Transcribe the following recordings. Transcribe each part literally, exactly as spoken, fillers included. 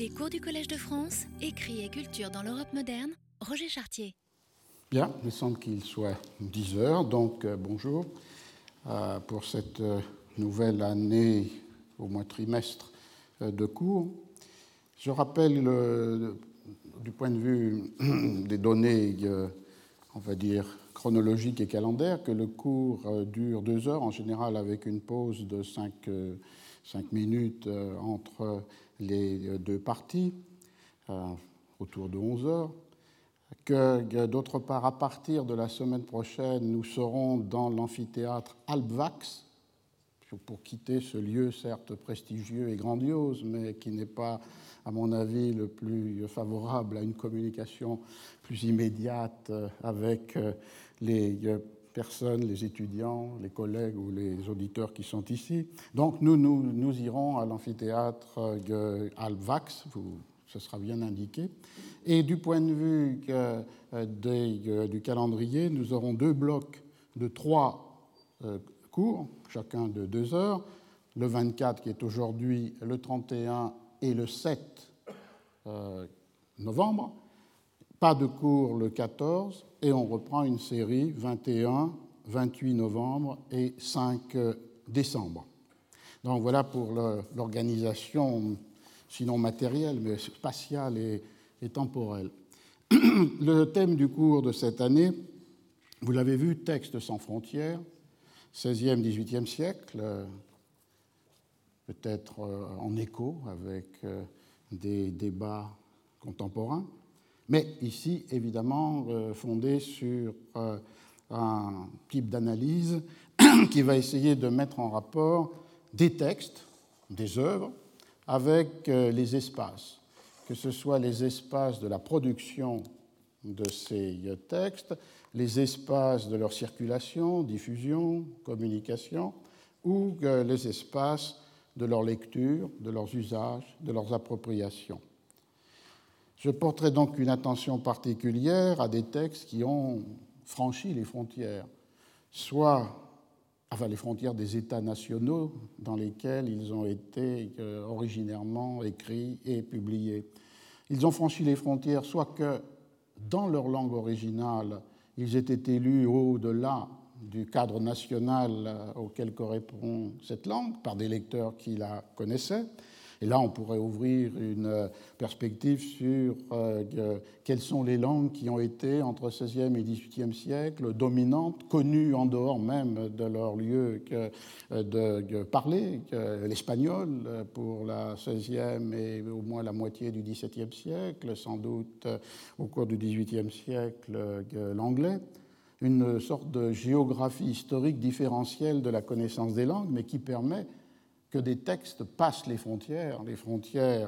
Les cours du Collège de France, écrit et culture dans l'Europe moderne, Roger Chartier. Bien, il semble qu'il soit dix heures, donc euh, bonjour euh, pour cette euh, nouvelle année, au moins trimestre, euh, de cours. Je rappelle, euh, du point de vue des données, euh, on va dire, chronologiques et calendaires, que le cours euh, dure deux heures, en général avec une pause de cinq, euh, cinq minutes euh, entre les deux parties, euh, autour de onze heures. Que, d'autre part, à partir de la semaine prochaine, nous serons dans l'amphithéâtre Albvax, pour quitter ce lieu certes prestigieux et grandiose, mais qui n'est pas, à mon avis, le plus favorable à une communication plus immédiate avec les personnes, les étudiants, les collègues ou les auditeurs qui sont ici. Donc nous, nous, nous irons à l'amphithéâtre Albvax, vous, ce sera bien indiqué. Et du point de vue euh, des, euh, du calendrier, nous aurons deux blocs de trois euh, cours, chacun de deux heures. Le vingt-quatre qui est aujourd'hui, le trente et un et le sept euh, novembre. Pas de cours le quatorze et on reprend une série vingt et un, vingt-huit novembre et cinq décembre. Donc voilà pour le, l'organisation, sinon matérielle, mais spatiale et, et temporelle. Le thème du cours de cette année, vous l'avez vu, texte sans frontières, seizième, dix-huitième siècle, peut-être en écho avec des débats contemporains, mais ici, évidemment, fondé sur un type d'analyse qui va essayer de mettre en rapport des textes, des œuvres, avec les espaces, que ce soit les espaces de la production de ces textes, les espaces de leur circulation, diffusion, communication, ou les espaces de leur lecture, de leurs usages, de leurs appropriations. Je porterai donc une attention particulière à des textes qui ont franchi les frontières, soit enfin, les frontières des États nationaux dans lesquels ils ont été euh, originairement écrits et publiés. Ils ont franchi les frontières soit que, dans leur langue originale, ils étaient élus au-delà du cadre national auquel correspond cette langue par des lecteurs qui la connaissaient. Et là, on pourrait ouvrir une perspective sur euh, quelles sont les langues qui ont été, entre seizième et dix-huitième siècle, dominantes, connues en dehors même de leur lieu que, de, de parler, que l'espagnol pour la seizième et au moins la moitié du dix-septième siècle, sans doute au cours du dix-huitième siècle, l'anglais. Une sorte de géographie historique différentielle de la connaissance des langues, mais qui permet que des textes passent les frontières, les frontières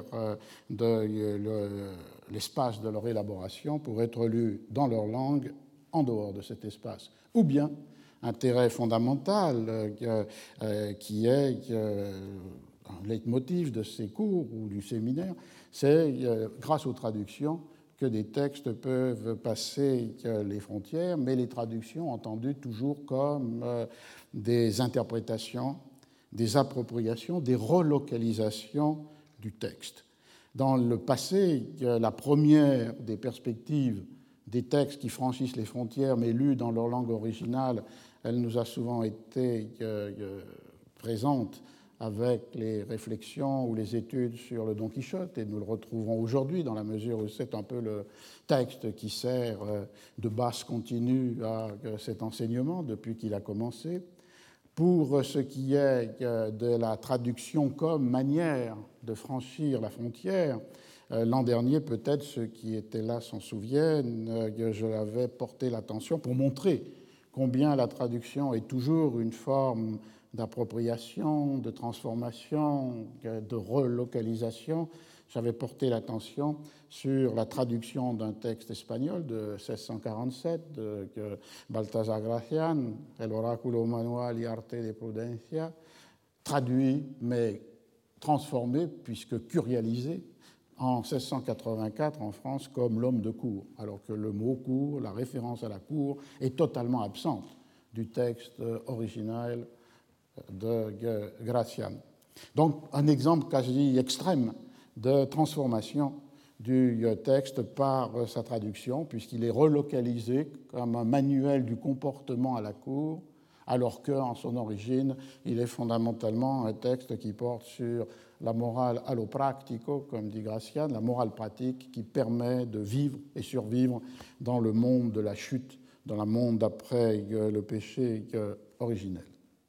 de l'espace de leur élaboration pour être lus dans leur langue en dehors de cet espace. Ou bien, intérêt fondamental qui est un leitmotiv de ces cours ou du séminaire, c'est grâce aux traductions que des textes peuvent passer les frontières, mais les traductions entendues toujours comme des interprétations, des appropriations, des relocalisations du texte. Dans le passé, la première des perspectives des textes qui franchissent les frontières mais lus dans leur langue originale, elle nous a souvent été euh, présente avec les réflexions ou les études sur le Don Quichotte, et nous le retrouverons aujourd'hui dans la mesure où c'est un peu le texte qui sert de base continue à cet enseignement depuis qu'il a commencé. Pour ce qui est de la traduction comme manière de franchir la frontière, l'an dernier, peut-être ceux qui étaient là s'en souviennent, je l'avais porté l'attention pour montrer combien la traduction est toujours une forme d'appropriation, de transformation, de relocalisation. J'avais porté l'attention sur la traduction d'un texte espagnol de seize cent quarante-sept de Baltasar Gracián, El Oráculo Manual y Arte de Prudencia, traduit mais transformé puisque curialisé en seize cent quatre-vingt-quatre en France comme l'homme de cour, alors que le mot cour, la référence à la cour, est totalement absente du texte original de Gracián. Donc un exemple quasi extrême de transformation du texte par sa traduction, puisqu'il est relocalisé comme un manuel du comportement à la cour, alors qu'en son origine, il est fondamentalement un texte qui porte sur la morale allopractico, comme dit Gracian, la morale pratique qui permet de vivre et survivre dans le monde de la chute, dans le monde d'après le péché originel.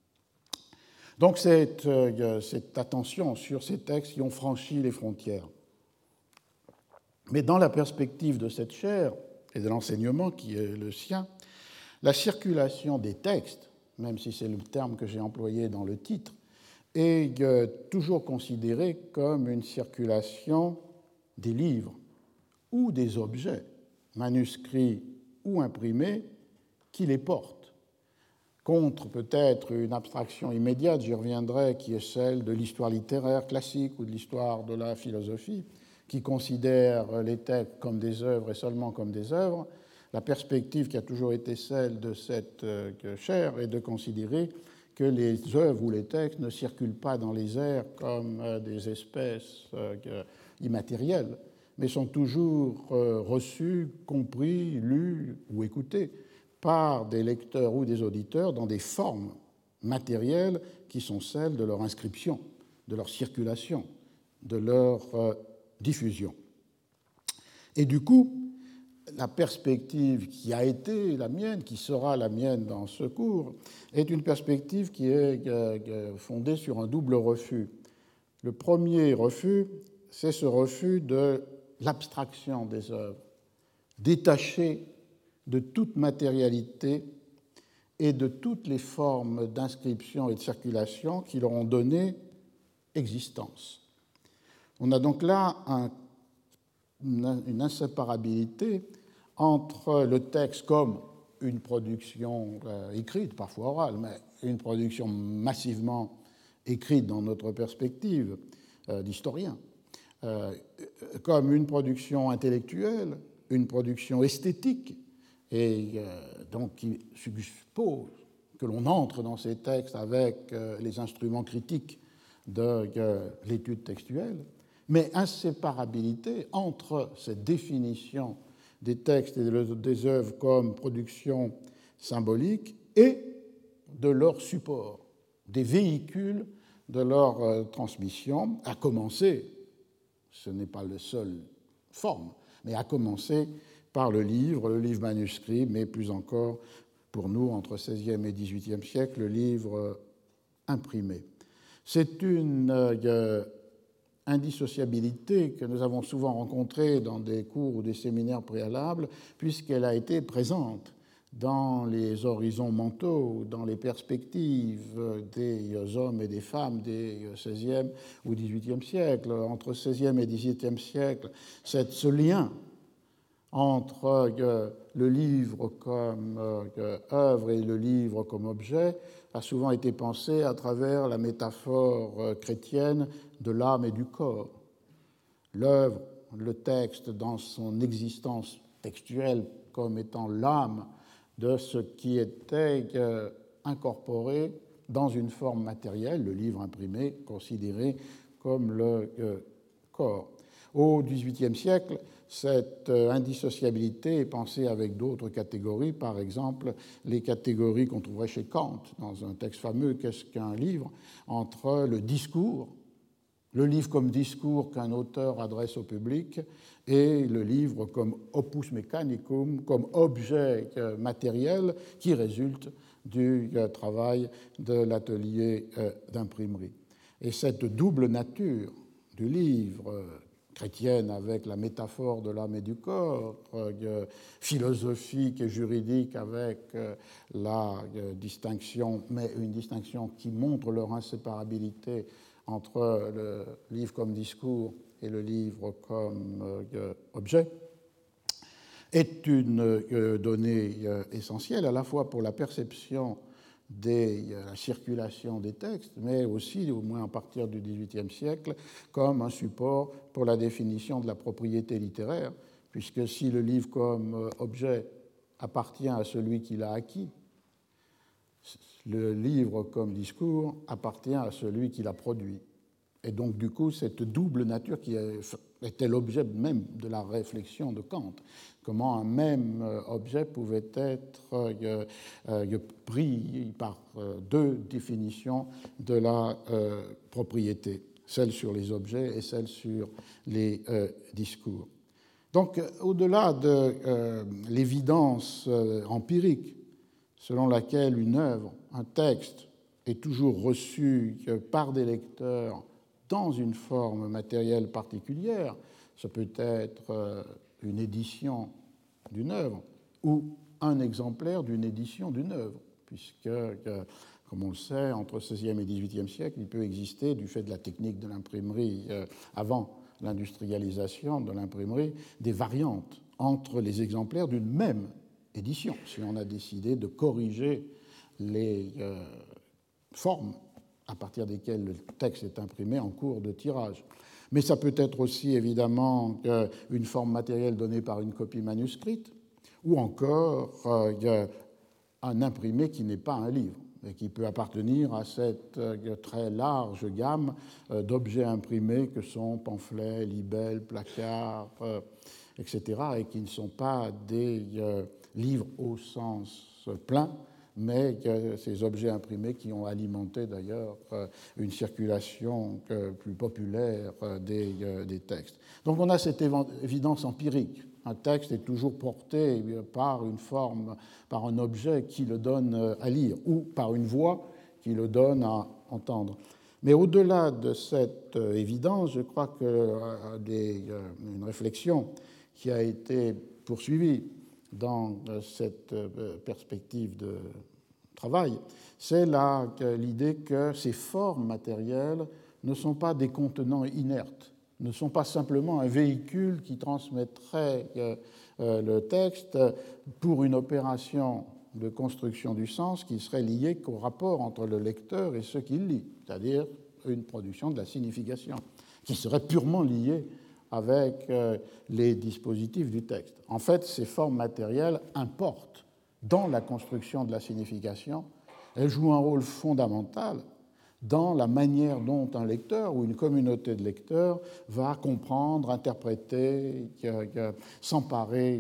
Donc cette, cette attention sur ces textes qui ont franchi les frontières. Mais dans la perspective de cette chaire et de l'enseignement qui est le sien, la circulation des textes, même si c'est le terme que j'ai employé dans le titre, est toujours considérée comme une circulation des livres ou des objets, manuscrits ou imprimés, qui les portent, contre peut-être une abstraction immédiate, j'y reviendrai, qui est celle de l'histoire littéraire classique ou de l'histoire de la philosophie, qui considère les textes comme des œuvres et seulement comme des œuvres. La perspective qui a toujours été celle de cette chaire est de considérer que les œuvres ou les textes ne circulent pas dans les airs comme des espèces immatérielles, mais sont toujours reçus, compris, lus ou écoutés par des lecteurs ou des auditeurs dans des formes matérielles qui sont celles de leur inscription, de leur circulation, de leur diffusion. Et du coup, la perspective qui a été la mienne, qui sera la mienne dans ce cours, est une perspective qui est fondée sur un double refus. Le premier refus, c'est ce refus de l'abstraction des œuvres, détachée de toute matérialité et de toutes les formes d'inscription et de circulation qui leur ont donné existence. On a donc là un, une inséparabilité entre le texte comme une production euh, écrite, parfois orale, mais une production massivement écrite dans notre perspective euh, d'historien, euh, comme une production intellectuelle, une production esthétique, et euh, donc qui suppose que l'on entre dans ces textes avec euh, les instruments critiques de euh, l'étude textuelle, mais inséparabilité entre cette définition des textes et des œuvres comme production symbolique et de leur support, des véhicules de leur euh, transmission, à commencer, ce n'est pas la seule forme, mais à commencer par le livre, le livre manuscrit, mais plus encore pour nous, entre seizième et dix-huitième siècle, le livre euh, imprimé. C'est une euh, indissociabilité que nous avons souvent rencontrée dans des cours ou des séminaires préalables, puisqu'elle a été présente dans les horizons mentaux, dans les perspectives des hommes et des femmes des seizième ou dix-huitième siècle. Entre seizième et dix-huitième siècle, c'est ce lien entre le livre comme œuvre et le livre comme objet a souvent été pensé à travers la métaphore chrétienne de l'âme et du corps. L'œuvre, le texte, dans son existence textuelle comme étant l'âme de ce qui était incorporé dans une forme matérielle, le livre imprimé, considéré comme le corps. Au dix-huitième siècle, cette indissociabilité est pensée avec d'autres catégories, par exemple les catégories qu'on trouverait chez Kant dans un texte fameux « Qu'est-ce qu'un livre ?», entre le discours, le livre comme discours qu'un auteur adresse au public, et le livre comme opus mechanicum, comme objet matériel qui résulte du travail de l'atelier d'imprimerie. Et cette double nature du livre chrétienne avec la métaphore de l'âme et du corps, euh, philosophique et juridique avec euh, la euh, distinction, mais une distinction qui montre leur inséparabilité entre le livre comme discours et le livre comme euh, objet, est une euh, donnée euh, essentielle à la fois pour la perception de la circulation des textes, mais aussi, au moins à partir du dix-huitième siècle, comme un support pour la définition de la propriété littéraire, puisque si le livre comme objet appartient à celui qui l'a acquis, le livre comme discours appartient à celui qui l'a produit. Et donc, du coup, cette double nature qui était l'objet même de la réflexion de Kant, comment un même objet pouvait être euh, euh, pris par euh, deux définitions de la euh, propriété, celle sur les objets et celle sur les euh, discours. Donc, au-delà de euh, l'évidence euh, empirique selon laquelle une œuvre, un texte, est toujours reçu par des lecteurs dans une forme matérielle particulière, ça peut être une édition d'une œuvre ou un exemplaire d'une édition d'une œuvre, puisque, comme on le sait, entre seizième et dix-huitième siècle, il peut exister, du fait de la technique de l'imprimerie avant l'industrialisation de l'imprimerie, des variantes entre les exemplaires d'une même édition, si on a décidé de corriger les euh, formes à partir desquelles le texte est imprimé en cours de tirage. Mais ça peut être aussi évidemment une forme matérielle donnée par une copie manuscrite, ou encore euh, un imprimé qui n'est pas un livre, et qui peut appartenir à cette euh, très large gamme euh, d'objets imprimés que sont pamphlets, libelles, placards, euh, et cetera, et qui ne sont pas des euh, livres au sens plein, mais ces objets imprimés qui ont alimenté d'ailleurs une circulation plus populaire des, des textes. Donc on a cette évidence empirique. Un texte est toujours porté par une forme, par un objet qui le donne à lire, ou par une voix qui le donne à entendre. Mais au-delà de cette évidence, je crois qu'une réflexion qui a été poursuivie dans cette perspective de travail, c'est l'idée que ces formes matérielles ne sont pas des contenants inertes, ne sont pas simplement un véhicule qui transmettrait le texte pour une opération de construction du sens qui serait liée qu'au rapport entre le lecteur et ce qu'il lit, c'est-à-dire une production de la signification, qui serait purement liée avec les dispositifs du texte. En fait, ces formes matérielles importent dans la construction de la signification. Elles jouent un rôle fondamental dans la manière dont un lecteur ou une communauté de lecteurs va comprendre, interpréter, s'emparer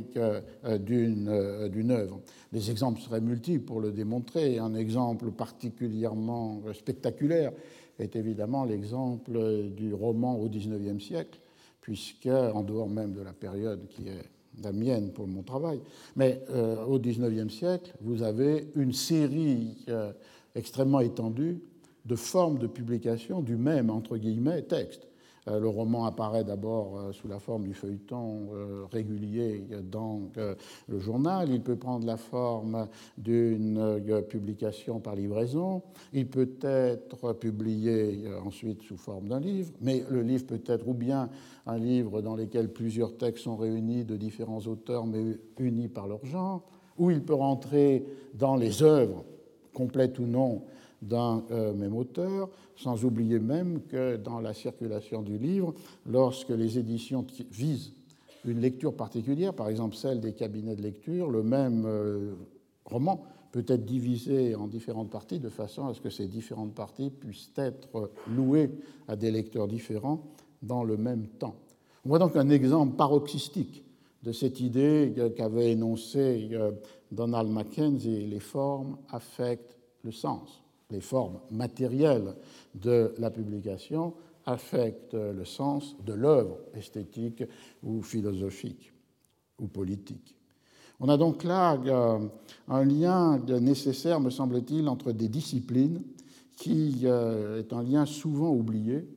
d'une, d'une œuvre. Les exemples seraient multiples pour le démontrer. Un exemple particulièrement spectaculaire est évidemment l'exemple du roman au dix-neuvième siècle, puisque, en dehors même de la période qui est la mienne pour mon travail, mais euh, au dix-neuvième siècle, vous avez une série euh, extrêmement étendue de formes de publication du même, entre guillemets, texte. Euh, le roman apparaît d'abord euh, sous la forme du feuilleton euh, régulier dans euh, le journal. Il peut prendre la forme d'une euh, publication par livraison. Il peut être publié euh, ensuite sous forme d'un livre, mais le livre peut être ou bien un livre dans lequel plusieurs textes sont réunis de différents auteurs, mais unis par leur genre, ou il peut rentrer dans les œuvres, complètes ou non, d'un euh, même auteur, sans oublier même que dans la circulation du livre, lorsque les éditions visent une lecture particulière, par exemple celle des cabinets de lecture, le même euh, roman peut être divisé en différentes parties de façon à ce que ces différentes parties puissent être louées à des lecteurs différents dans le même temps. On voit donc un exemple paroxystique de cette idée qu'avait énoncée Donald Mackenzie: les formes affectent le sens. Les formes matérielles de la publication affectent le sens de l'œuvre esthétique ou philosophique ou politique. On a donc là un lien nécessaire, me semble-t-il, entre des disciplines qui est un lien souvent oublié,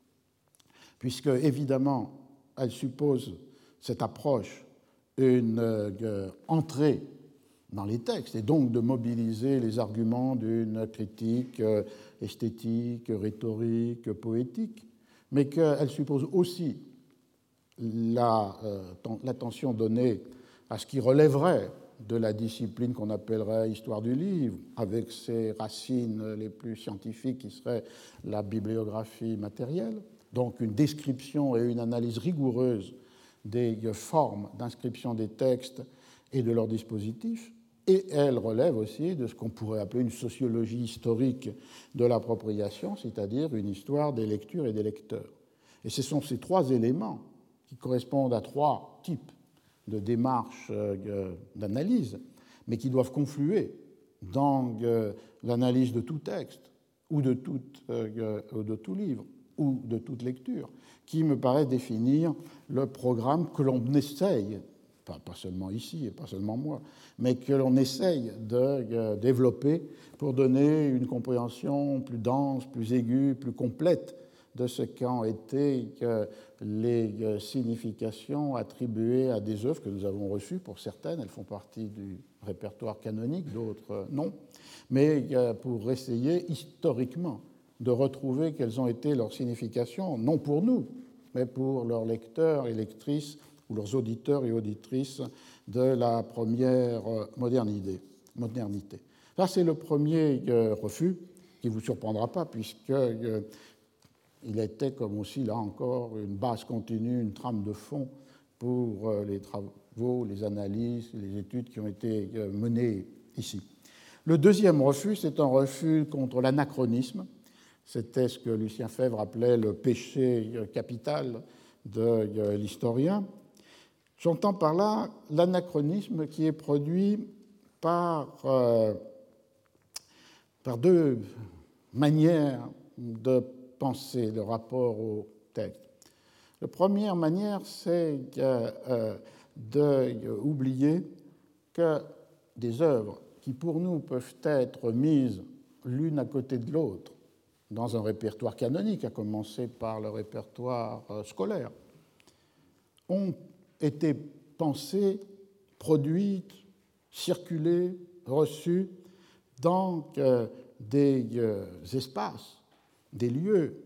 puisque, évidemment, elle suppose cette approche, une euh, entrée dans les textes, et donc de mobiliser les arguments d'une critique euh, esthétique, rhétorique, poétique, mais qu'elle suppose aussi la, euh, l'attention donnée à ce qui relèverait de la discipline qu'on appellerait histoire du livre, avec ses racines les plus scientifiques qui seraient la bibliographie matérielle, donc une description et une analyse rigoureuse des formes d'inscription des textes et de leurs dispositifs, et elle relève aussi de ce qu'on pourrait appeler une sociologie historique de l'appropriation, c'est-à-dire une histoire des lectures et des lecteurs. Et ce sont ces trois éléments qui correspondent à trois types de démarches d'analyse, mais qui doivent confluer dans l'analyse de tout texte ou de tout, de tout livre ou de toute lecture, qui me paraît définir le programme que l'on essaye, pas, pas seulement ici et pas seulement moi, mais que l'on essaye de développer pour donner une compréhension plus dense, plus aiguë, plus complète de ce qu'ont été les significations attribuées à des œuvres que nous avons reçues. Pour certaines, elles font partie du répertoire canonique, d'autres non, mais pour essayer historiquement de retrouver quelles ont été leurs significations, non pour nous, mais pour leurs lecteurs et lectrices ou leurs auditeurs et auditrices de la première modernité. modernité. Ça, c'est le premier refus, qui ne vous surprendra pas, puisque il était comme aussi, là encore, une base continue, une trame de fond pour les travaux, les analyses, les études qui ont été menées ici. Le deuxième refus, c'est un refus contre l'anachronisme. C'était ce que Lucien Febvre appelait le péché capital de l'historien. J'entends par là l'anachronisme qui est produit par, euh, par deux manières de penser le rapport au texte. La première manière, c'est euh, d'oublier que des œuvres qui, pour nous, peuvent être mises l'une à côté de l'autre dans un répertoire canonique, à commencer par le répertoire euh, scolaire, ont été pensées, produites, circulées, reçues dans euh, des euh, espaces, des lieux,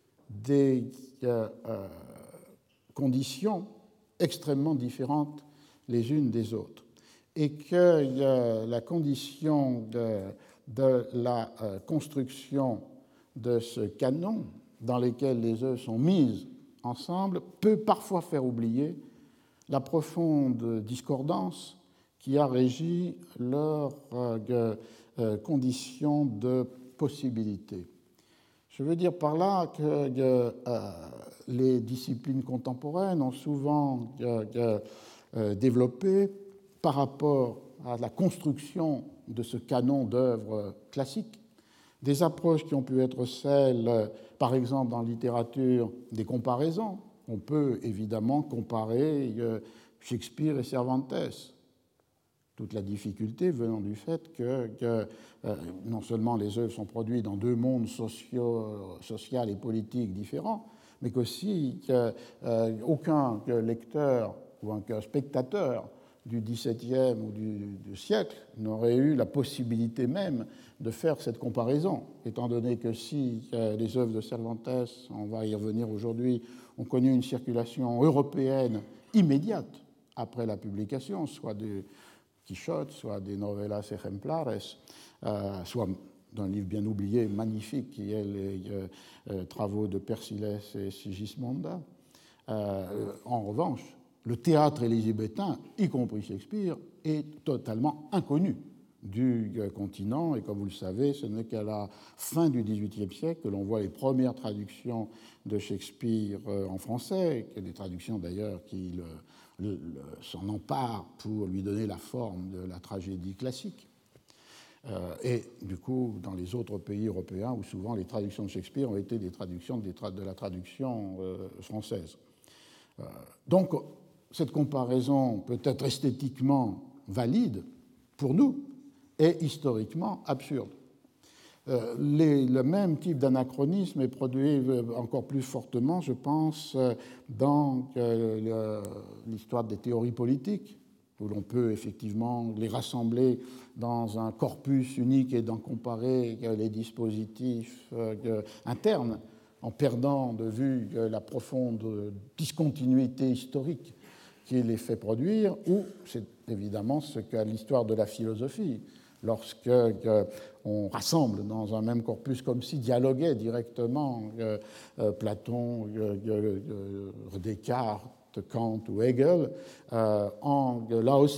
des euh, euh, conditions extrêmement différentes les unes des autres. Et que euh, la condition de, de la euh, construction de ce canon dans lequel les œuvres sont mises ensemble peut parfois faire oublier la profonde discordance qui a régi leurs euh, euh, conditions de possibilité. Je veux dire par là que euh, les disciplines contemporaines ont souvent euh, euh, développé, par rapport à la construction de ce canon d'œuvres classiques, des approches qui ont pu être celles, par exemple, dans la littérature, des comparaisons. On peut évidemment comparer Shakespeare et Cervantes. Toute la difficulté venant du fait que, que euh, non seulement les œuvres sont produites dans deux mondes sociaux, social et politiques différents, mais qu'aussi qu'aucun euh, lecteur ou un spectateur du dix-septième ou du, du siècle n'aurait eu la possibilité même de faire cette comparaison, étant donné que si euh, les œuvres de Cervantes, on va y revenir aujourd'hui, ont connu une circulation européenne immédiate après la publication, soit de Quichotte, soit des novelas ejemplares, euh, soit d'un livre bien oublié, magnifique, qui est les euh, euh, travaux de Persillès et Sigismonda. Euh, en revanche, le théâtre élisabétain, y compris Shakespeare, est totalement inconnu du continent. Et comme vous le savez, ce n'est qu'à la fin du dix-huitième siècle que l'on voit les premières traductions de Shakespeare en français, des traductions d'ailleurs qui le, le, le, s'en emparent pour lui donner la forme de la tragédie classique. Euh, et du coup, dans les autres pays européens, où souvent les traductions de Shakespeare ont été des traductions des tra- de la traduction euh, française. Euh, donc, cette comparaison peut être esthétiquement valide pour nous et historiquement absurde. Euh, les, le même type d'anachronisme est produit encore plus fortement, je pense, dans euh, l'histoire des théories politiques, où l'on peut effectivement les rassembler dans un corpus unique et d'en comparer les dispositifs euh, internes, en perdant de vue la profonde discontinuité historique qui les fait produire, ou c'est évidemment ce qu'à l'histoire de la philosophie, lorsque euh, on rassemble dans un même corpus comme si dialoguaient directement euh, euh, Platon, euh, euh, Descartes, Kant ou Hegel, euh, en, là aussi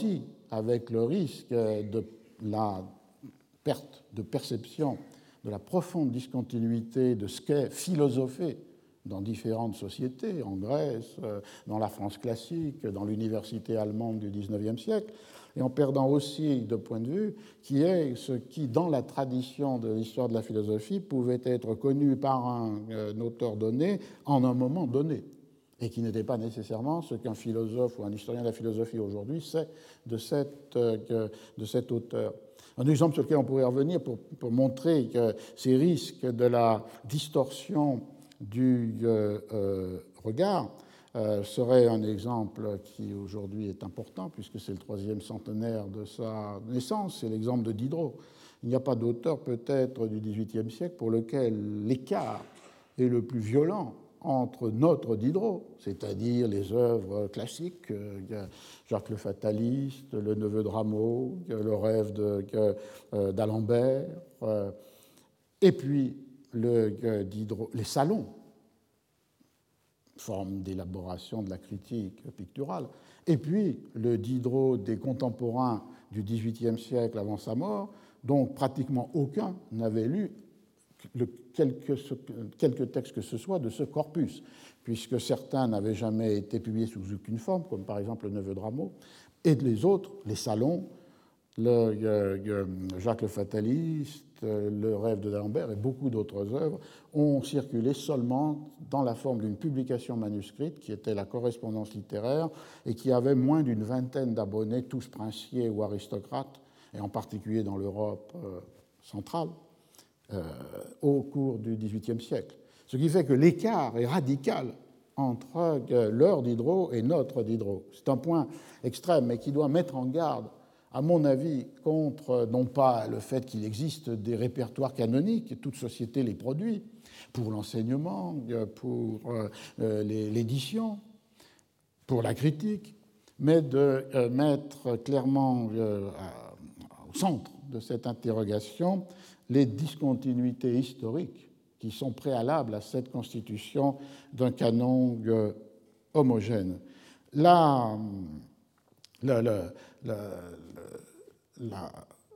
avec le risque de la perte de perception de la profonde discontinuité de ce qu'est philosopher dans différentes sociétés, en Grèce, dans la France classique, dans l'université allemande du dix-neuvième siècle, et en perdant aussi de point de vue qui est ce qui, dans la tradition de l'histoire de la philosophie, pouvait être connu par un, un auteur donné en un moment donné, et qui n'était pas nécessairement ce qu'un philosophe ou un historien de la philosophie aujourd'hui sait de, cette, de cet auteur. Un exemple sur lequel on pourrait revenir pour, pour montrer que ces risques de la distorsion du euh, euh, regard euh, serait un exemple qui aujourd'hui est important, puisque c'est le troisième centenaire de sa naissance, c'est l'exemple de Diderot. Il n'y a pas d'auteur peut-être du dix-huitième siècle pour lequel l'écart est le plus violent entre notre Diderot, c'est-à-dire les œuvres classiques, Jacques le Fataliste, Le Neveu de Rameau, Le Rêve d'Alembert, et puis le Diderot, les salons, forme d'élaboration de la critique picturale, et puis le Diderot des contemporains du dix-huitième siècle avant sa mort, dont pratiquement aucun n'avait lu le, quelque, quelques textes que ce soit de ce corpus, puisque certains n'avaient jamais été publiés sous aucune forme, comme par exemple Le Neveu de Rameau, et les autres, les salons, le, le, Jacques le Fataliste, Le Rêve d'Alembert et beaucoup d'autres œuvres ont circulé seulement dans la forme d'une publication manuscrite qui était la correspondance littéraire et qui avait moins d'une vingtaine d'abonnés, tous princiers ou aristocrates, et en particulier dans l'Europe centrale, euh, au cours du dix-huitième siècle. Ce qui fait que l'écart est radical entre leur Diderot et notre Diderot. C'est un point extrême, mais qui doit mettre en garde, à mon avis, contre non pas le fait qu'il existe des répertoires canoniques, toute société les produit, pour l'enseignement, pour l'édition, pour la critique, mais de mettre clairement au centre de cette interrogation les discontinuités historiques qui sont préalables à cette constitution d'un canon homogène. Là, la, la, la, la,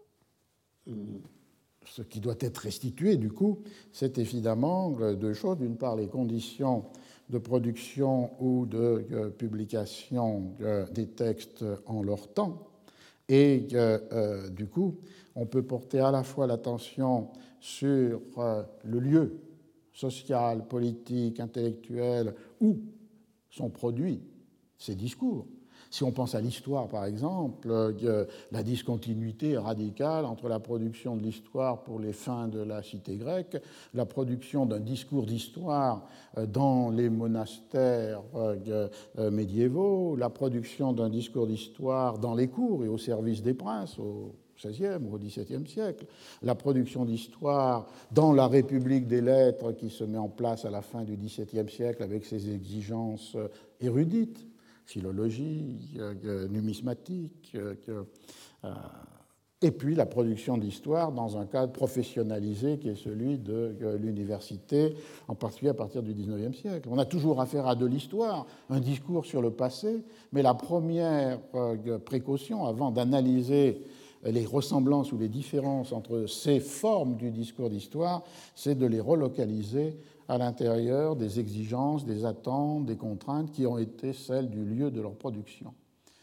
ce qui doit être restitué, du coup, c'est évidemment deux choses. D'une part, les conditions de production ou de publication des textes en leur temps. Et euh, du coup, on peut porter à la fois l'attention sur euh, le lieu social, politique, intellectuel où sont produits ces discours. Si on pense à l'histoire, par exemple, euh, la discontinuité radicale entre la production de l'histoire pour les fins de la cité grecque, la production d'un discours d'histoire euh, dans les monastères euh, euh, médiévaux, la production d'un discours d'histoire dans les cours et au service des princes, au seizième ou au dix-septième siècle, la production d'histoire dans la République des lettres qui se met en place à la fin du dix-septième siècle avec ses exigences érudites, philologie, euh, numismatique, euh, euh, et puis la production d'histoire dans un cadre professionnalisé qui est celui de euh, l'université, en particulier à partir du dix-neuvième siècle. On a toujours affaire à de l'histoire, un discours sur le passé, mais la première euh, précaution avant d'analyser les ressemblances ou les différences entre ces formes du discours d'histoire, c'est de les relocaliser à l'intérieur des exigences, des attentes, des contraintes qui ont été celles du lieu de leur production.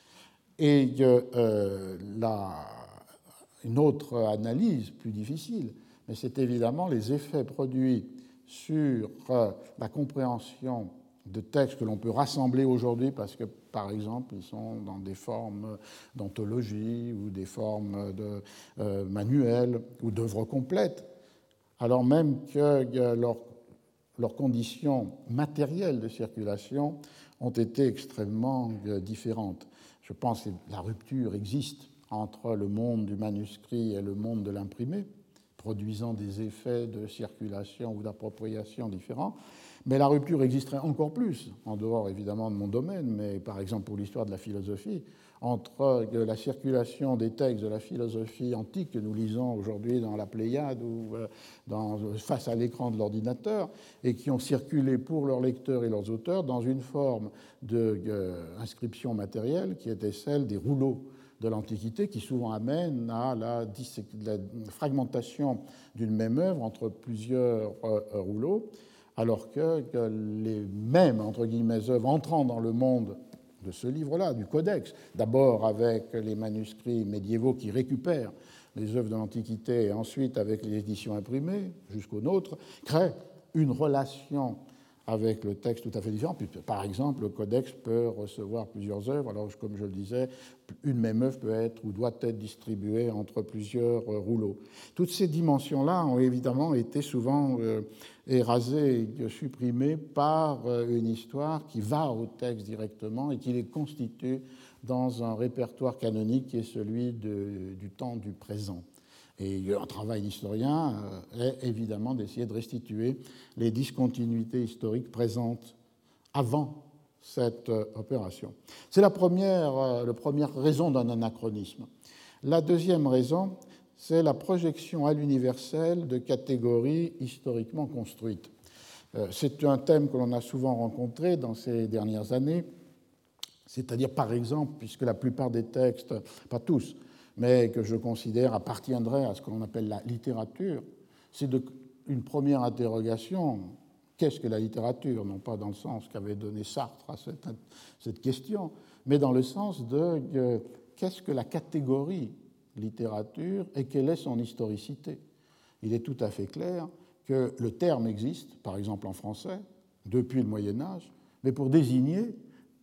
Et euh, la, une autre analyse plus difficile, mais c'est évidemment les effets produits sur euh, la compréhension de textes que l'on peut rassembler aujourd'hui parce que, par exemple, ils sont dans des formes d'anthologie ou des formes de euh, manuels ou d'œuvres complètes, alors même que leur leurs conditions matérielles de circulation ont été extrêmement différentes. Je pense que la rupture existe entre le monde du manuscrit et le monde de l'imprimé, produisant des effets de circulation ou d'appropriation différents, mais la rupture existerait encore plus, en dehors évidemment de mon domaine, mais par exemple pour l'histoire de la philosophie, entre la circulation des textes de la philosophie antique que nous lisons aujourd'hui dans la Pléiade ou dans, face à l'écran de l'ordinateur et qui ont circulé pour leurs lecteurs et leurs auteurs dans une forme d'inscription euh, matérielle qui était celle des rouleaux de l'Antiquité qui souvent amène à la, la fragmentation d'une même œuvre entre plusieurs euh, rouleaux, alors que, que les mêmes, entre guillemets, œuvres entrant dans le monde de ce livre-là, du Codex, d'abord avec les manuscrits médiévaux qui récupèrent les œuvres de l'Antiquité et ensuite avec les éditions imprimées jusqu'aux nôtres, créent une relation avec le texte tout à fait différent. Par exemple, le Codex peut recevoir plusieurs œuvres, alors comme je le disais, une même œuvre peut être ou doit être distribuée entre plusieurs rouleaux. Toutes ces dimensions-là ont évidemment été souvent euh, érasées et supprimées par euh, une histoire qui va au texte directement et qui les constitue dans un répertoire canonique qui est celui de, du temps du présent. Et un travail d'historien est évidemment d'essayer de restituer les discontinuités historiques présentes avant cette opération. C'est la première, la première raison d'un anachronisme. La deuxième raison, c'est la projection à l'universel de catégories historiquement construites. C'est un thème que l'on a souvent rencontré dans ces dernières années, c'est-à-dire par exemple, puisque la plupart des textes, pas tous, mais que je considère appartiendraient à ce que l'on appelle la littérature, c'est de, une première interrogation. Qu'est-ce que la littérature? Non pas dans le sens qu'avait donné Sartre à cette, cette question, mais dans le sens de euh, qu'est-ce que la catégorie littérature et quelle est son historicité? Il est tout à fait clair que le terme existe, par exemple en français, depuis le Moyen-Âge, mais pour désigner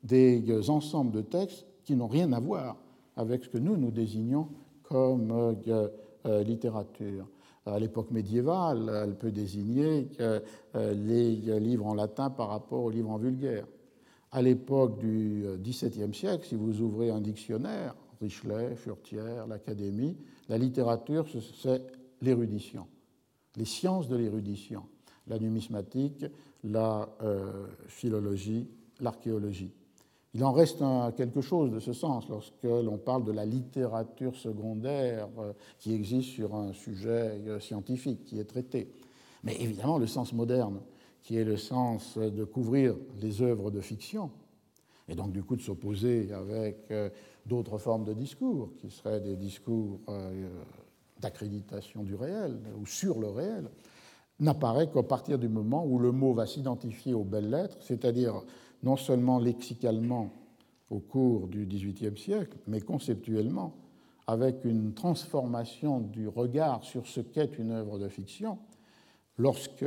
des ensembles de textes qui n'ont rien à voir avec ce que nous, nous désignons comme euh, euh, littérature. À l'époque médiévale, elle peut désigner euh, les livres en latin par rapport aux livres en vulgaire. À l'époque du dix-septième siècle, si vous ouvrez un dictionnaire, Richelet, Furetière, l'Académie, la littérature, c'est l'érudition, les sciences de l'érudition, la numismatique, la euh, philologie, l'archéologie. Il en reste un, quelque chose de ce sens lorsque l'on parle de la littérature secondaire euh, qui existe sur un sujet euh, scientifique qui est traité. Mais évidemment, le sens moderne, qui est le sens de couvrir les œuvres de fiction, et donc du coup de s'opposer avec euh, d'autres formes de discours, qui seraient des discours euh, d'accréditation du réel ou sur le réel, n'apparaît qu'à partir du moment où le mot va s'identifier aux belles lettres, c'est-à-dire non seulement lexicalement au cours du dix-huitième siècle, mais conceptuellement, avec une transformation du regard sur ce qu'est une œuvre de fiction, lorsque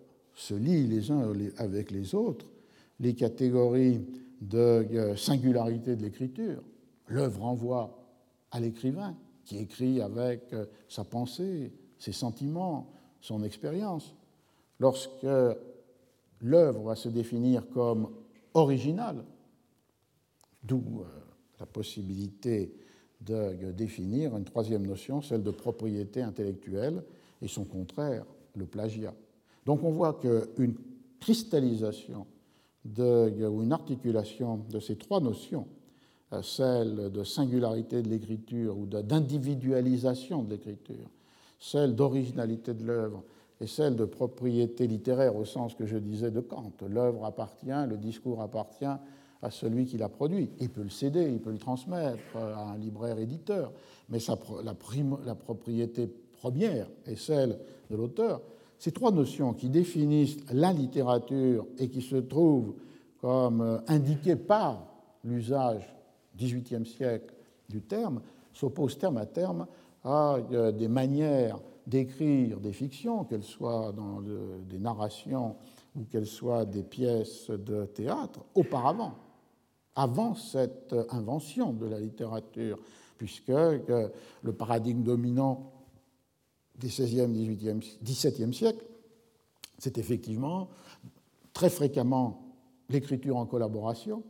se lient les uns avec les autres les catégories de singularité de l'écriture. L'œuvre renvoie à l'écrivain qui écrit avec sa pensée, ses sentiments, son expérience. Lorsque l'œuvre va se définir comme originale, d'où euh, la possibilité de définir une troisième notion, celle de propriété intellectuelle, et son contraire, le plagiat. Donc on voit qu'une cristallisation de, ou une articulation de ces trois notions, celle de singularité de l'écriture ou d'individualisation de l'écriture, celle d'originalité de l'œuvre et celle de propriété littéraire au sens que je disais de Kant. L'œuvre appartient, le discours appartient à celui qui l'a produit. Il peut le céder, il peut le transmettre à un libraire-éditeur, mais sa, la, prime, la propriété première est celle de l'auteur. Ces trois notions qui définissent la littérature et qui se trouvent comme indiquées par l'usage dix-huitième siècle du terme s'opposent terme à terme à des manières d'écrire des fictions, qu'elles soient dans le, des narrations ou qu'elles soient des pièces de théâtre, auparavant, avant cette invention de la littérature, puisque le paradigme dominant des seizième, dix-huitième, dix-septième siècles, c'est effectivement très fréquemment l'écriture en collaboration,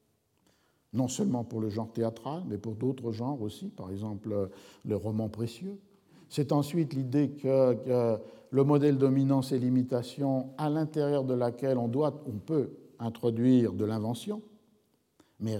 non seulement pour le genre théâtral, mais pour d'autres genres aussi, par exemple le roman précieux. C'est ensuite l'idée que, que le modèle dominant, c'est l'imitation à l'intérieur de laquelle on doit, on peut introduire de l'invention, mais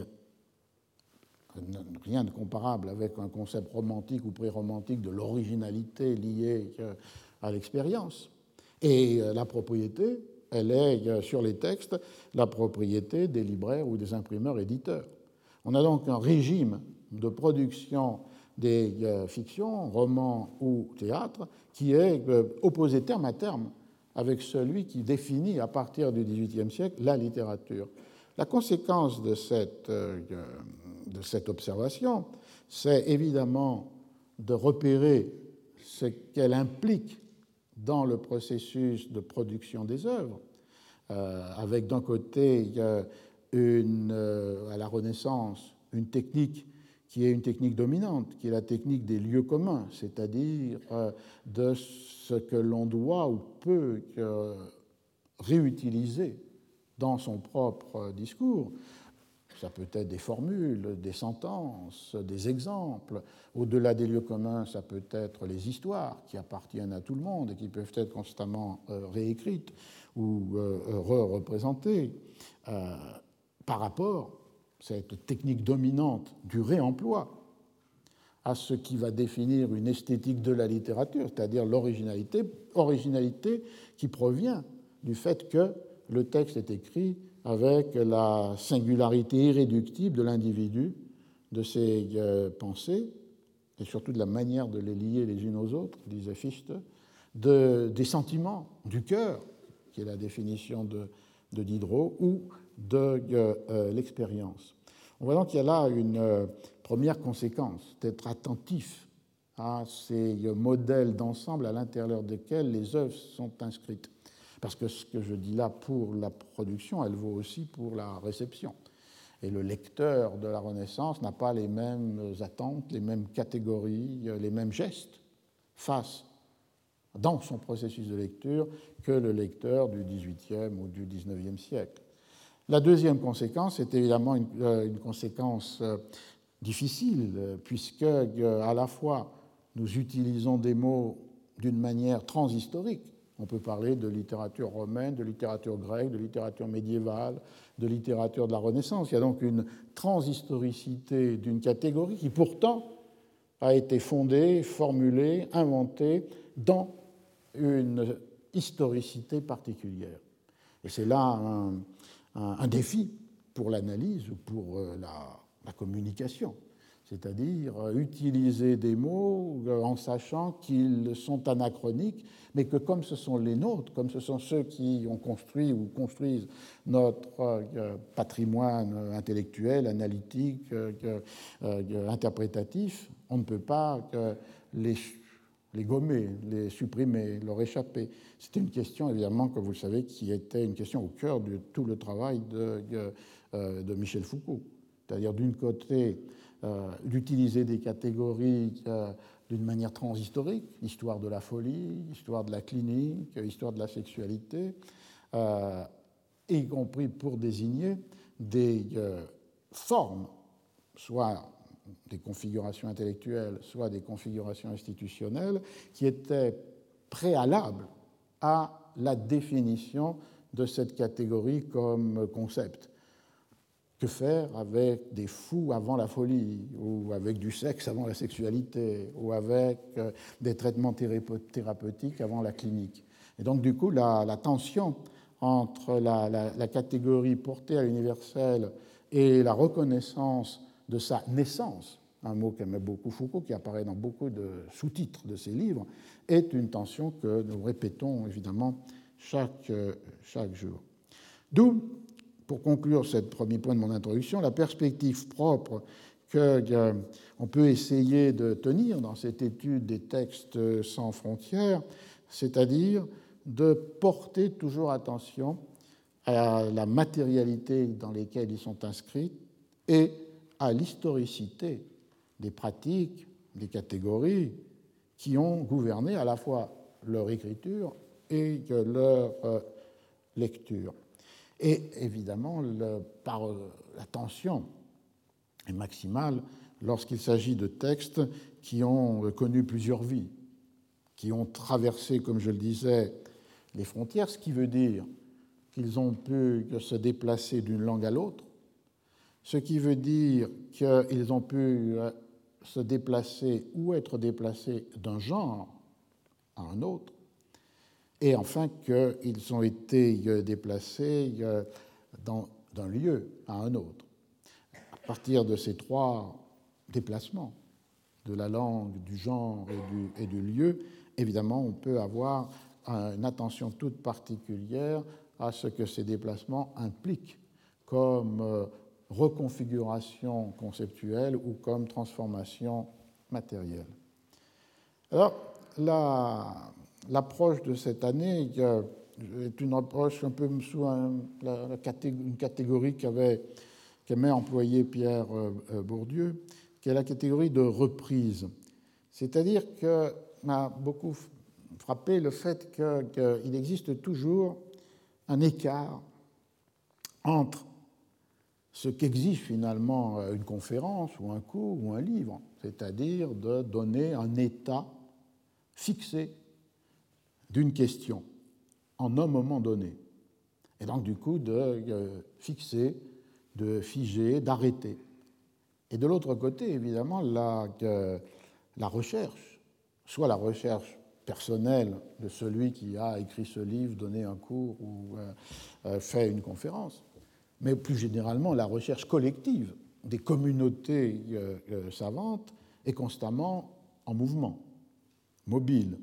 rien de comparable avec un concept romantique ou pré-romantique de l'originalité liée à l'expérience. Et la propriété, elle est sur les textes la propriété des libraires ou des imprimeurs éditeurs. On a donc un régime de production des euh, fictions, romans ou théâtre, qui est euh, opposé terme à terme avec celui qui définit à partir du dix-huitième siècle la littérature. La conséquence de cette, euh, de cette observation, c'est évidemment de repérer ce qu'elle implique dans le processus de production des œuvres, euh, avec d'un côté euh, une, euh, à la Renaissance une technique qui est une technique dominante, qui est la technique des lieux communs, c'est-à-dire euh, de ce que l'on doit ou peut euh, réutiliser dans son propre discours. Ça peut être des formules, des sentences, des exemples. Au-delà des lieux communs, ça peut être les histoires qui appartiennent à tout le monde et qui peuvent être constamment euh, réécrites ou euh, re-représentées. Euh, par rapport, cette technique dominante du réemploi, à ce qui va définir une esthétique de la littérature, c'est-à-dire l'originalité, originalité qui provient du fait que le texte est écrit avec la singularité irréductible de l'individu, de ses euh, pensées, et surtout de la manière de les lier les unes aux autres, disait Fichte, de, des sentiments, du cœur, qui est la définition de, de Diderot, ou de euh, l'expérience. On voit donc qu'il y a là une euh, première conséquence, d'être attentif à ces euh, modèles d'ensemble à l'intérieur desquels les œuvres sont inscrites. Parce que ce que je dis là pour la production, elle vaut aussi pour la réception. Et le lecteur de la Renaissance n'a pas les mêmes attentes, les mêmes catégories, les mêmes gestes face, dans son processus de lecture, que le lecteur du dix-huitième ou du dix-neuvième siècle. La deuxième conséquence est évidemment une, une conséquence difficile, puisque à la fois nous utilisons des mots d'une manière transhistorique. On peut parler de littérature romaine, de littérature grecque, de littérature médiévale, de littérature de la Renaissance. Il y a donc une transhistoricité d'une catégorie qui pourtant a été fondée, formulée, inventée dans une historicité particulière. Et c'est là un, un, un défi pour l'analyse ou pour la, la communication. C'est-à-dire utiliser des mots en sachant qu'ils sont anachroniques, mais que comme ce sont les nôtres, comme ce sont ceux qui ont construit ou construisent notre patrimoine intellectuel, analytique, interprétatif, on ne peut pas les, les gommer, les supprimer, leur échapper. C'était une question, évidemment, comme vous le savez, qui était une question au cœur de tout le travail de, de Michel Foucault. C'est-à-dire, d'une côté, Euh, d'utiliser des catégories euh, d'une manière transhistorique, histoire de la folie, histoire de la clinique, histoire de la sexualité, euh, y compris pour désigner des euh, formes, soit des configurations intellectuelles, soit des configurations institutionnelles, qui étaient préalables à la définition de cette catégorie comme concept. Que faire avec des fous avant la folie, ou avec du sexe avant la sexualité, ou avec euh, des traitements thérapeutiques avant la clinique. Et donc, du coup, la, la tension entre la, la, la catégorie portée à l'universel et la reconnaissance de sa naissance, un mot qu'aimait beaucoup Foucault, qui apparaît dans beaucoup de sous-titres de ses livres, est une tension que nous répétons évidemment chaque, chaque jour. D'où, pour conclure ce premier point de mon introduction, la perspective propre qu'on euh, peut essayer de tenir dans cette étude des textes sans frontières, c'est-à-dire de porter toujours attention à la matérialité dans laquelle ils sont inscrits et à l'historicité des pratiques, des catégories qui ont gouverné à la fois leur écriture et leur euh, lecture. Et évidemment, le, par, la tension est maximale lorsqu'il s'agit de textes qui ont connu plusieurs vies, qui ont traversé, comme je le disais, les frontières, ce qui veut dire qu'ils ont pu se déplacer d'une langue à l'autre, ce qui veut dire qu'ils ont pu se déplacer ou être déplacés d'un genre à un autre, et enfin qu'ils ont été déplacés d'un lieu à un autre. à partir de ces trois déplacements, de la langue, du genre et du, et du lieu, évidemment, on peut avoir une attention toute particulière à ce que ces déplacements impliquent comme euh, reconfiguration conceptuelle ou comme transformation matérielle. Alors, la, l'approche de cette année est une approche un peu sous un, la, la catégorie, une catégorie qu'avait, qu'aimait employer Pierre euh, Bourdieu, qui est la catégorie de reprise. C'est-à-dire que m'a beaucoup frappé le fait que, qu'il existe toujours un écart entre ce qu'exige finalement une conférence ou un cours ou un livre, c'est-à-dire de donner un état fixé d'une question en un moment donné, et donc du coup de fixer, de figer, d'arrêter. Et de l'autre côté, évidemment, la, la recherche, soit la recherche personnelle de celui qui a écrit ce livre, donné un cours ou euh, fait une conférence, mais plus généralement la recherche collective des communautés euh, euh, savantes est constamment en mouvement, mobile,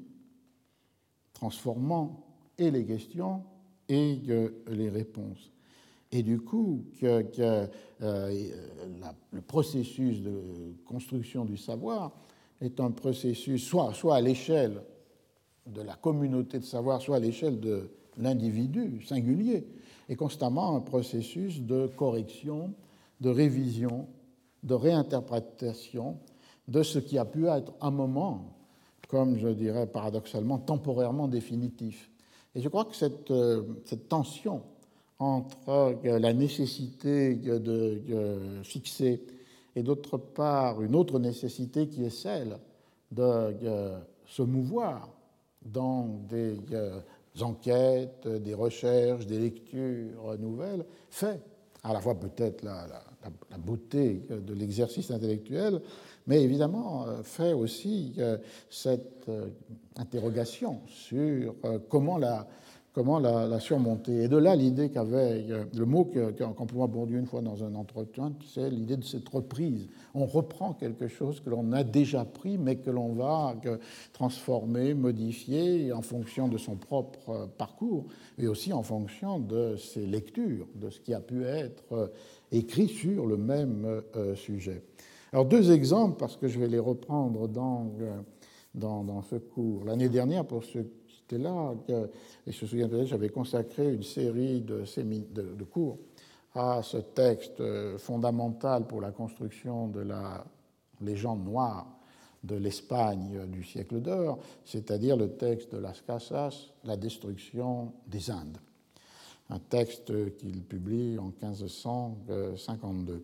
transformant et les questions et euh, les réponses. Et du coup, que, que, euh, la, le processus de construction du savoir est un processus soit, soit à l'échelle de la communauté de savoir, soit à l'échelle de l'individu singulier, est constamment un processus de correction, de révision, de réinterprétation de ce qui a pu être un moment, comme je dirais paradoxalement, temporairement définitif. Et je crois que cette, cette tension entre la nécessité de, de fixer et d'autre part une autre nécessité qui est celle de, de se mouvoir dans des euh, enquêtes, des recherches, des lectures nouvelles, fait à la fois peut-être la, la, la beauté de l'exercice intellectuel, mais évidemment fait aussi euh, cette euh, interrogation sur euh, comment la comment la, la surmonter. Et de là, l'idée qu'avait, le mot qu'emploie Bourdieu une fois dans un entretien, c'est l'idée de cette reprise. On reprend quelque chose que l'on a déjà pris, mais que l'on va transformer, modifier en fonction de son propre parcours, et aussi en fonction de ses lectures, de ce qui a pu être écrit sur le même sujet. Alors, deux exemples, parce que je vais les reprendre dans, dans, dans ce cours. L'année dernière, pour ceux C'était là, et je me souviens peut-être, j'avais consacré une série de, de, de cours à ce texte fondamental pour la construction de la légende noire de l'Espagne du siècle d'or, c'est-à-dire le texte de Las Casas, La destruction des Indes, un texte qu'il publie en quinze cent cinquante-deux.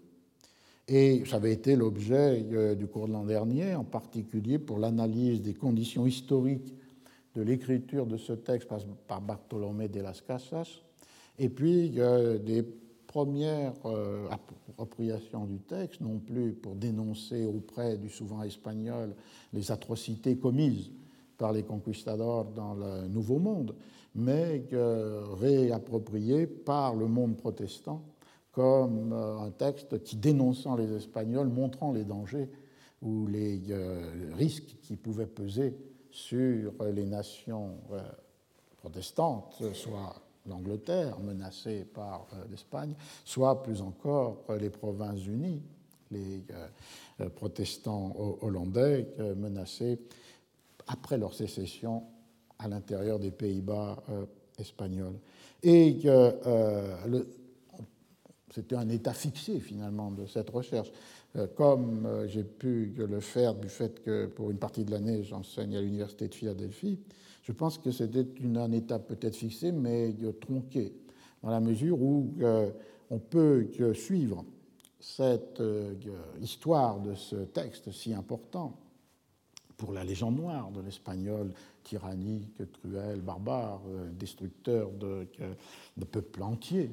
Et ça avait été l'objet du cours de l'an dernier, en particulier pour l'analyse des conditions historiques de l'écriture de ce texte par Bartolomé de las Casas, et puis euh, des premières euh, appropriations du texte, non plus pour dénoncer auprès du souverain espagnol les atrocités commises par les conquistadors dans le Nouveau Monde, mais euh, réappropriées par le monde protestant comme euh, un texte qui, dénonçant les Espagnols, montrant les dangers ou les euh, risques qui pouvaient peser sur les nations euh, protestantes, soit l'Angleterre menacée par euh, l'Espagne, soit plus encore euh, les Provinces-Unies, les euh, protestants hollandais euh, menacés après leur sécession à l'intérieur des Pays-Bas euh, espagnols. Et euh, le, c'était un état fixé finalement de cette recherche. Comme j'ai pu le faire du fait que pour une partie de l'année j'enseigne à l'université de Philadelphie, je pense que c'était un état peut-être fixé mais tronqué, dans la mesure où on peut suivre cette histoire de ce texte si important pour la légende noire de l'Espagnol tyrannique, cruel, barbare, destructeur de, de peuples entiers.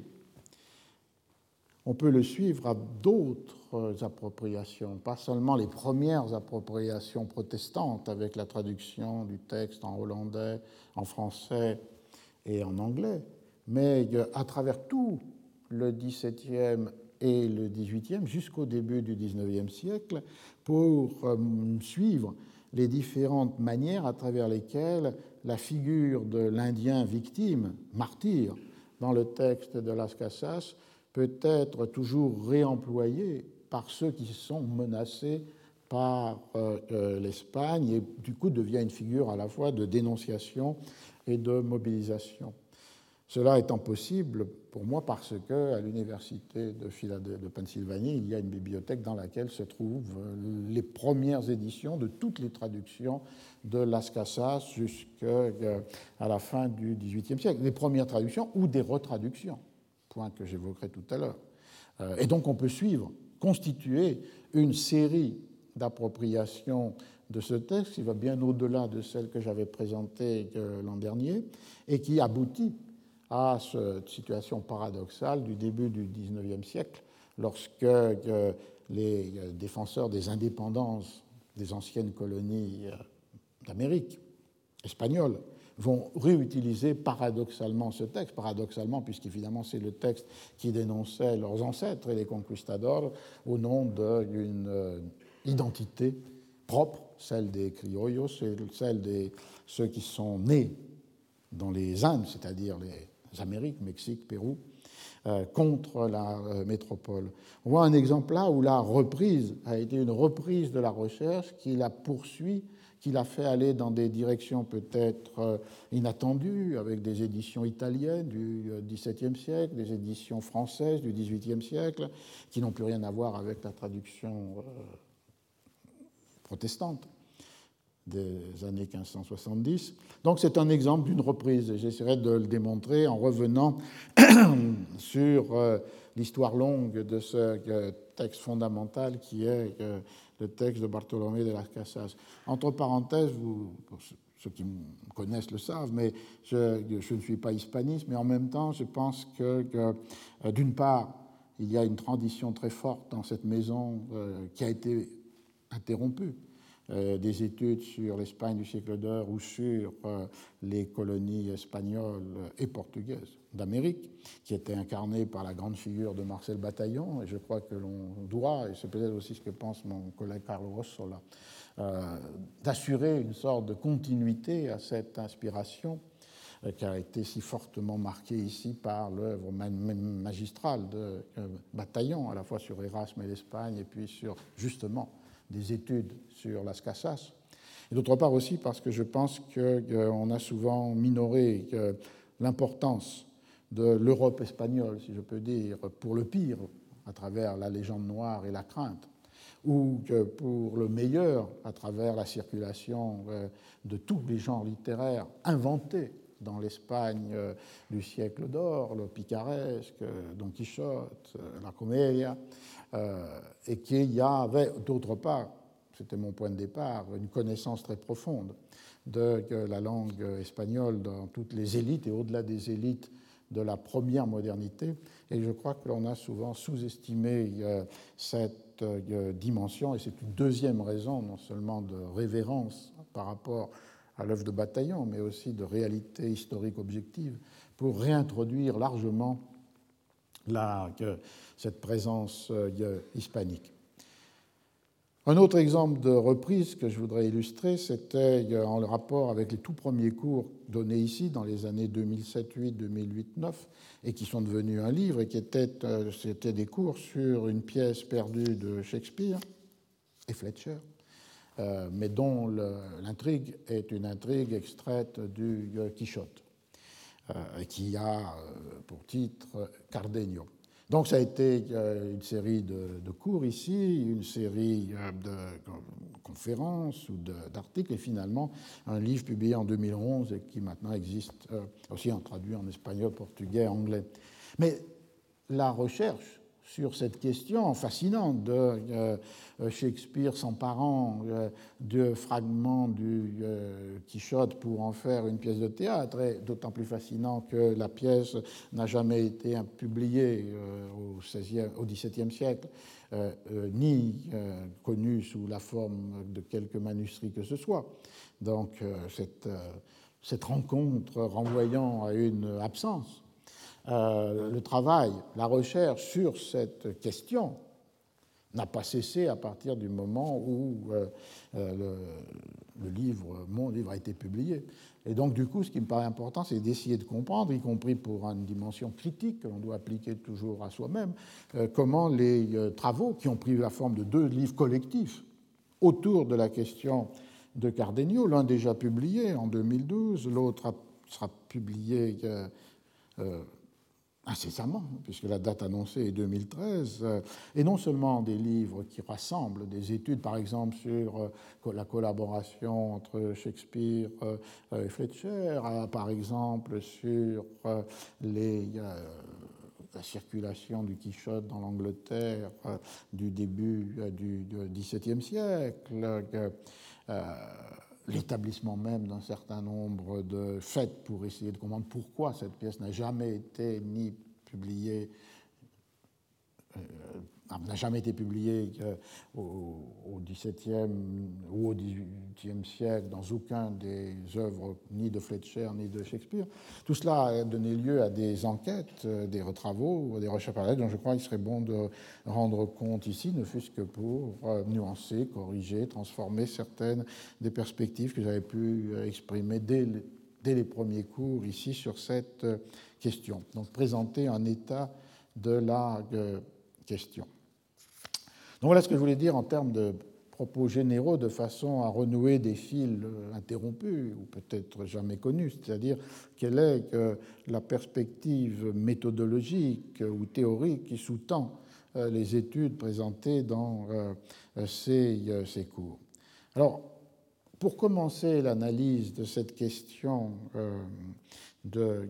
On peut le suivre à d'autres appropriations, pas seulement les premières appropriations protestantes avec la traduction du texte en hollandais, en français et en anglais, mais à travers tout le dix-septième et le dix-huitième, jusqu'au début du dix-neuvième siècle, pour euh, suivre les différentes manières à travers lesquelles la figure de l'Indien victime, martyr, dans le texte de Las Casas, peut être toujours réemployée par ceux qui sont menacés par euh, euh, l'Espagne et du coup devient une figure à la fois de dénonciation et de mobilisation. Cela étant possible pour moi parce qu'à l'université de, Philadé- de Pennsylvanie, il y a une bibliothèque dans laquelle se trouvent les premières éditions de toutes les traductions de Las Casas jusqu'à la fin du dix-huitième siècle. Les premières traductions ou des retraductions, point que j'évoquerai tout à l'heure. Et donc on peut suivre, constituer une série d'appropriations de ce texte qui va bien au-delà de celle que j'avais présentée l'an dernier et qui aboutit à cette situation paradoxale du début du dix-neuvième siècle, lorsque euh, les défenseurs des indépendances des anciennes colonies d'Amérique espagnoles vont réutiliser paradoxalement ce texte, paradoxalement puisqu'évidemment c'est le texte qui dénonçait leurs ancêtres et les conquistadors au nom d'une identité propre, celle des criollos, celle de ceux qui sont nés dans les Indes, c'est-à-dire les Amériques, Mexique, Pérou, euh, contre la euh, métropole. On voit un exemple là où la reprise a été une reprise de la recherche qui la poursuit, qui l'a fait aller dans des directions peut-être euh, inattendues, avec des éditions italiennes du dix-septième siècle, des éditions françaises du dix-huitième siècle, qui n'ont plus rien à voir avec la traduction euh, protestante des années quinze cent soixante-dix. Donc c'est un exemple d'une reprise, et j'essaierai de le démontrer en revenant sur euh, l'histoire longue de ce euh, texte fondamental qui est euh, le texte de Bartolomé de las Casas. Entre parenthèses, vous, pour ceux qui me connaissent le savent, mais je, je ne suis pas hispaniste, mais en même temps, je pense que, que euh, d'une part, il y a une tradition très forte dans cette maison euh, qui a été interrompue, Euh, des études sur l'Espagne du siècle d'or ou sur euh, les colonies espagnoles et portugaises d'Amérique, qui étaient incarnées par la grande figure de Marcel Bataillon, et je crois que l'on doit, et c'est peut-être aussi ce que pense mon collègue Carlo Rosso là, euh, d'assurer une sorte de continuité à cette inspiration euh, qui a été si fortement marquée ici par l'œuvre magistrale de euh, Bataillon, à la fois sur Erasme et l'Espagne, et puis sur, justement, des études sur Las Casas, et d'autre part aussi parce que je pense qu'on a souvent minoré l'importance de l'Europe espagnole, si je peux dire, pour le pire, à travers la légende noire et la crainte, ou que pour le meilleur, à travers la circulation de tous les genres littéraires inventés dans l'Espagne du siècle d'or, le picaresque, Don Quichotte, la comédia, euh, et qu'il y avait, d'autre part, c'était mon point de départ, une connaissance très profonde de la langue espagnole dans toutes les élites et au-delà des élites de la première modernité. Et je crois que l'on a souvent sous-estimé euh, cette euh, dimension, et c'est une deuxième raison, non seulement de révérence par rapport à l'œuvre de Bataillon, mais aussi de réalité historique objective, pour réintroduire largement la, euh, cette présence euh, hispanique. Un autre exemple de reprise que je voudrais illustrer, c'était euh, en rapport avec les tout premiers cours donnés ici dans les années deux mille sept, huit, deux mille huit, neuf, et qui sont devenus un livre, et qui étaient, euh, c'était des cours sur une pièce perdue de Shakespeare et Fletcher, Euh, mais dont le, l'intrigue est une intrigue extraite du euh, Quichotte, euh, qui a euh, pour titre Cardenio. Donc ça a été euh, une série de, de cours ici, une série euh, de conférences ou de, d'articles, et finalement un livre publié en deux mille onze et qui maintenant existe euh, aussi en traduit en espagnol, portugais, anglais. Mais la recherche sur cette question fascinante de euh, Shakespeare s'emparant euh, de fragments du euh, Quichotte pour en faire une pièce de théâtre est d'autant plus fascinant que la pièce n'a jamais été publiée euh, au, seizième, au dix-septième siècle, euh, euh, ni euh, connue sous la forme de quelques manuscrits que ce soit. Donc euh, cette, euh, cette rencontre renvoyant à une absence euh, le travail, la recherche sur cette question n'a pas cessé à partir du moment où euh, euh, le, le livre, mon livre a été publié. Et donc, du coup, ce qui me paraît important, c'est d'essayer de comprendre, y compris pour une dimension critique que l'on doit appliquer toujours à soi-même, euh, comment les euh, travaux qui ont pris la forme de deux livres collectifs autour de la question de Cardenio, l'un déjà publié en deux mille douze, l'autre sera publié euh, euh, incessamment, puisque la date annoncée est deux mille treize, et non seulement des livres qui rassemblent des études, par exemple, sur la collaboration entre Shakespeare et Fletcher, par exemple, sur les, la circulation du Quichotte dans l'Angleterre du début du dix-septième siècle, euh, l'établissement même d'un certain nombre de faits pour essayer de comprendre pourquoi cette pièce n'a jamais été ni publiée, euh, n'a jamais été publiée euh, au, au dix-septième ou au dix-huitième siècle dans aucun des œuvres ni de Fletcher ni de Shakespeare. Tout cela a donné lieu à des enquêtes, des travaux, des recherches parallèles dont je crois qu'il serait bon de rendre compte ici, ne fût-ce que pour euh, nuancer, corriger, transformer certaines des perspectives que j'avais pu exprimer dès, dès les premiers cours ici sur cette question. Donc présenter un état de la euh, question. Donc voilà ce que je voulais dire en termes de propos généraux de façon à renouer des fils interrompus ou peut-être jamais connus, c'est-à-dire quelle est la perspective méthodologique ou théorique qui sous-tend les études présentées dans ces, ces cours. Alors, pour commencer l'analyse de cette question de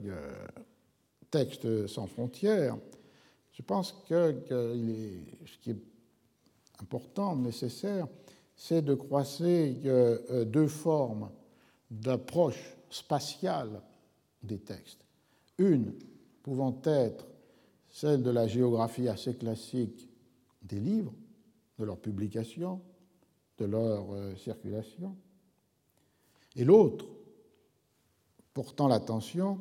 texte sans frontières, je pense que, que il est, ce qui est important, nécessaire, c'est de croiser euh, deux formes d'approche spatiale des textes. Une pouvant être celle de la géographie assez classique des livres, de leur publication, de leur euh, circulation, et l'autre portant l'attention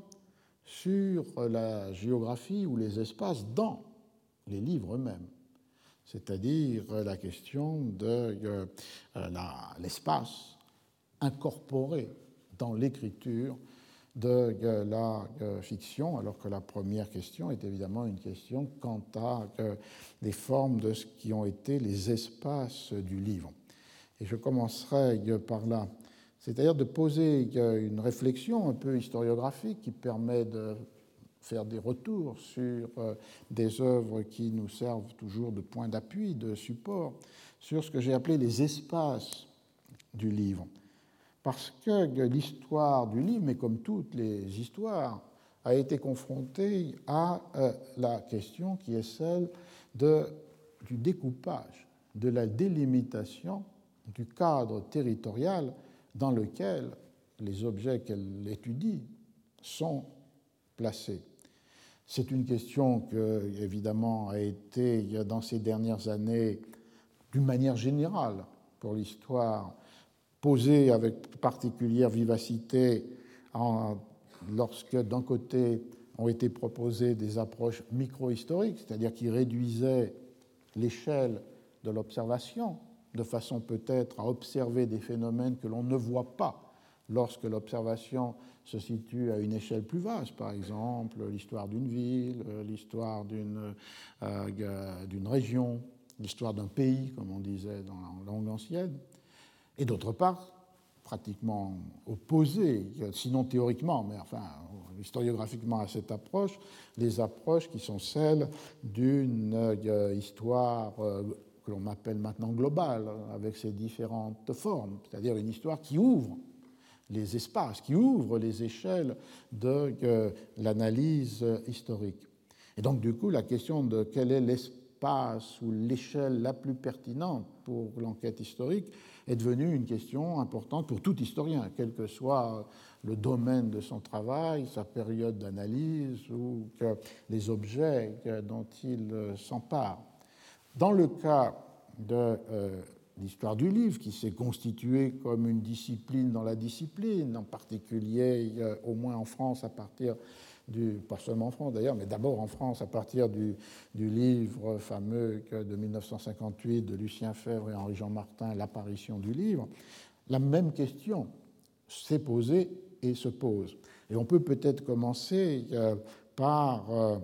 sur la géographie ou les espaces dans les livres eux-mêmes, c'est-à-dire la question de euh, la, l'espace incorporé dans l'écriture de euh, la euh, fiction, alors que la première question est évidemment une question quant à euh, les formes de ce qui ont été les espaces du livre. Et je commencerai euh, par là, c'est-à-dire de poser euh, une réflexion un peu historiographique qui permet de faire des retours sur euh, des œuvres qui nous servent toujours de point d'appui, de support, sur ce que j'ai appelé les espaces du livre. Parce que l'histoire du livre, mais comme toutes les histoires, a été confrontée à euh, la question qui est celle de, du découpage, de la délimitation du cadre territorial dans lequel les objets qu'elle étudie sont placés. C'est une question qui, évidemment, a été, dans ces dernières années, d'une manière générale, pour l'histoire, posée avec particulière vivacité en, lorsque, d'un côté, ont été proposées des approches micro-historiques, c'est-à-dire qui réduisaient l'échelle de l'observation, de façon peut-être à observer des phénomènes que l'on ne voit pas lorsque l'observation se situe à une échelle plus vaste, par exemple l'histoire d'une ville, l'histoire d'une, euh, d'une région, l'histoire d'un pays, comme on disait dans la langue ancienne, et d'autre part, pratiquement opposé, sinon théoriquement, mais enfin historiographiquement à cette approche, les approches qui sont celles d'une euh, histoire euh, que l'on appelle maintenant globale, avec ses différentes formes, c'est-à-dire une histoire qui ouvre les espaces, qui ouvrent les échelles de euh, l'analyse historique. Et donc, du coup, la question de quel est l'espace ou l'échelle la plus pertinente pour l'enquête historique est devenue une question importante pour tout historien, quel que soit le domaine de son travail, sa période d'analyse ou que les objets dont il s'empare. Dans le cas de euh, l'histoire du livre, qui s'est constituée comme une discipline dans la discipline, en particulier, euh, au moins en France, à partir du, pas seulement en France d'ailleurs, mais d'abord en France, à partir du, du livre fameux de mille neuf cent cinquante-huit de Lucien Febvre et Henri-Jean Martin, L'apparition du livre, la même question s'est posée et se pose. Et on peut peut-être commencer euh, par euh,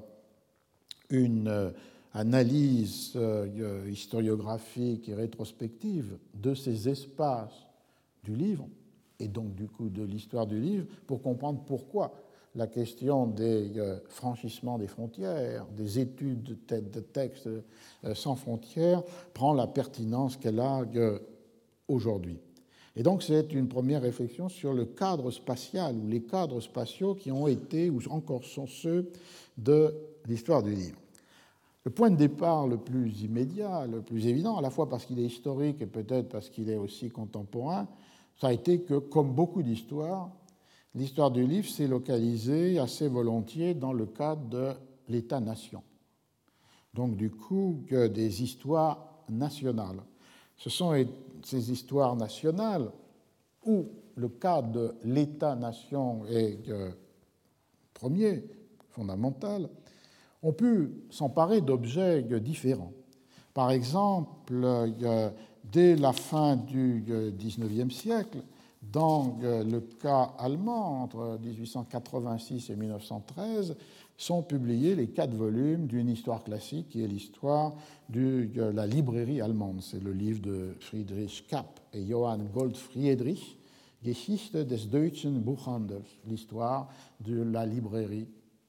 une euh, analyse euh, historiographique et rétrospective de ces espaces du livre, et donc du coup de l'histoire du livre, pour comprendre pourquoi la question des euh, franchissements des frontières, des études de, te de textes euh, sans frontières, prend la pertinence qu'elle a euh, aujourd'hui. Et donc c'est une première réflexion sur le cadre spatial, ou les cadres spatiaux qui ont été, ou encore sont ceux de l'histoire du livre. Le point de départ le plus immédiat, le plus évident, à la fois parce qu'il est historique et peut-être parce qu'il est aussi contemporain, ça a été que, comme beaucoup d'histoires, l'histoire du livre s'est localisée assez volontiers dans le cadre de l'État-nation. Donc, du coup, que des histoires nationales. Ce sont ces histoires nationales où le cadre de l'État-nation est euh, premier, fondamental, ont pu s'emparer d'objets différents. Par exemple, euh, dès la fin du dix-neuvième siècle, dans le cas allemand, entre dix-huit cent quatre-vingt-six et mille neuf cent treize, sont publiés les quatre volumes d'une histoire classique qui est l'histoire de la librairie allemande. C'est le livre de Friedrich Kapp et Johann Goldfriedrich, Geschichte des deutschen Buchhandels, l'histoire de la librairie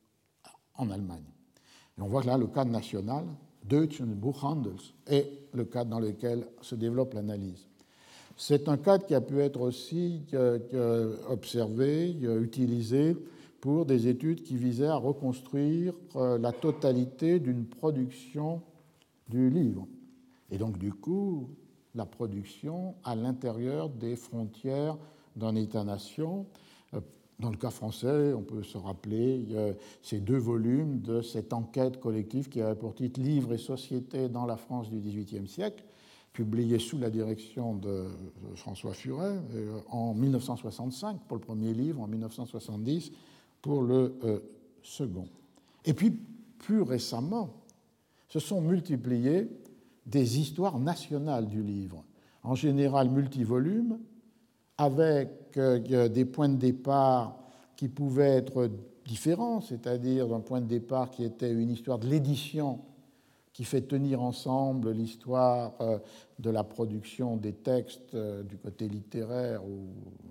en Allemagne. Et on voit que là, le cadre national, Deutschen Buchhandels, est le cadre dans lequel se développe l'analyse. C'est un cadre qui a pu être aussi euh, observé, euh, utilisé pour des études qui visaient à reconstruire euh, la totalité d'une production du livre. Et donc, du coup, la production à l'intérieur des frontières d'un État-nation. Euh, Dans le cas français, on peut se rappeler euh, ces deux volumes de cette enquête collective qui avait pour titre « Livres et société dans la France du dix-huitième siècle », publié sous la direction de François Furet euh, en mille neuf cent soixante-cinq pour le premier livre, en mille neuf cent soixante-dix pour le euh, second. Et puis, plus récemment, se sont multipliées des histoires nationales du livre, en général multivolumes, avec euh, des points de départ qui pouvaient être différents, c'est-à-dire un point de départ qui était une histoire de l'édition qui fait tenir ensemble l'histoire euh, de la production des textes euh, du côté littéraire ou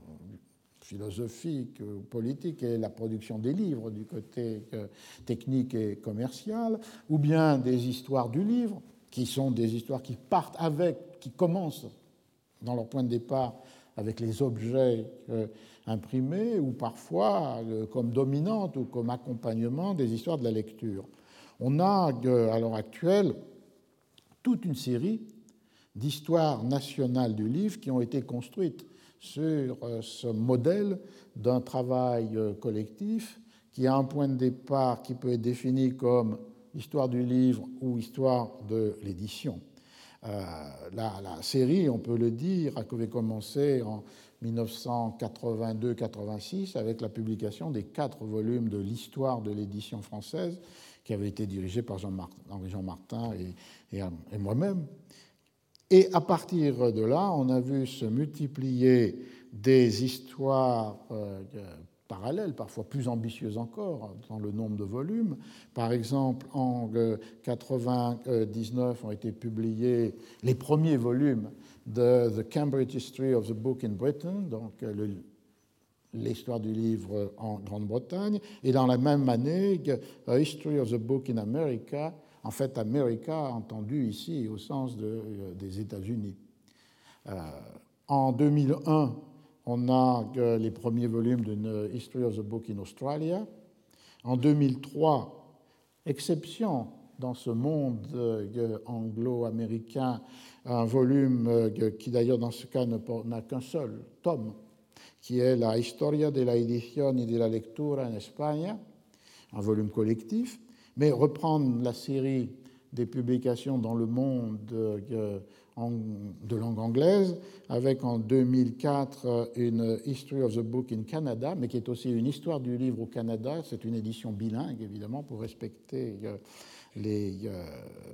philosophique ou politique et la production des livres du côté euh, technique et commercial, ou bien des histoires du livre, qui sont des histoires qui partent avec, qui commencent dans leur point de départ avec les objets euh, imprimés, ou parfois euh, comme dominante ou comme accompagnement des histoires de la lecture. On a euh, à l'heure actuelle toute une série d'histoires nationales du livre qui ont été construites sur euh, ce modèle d'un travail euh, collectif qui a un point de départ qui peut être défini comme histoire du livre ou histoire de l'édition. Euh, la, la série, on peut le dire, avait commencé en mille neuf cent quatre-vingt-deux quatre-vingt-six avec la publication des quatre volumes de l'histoire de l'édition française qui avait été dirigée par Henri-Jean Martin et, et, et moi-même. Et à partir de là, on a vu se multiplier des histoires euh, parallèles, parfois plus ambitieuses encore, dans le nombre de volumes. Par exemple, en mille neuf cent quatre-vingt-dix-neuf ont été publiés les premiers volumes de The Cambridge History of the Book in Britain, donc le, l'histoire du livre en Grande-Bretagne, et dans la même année, A History of the Book in America, en fait, America entendu ici au sens de, euh, des États-Unis. Euh, en deux mille un, on a euh, les premiers volumes d'une History of the Book in Australia. En deux mille trois, exception dans ce monde euh, anglo-américain, un volume euh, qui d'ailleurs dans ce cas n'a qu'un seul tome, qui est la Historia de la Edición y de la Lectura en España, un volume collectif. Mais reprendre la série des publications dans le monde euh, en, de langue anglaise, avec en deux mille quatre une History of the Book in Canada, mais qui est aussi une histoire du livre au Canada. C'est une édition bilingue, évidemment, pour respecter euh, les, euh,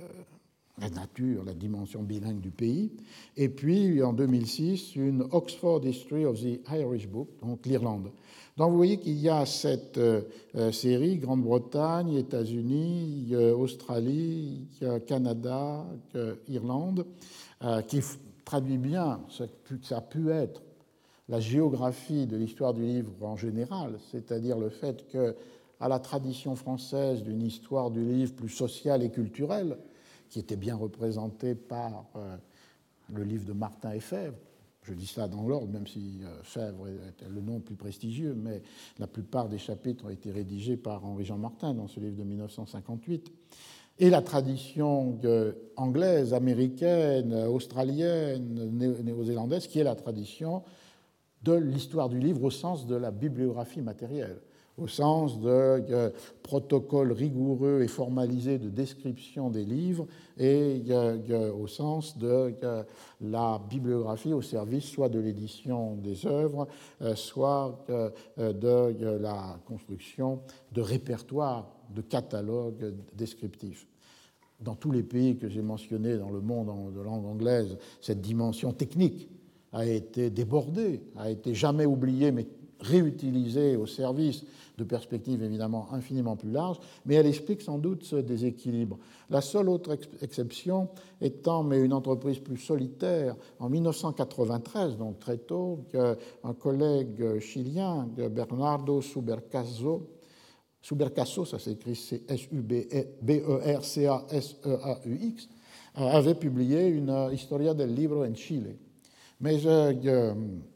la nature, la dimension bilingue du pays. Et puis, en deux mille six, une Oxford History of the Irish Book, donc l'Irlande. Donc vous voyez qu'il y a cette euh, série, Grande-Bretagne, États-Unis, euh, Australie, euh, Canada, euh, Irlande, euh, qui traduit bien ce que ça a pu être la géographie de l'histoire du livre en général, c'est-à-dire le fait qu'à la tradition française d'une histoire du livre plus sociale et culturelle, qui était bien représentée par euh, le livre de Martin et Fèvre. Je dis ça dans l'ordre, même si euh, Fèvre est le nom plus prestigieux, mais la plupart des chapitres ont été rédigés par Henri-Jean Martin dans ce livre de mille neuf cent cinquante-huit. Et la tradition euh, anglaise, américaine, australienne, néo- néo-zélandaise, qui est la tradition de l'histoire du livre au sens de la bibliographie matérielle, au sens de euh, protocoles rigoureux et formalisés de description des livres, et euh, euh, au sens de euh, la bibliographie au service soit de l'édition des œuvres, euh, soit euh, de euh, la construction de répertoires, de catalogues descriptifs. Dans tous les pays que j'ai mentionnés dans le monde de langue anglaise, cette dimension technique a été débordée, a été jamais oubliée, mais réutilisée au service de perspectives évidemment infiniment plus larges, mais elle explique sans doute ce déséquilibre. La seule autre ex- exception étant, mais une entreprise plus solitaire, en mille neuf cent quatre-vingt-treize, donc très tôt, un collègue chilien, Bernardo Subercaso, Subercaso, ça s'écrit S U B E R C A S E A U X, avait publié une Historia del Libro en Chile. Mais euh,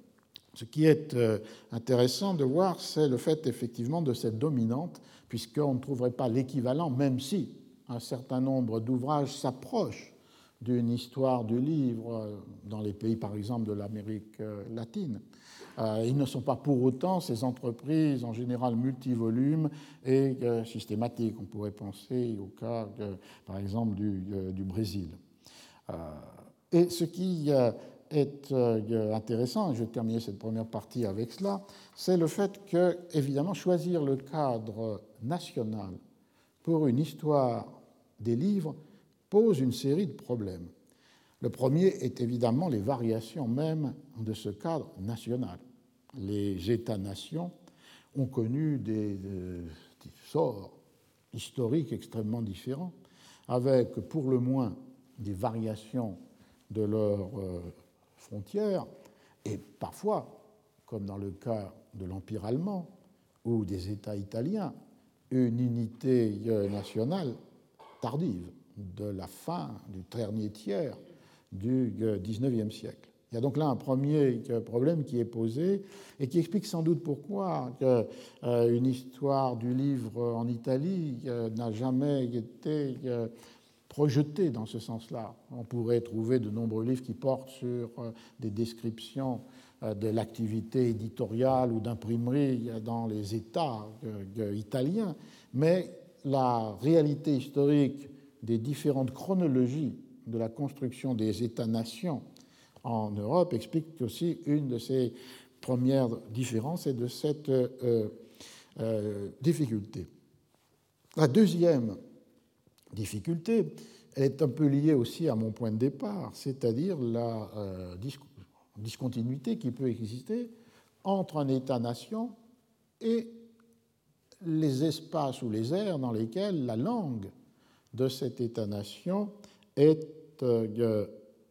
ce qui est euh, intéressant de voir, c'est le fait effectivement de cette dominante, puisqu'on ne trouverait pas l'équivalent, même si un certain nombre d'ouvrages s'approchent d'une histoire du livre dans les pays, par exemple, de l'Amérique latine. Euh, ils ne sont pas pour autant ces entreprises, en général multivolumes et euh, systématiques. On pourrait penser au cas, euh, par exemple, du, euh, du Brésil. Euh, et ce qui euh, est euh, intéressant, et je vais terminer cette première partie avec cela, c'est le fait que, évidemment, choisir le cadre national pour une histoire des livres pose une série de problèmes. Le premier est évidemment les variations même de ce cadre national. Les États-nations ont connu des, des, des sorts historiques extrêmement différents, avec pour le moins des variations de leurs euh, frontières, et parfois, comme dans le cas de l'Empire allemand ou des États italiens, une unité nationale tardive de la fin du dernier tiers du dix-neuvième siècle. Il y a donc là un premier problème qui est posé et qui explique sans doute pourquoi une histoire du livre en Italie n'a jamais été projetée dans ce sens-là. On pourrait trouver de nombreux livres qui portent sur des descriptions de l'activité éditoriale ou d'imprimerie dans les États italiens, mais la réalité historique des différentes chronologies de la construction des États-nations en Europe explique aussi une de ces premières différences et de cette euh, euh, difficulté. La deuxième difficulté, elle est un peu liée aussi à mon point de départ, c'est-à-dire la euh, discontinuité qui peut exister entre un État-nation et les espaces ou les aires dans lesquels la langue de cet État-nation est euh,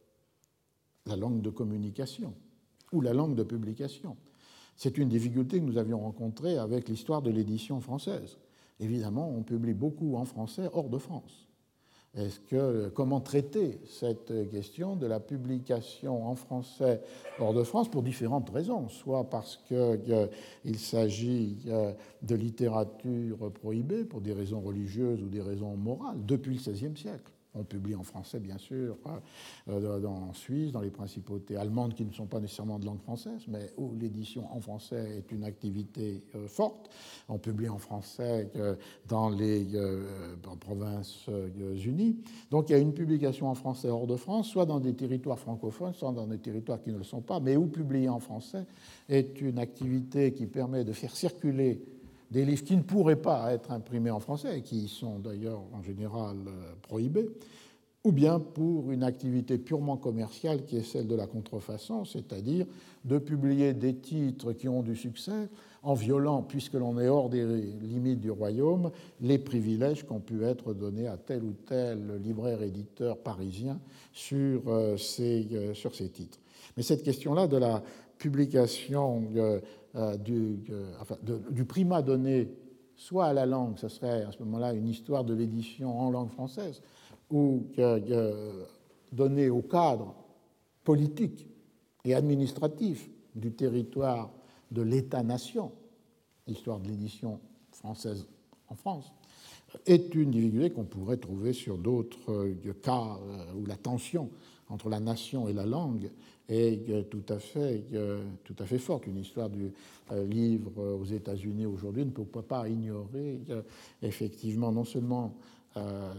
la langue de communication ou la langue de publication. C'est une difficulté que nous avions rencontrée avec l'histoire de l'édition française. Évidemment, on publie beaucoup en français hors de France. Est-ce que, comment traiter cette question de la publication en français hors de France pour différentes raisons, soit parce qu'il euh, s'agit euh, de littérature prohibée pour des raisons religieuses ou des raisons morales depuis le seizième siècle. On publie en français, bien sûr, euh, en Suisse, dans les principautés allemandes qui ne sont pas nécessairement de langue française, mais où l'édition en français est une activité euh, forte. On publie en français euh, dans les euh, provinces euh, unies. Donc il y a une publication en français hors de France, soit dans des territoires francophones, soit dans des territoires qui ne le sont pas, mais où publier en français est une activité qui permet de faire circuler des livres qui ne pourraient pas être imprimés en français, et qui sont d'ailleurs en général prohibés, ou bien pour une activité purement commerciale qui est celle de la contrefaçon, c'est-à-dire de publier des titres qui ont du succès en violant, puisque l'on est hors des limites du royaume, les privilèges qui ont pu être donnés à tel ou tel libraire-éditeur parisien sur, euh, ces, euh, sur ces titres. Mais cette question-là de la publication euh, euh, du, euh, enfin, de, du primat donné soit à la langue, ce serait à ce moment-là une histoire de l'édition en langue française, ou euh, euh, donné au cadre politique et administratif du territoire de l'État-nation, l'histoire de l'édition française en France, est une difficulté qu'on pourrait trouver sur d'autres euh, cas euh, où la tension entre la nation et la langue est euh, tout à fait, euh, tout à fait forte. Une histoire du euh, livre aux États-Unis aujourd'hui ne peut pas ignorer euh, effectivement non seulement euh,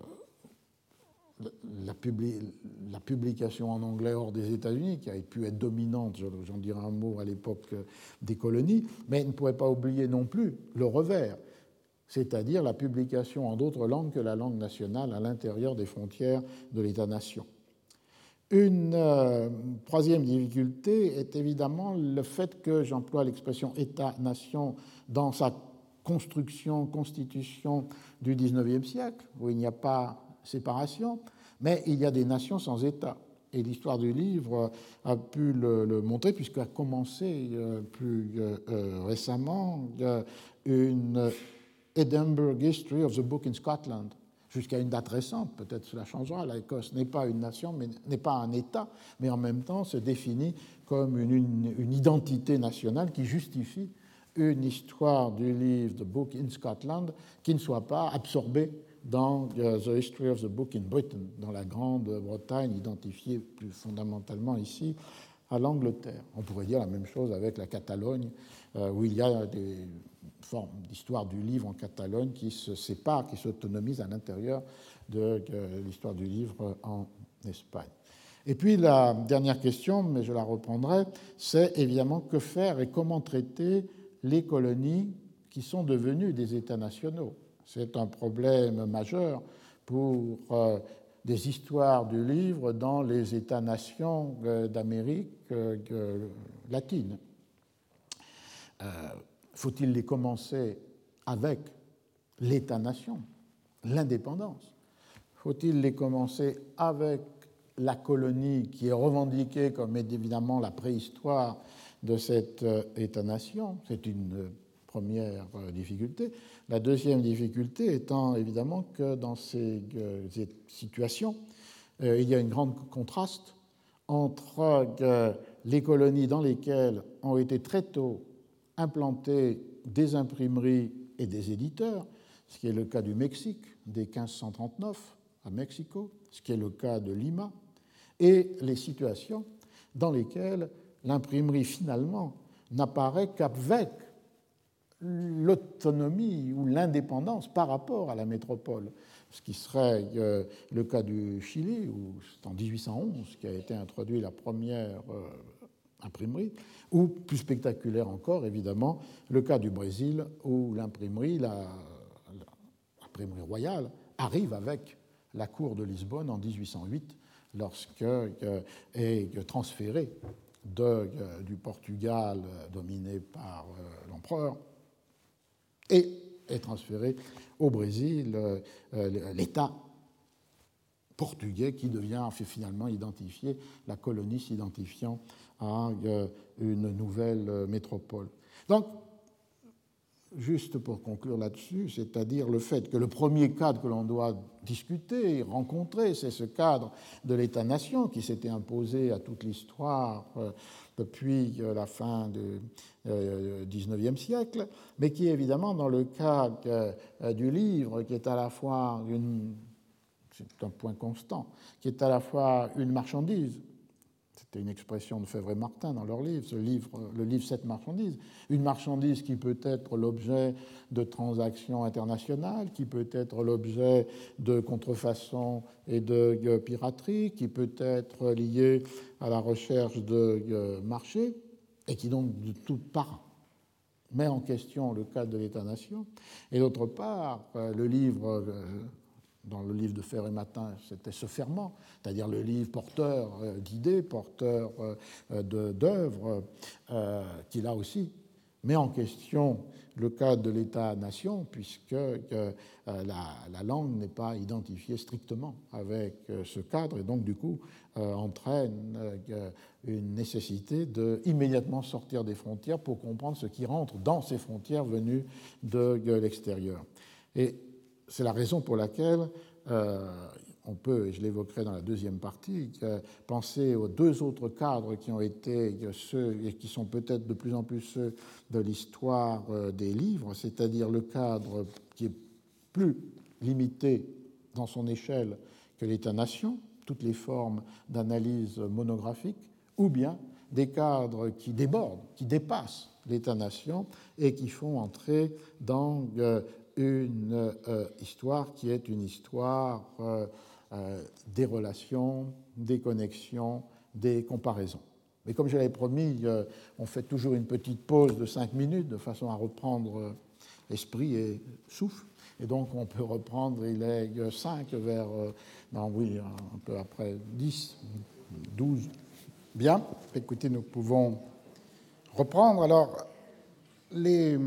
la, publi la publication en anglais hors des États-Unis, qui a pu être dominante, j'en dirai un mot, à l'époque des colonies, mais ne pourrait pas oublier non plus le revers, c'est-à-dire la publication en d'autres langues que la langue nationale à l'intérieur des frontières de l'État-nation. Une euh, troisième difficulté est évidemment le fait que j'emploie l'expression État-nation dans sa construction, constitution du dix-neuvième siècle, où il n'y a pas séparation, mais il y a des nations sans État. Et l'histoire du livre a pu le, le montrer, puisqu'à commencé euh, plus euh, récemment euh, une Edinburgh History of the Book in Scotland, jusqu'à une date récente, peut-être cela changera. L'Écosse n'est pas une nation, mais n'est pas un État, mais en même temps se définit comme une, une, une identité nationale qui justifie une histoire du livre The Book in Scotland qui ne soit pas absorbée dans uh, The History of the Book in Britain, dans la Grande-Bretagne, identifiée plus fondamentalement ici à l'Angleterre. On pourrait dire la même chose avec la Catalogne, euh, où il y a des formes d'histoire du livre en Catalogne qui se séparent, qui s'autonomisent à l'intérieur de euh, l'histoire du livre en Espagne. Et puis la dernière question, mais je la reprendrai, c'est évidemment que faire et comment traiter les colonies qui sont devenues des États nationaux. C'est un problème majeur pour euh, des histoires du livre dans les États-nations euh, d'Amérique euh, latine. Euh, faut-il les commencer avec l'État-nation, l'indépendance? Faut-il les commencer avec la colonie qui est revendiquée comme évidemment la préhistoire de cet euh, État-nation? C'est une première difficulté. La deuxième difficulté étant évidemment que dans ces situations, il y a un grand contraste entre les colonies dans lesquelles ont été très tôt implantées des imprimeries et des éditeurs, ce qui est le cas du Mexique dès quinze cent trente-neuf à Mexico, ce qui est le cas de Lima, et les situations dans lesquelles l'imprimerie finalement n'apparaît qu'avec l'autonomie ou l'indépendance par rapport à la métropole, ce qui serait euh, le cas du Chili, où c'est en dix-huit cent onze qu'a été introduite la première euh, imprimerie, ou plus spectaculaire encore, évidemment, le cas du Brésil, où l'imprimerie, la, l'imprimerie royale, arrive avec la cour de Lisbonne en dix-huit cent huit, lorsque euh, est transférée de, euh, du Portugal euh, dominé par euh, l'empereur, et est transféré au Brésil, euh, euh, l'État portugais qui devient fait finalement identifier, la colonie s'identifiant à euh, une nouvelle euh, métropole. Donc, juste pour conclure là-dessus, c'est-à-dire le fait que le premier cadre que l'on doit discuter, rencontrer, c'est ce cadre de l'État-nation qui s'était imposé à toute l'histoire euh, depuis euh, la fin du euh, dix-neuvième siècle, mais qui évidemment, dans le cas euh, du livre, qui est à la fois une c'est un point constant, qui est à la fois une marchandise, c'était une expression de Febvre et Martin dans leur livre, ce livre, le livre Sept marchandises, une marchandise qui peut être l'objet de transactions internationales, qui peut être l'objet de contrefaçons et de piraterie, qui peut être liée à la recherche de marché, et qui donc de toutes parts met en question le cadre de l'État-nation. Et d'autre part, le livre... Dans le livre de Febvre et Martin, c'était ce ferment, c'est-à-dire le livre porteur d'idées, porteur d'œuvres, euh, qui là aussi met en question le cadre de l'État-nation, puisque euh, la, la langue n'est pas identifiée strictement avec euh, ce cadre, et donc du coup euh, entraîne euh, une nécessité d'immédiatement sortir des frontières pour comprendre ce qui rentre dans ces frontières venues de, de l'extérieur. Et c'est la raison pour laquelle euh, on peut, et je l'évoquerai dans la deuxième partie, euh, penser aux deux autres cadres qui ont été ceux, et qui sont peut-être de plus en plus ceux de l'histoire euh, des livres, c'est-à-dire le cadre qui est plus limité dans son échelle que l'État-nation, toutes les formes d'analyse monographique, ou bien des cadres qui débordent, qui dépassent l'État-nation et qui font entrer dans euh, une euh, histoire qui est une histoire euh, euh, des relations, des connexions, des comparaisons. Mais comme je l'avais promis, euh, on fait toujours une petite pause de cinq minutes de façon à reprendre euh, esprit et souffle. Et donc on peut reprendre, il est cinq vers, euh, non oui, un peu après dix, douze. Bien, écoutez, nous pouvons reprendre. Alors, les...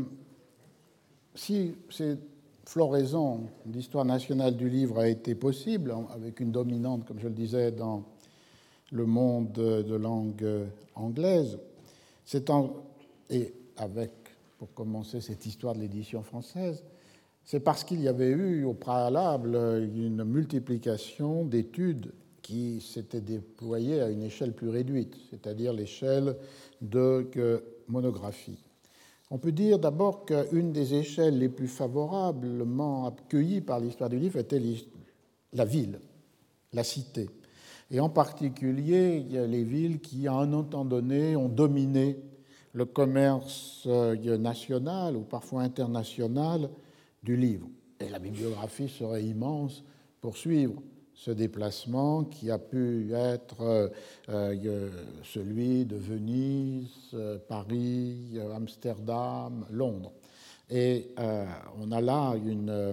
si cette floraison d'histoire nationale du livre a été possible, avec une dominante, comme je le disais, dans le monde de langue anglaise, c'est en... et avec, pour commencer, cette histoire de l'édition française, c'est parce qu'il y avait eu au préalable une multiplication d'études qui s'étaient déployées à une échelle plus réduite, c'est-à-dire l'échelle de monographie. On peut dire d'abord qu'une des échelles les plus favorablement accueillies par l'histoire du livre était la ville, la cité, et en particulier les villes qui, à un temps donné, ont dominé le commerce national ou parfois international du livre. Et la bibliographie serait immense pour suivre ce déplacement qui a pu être euh, celui de Venise, euh, Paris, euh, Amsterdam, Londres. Et euh, on a là une,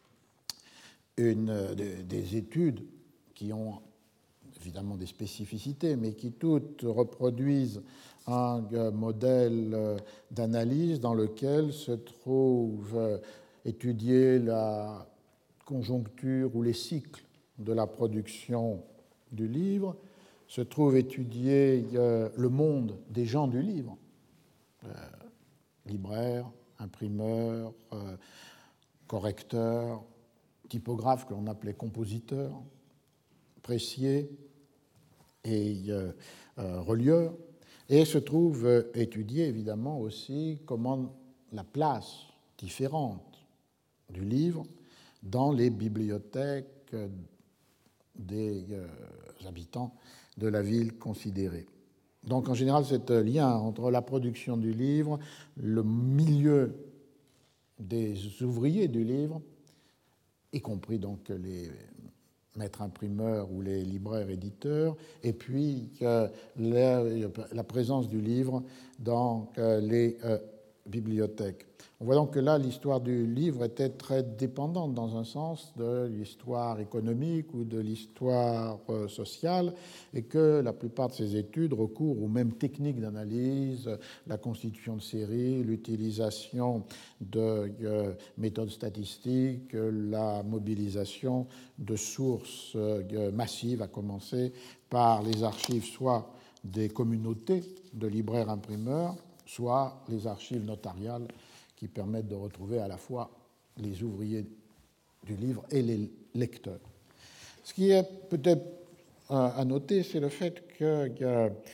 une, des, des études qui ont évidemment des spécificités, mais qui toutes reproduisent un euh, modèle euh, d'analyse dans lequel se trouve euh, étudier la conjoncture ou les cycles de la production du livre, se trouve étudier euh, le monde des gens du livre, euh, libraires, imprimeurs, euh, correcteurs, typographes que l'on appelait compositeurs, pressiers et euh, euh, relieurs, et se trouve euh, étudier évidemment aussi comment la place différente du livre dans les bibliothèques des euh, habitants de la ville considérée. Donc en général, c'est un lien entre la production du livre, le milieu des ouvriers du livre, y compris donc les maîtres imprimeurs ou les libraires éditeurs, et puis euh, la, la présence du livre dans euh, les euh, bibliothèques. On voit donc que là, l'histoire du livre était très dépendante, dans un sens, de l'histoire économique ou de l'histoire euh, sociale, et que la plupart de ces études recourent aux mêmes techniques d'analyse, la constitution de séries, l'utilisation de euh, méthodes statistiques, la mobilisation de sources euh, massives, à commencer par les archives soit des communautés de libraires-imprimeurs, soit les archives notariales qui permettent de retrouver à la fois les ouvriers du livre et les lecteurs. Ce qui est peut-être à noter, c'est le fait que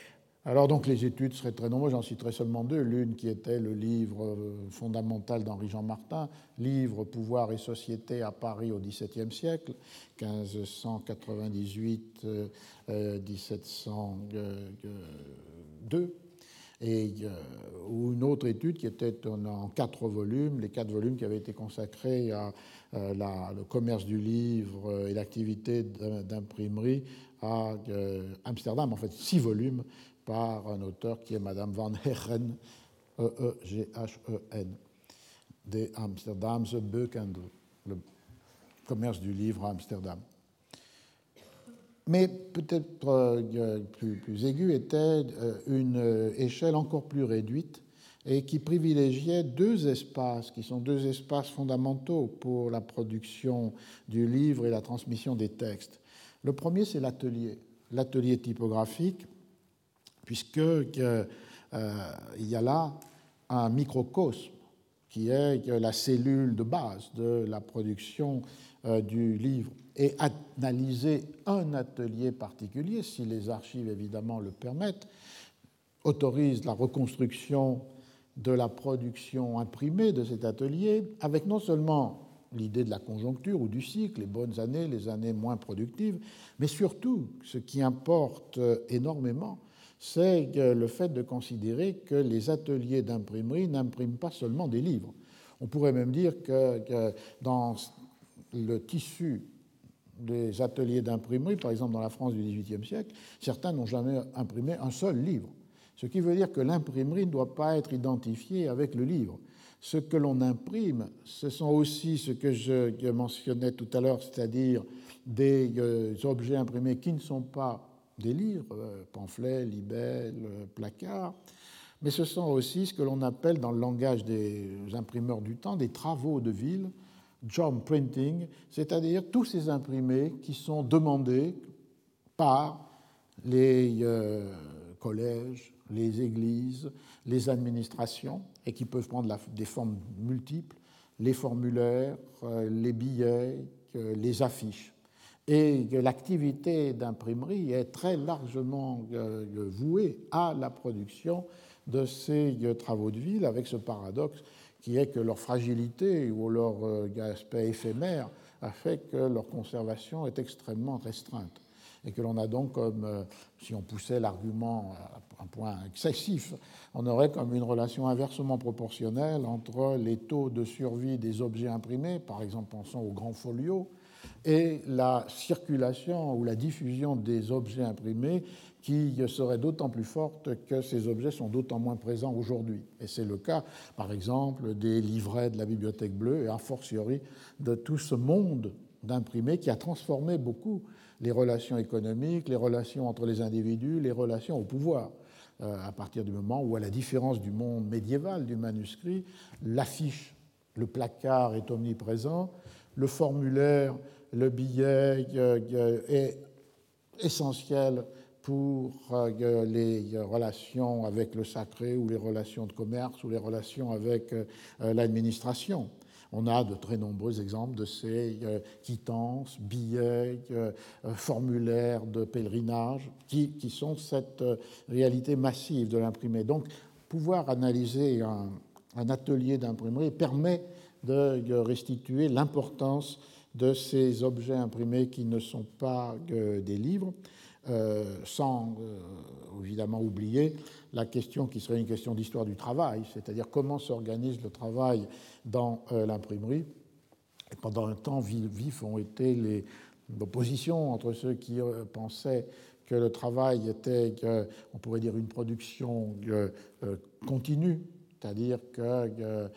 Alors donc les études seraient très nombreuses, j'en citerai seulement deux. L'une qui était le livre fondamental d'Henri-Jean Martin, Livre, pouvoir et société à Paris au XVIIe siècle, quinze cent quatre-vingt-dix-huit à dix-sept cent deux, et ou une autre étude qui était en quatre volumes, les quatre volumes qui avaient été consacrés à la, le commerce du livre et l'activité d'imprimerie à Amsterdam, en fait six volumes, par un auteur qui est Madame Van Heegen, E E G H E N, de Amsterdamse Boekhandel, le commerce du livre à Amsterdam. Mais peut-être euh, plus, plus aiguë était euh, une échelle encore plus réduite et qui privilégiait deux espaces, qui sont deux espaces fondamentaux pour la production du livre et la transmission des textes. Le premier, c'est l'atelier, l'atelier typographique, puisque euh, il y a là un microcosme qui est la cellule de base de la production euh, du livre. Et analyser un atelier particulier, si les archives évidemment le permettent, autorise la reconstruction de la production imprimée de cet atelier, avec non seulement l'idée de la conjoncture ou du cycle, les bonnes années, les années moins productives, mais surtout, ce qui importe énormément, c'est le fait de considérer que les ateliers d'imprimerie n'impriment pas seulement des livres. On pourrait même dire que, que dans le tissu des ateliers d'imprimerie, par exemple dans la France du dix-huitième siècle, certains n'ont jamais imprimé un seul livre. Ce qui veut dire que l'imprimerie ne doit pas être identifiée avec le livre. Ce que l'on imprime, ce sont aussi ce que je mentionnais tout à l'heure, c'est-à-dire des objets imprimés qui ne sont pas des livres, pamphlets, libelles, placards, mais ce sont aussi ce que l'on appelle dans le langage des imprimeurs du temps des travaux de ville, job printing, c'est-à-dire tous ces imprimés qui sont demandés par les euh, collèges, les églises, les administrations, et qui peuvent prendre la, des formes multiples, les formulaires, euh, les billets, euh, les affiches. Et l'activité d'imprimerie est très largement euh, vouée à la production de ces euh, travaux de ville, avec ce paradoxe qui est que leur fragilité ou leur euh, aspect éphémère a fait que leur conservation est extrêmement restreinte. Et que l'on a donc comme, euh, si on poussait l'argument à un point excessif, on aurait comme une relation inversement proportionnelle entre les taux de survie des objets imprimés, par exemple pensons aux grands folios, et la circulation ou la diffusion des objets imprimés qui serait d'autant plus forte que ces objets sont d'autant moins présents aujourd'hui. Et c'est le cas, par exemple, des livrets de la Bibliothèque bleue et a fortiori de tout ce monde d'imprimés qui a transformé beaucoup les relations économiques, les relations entre les individus, les relations au pouvoir. Euh, à partir du moment où, à la différence du monde médiéval du manuscrit, l'affiche, le placard est omniprésent, le formulaire, le billet euh, est essentiel pour euh, les relations avec le sacré ou les relations de commerce ou les relations avec euh, l'administration. On a de très nombreux exemples de ces euh, quittances, billets, euh, formulaires de pèlerinage qui, qui sont cette euh, réalité massive de l'imprimé. Donc, pouvoir analyser un, un atelier d'imprimerie permet de, de restituer l'importance de ces objets imprimés qui ne sont pas euh, des livres, euh, sans euh, évidemment oublier la question qui serait une question d'histoire du travail, c'est-à-dire comment s'organise le travail dans euh, l'imprimerie. Et pendant un temps, vifs ont été les oppositions entre ceux qui euh, pensaient que le travail était, euh, on pourrait dire, une production euh, euh, continue, c'est-à-dire que euh,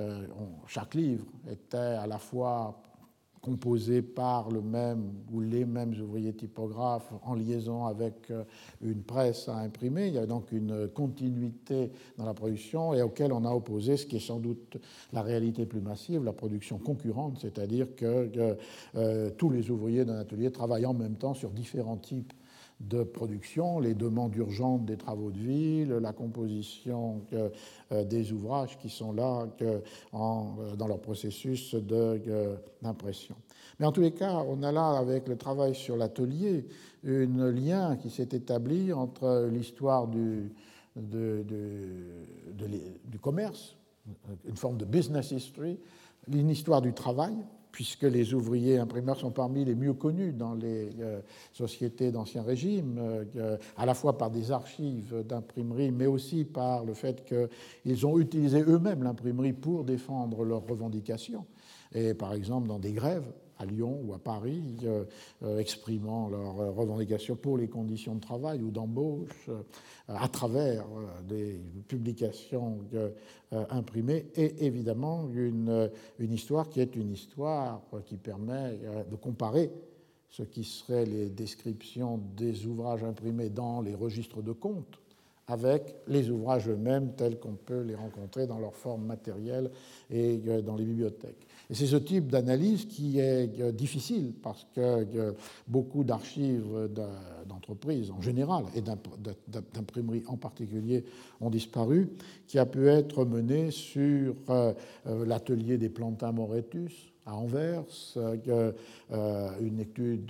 on, chaque livre était à la fois composé par le même ou les mêmes ouvriers typographes en liaison avec une presse à imprimer. Il y avait donc une continuité dans la production et auquel on a opposé ce qui est sans doute la réalité plus massive, la production concurrente, c'est-à-dire que, que euh, tous les ouvriers d'un atelier travaillent en même temps sur différents types de production, les demandes urgentes des travaux de ville, la composition que, euh, des ouvrages qui sont là que, en, euh, dans leur processus de, euh, d'impression. Mais en tous les cas, on a là, avec le travail sur l'atelier, un lien qui s'est établi entre l'histoire du, de, de, de, du commerce, une forme de business history, une histoire du travail, puisque les ouvriers imprimeurs sont parmi les mieux connus dans les euh, sociétés d'Ancien Régime, euh, à la fois par des archives d'imprimerie, mais aussi par le fait qu'ils ont utilisé eux-mêmes l'imprimerie pour défendre leurs revendications, et par exemple dans des grèves à Lyon ou à Paris, euh, euh, exprimant leurs revendications pour les conditions de travail ou d'embauche euh, à travers euh, des publications euh, imprimées, et évidemment une, une histoire qui est une histoire qui permet euh, de comparer ce qui seraient les descriptions des ouvrages imprimés dans les registres de comptes avec les ouvrages eux-mêmes tels qu'on peut les rencontrer dans leur forme matérielle et dans les bibliothèques. Et c'est ce type d'analyse qui est difficile parce que beaucoup d'archives d'entreprises en général et d'imprimeries en particulier ont disparu, qui a pu être menée sur l'atelier des Plantin Moretus à Anvers, euh, une étude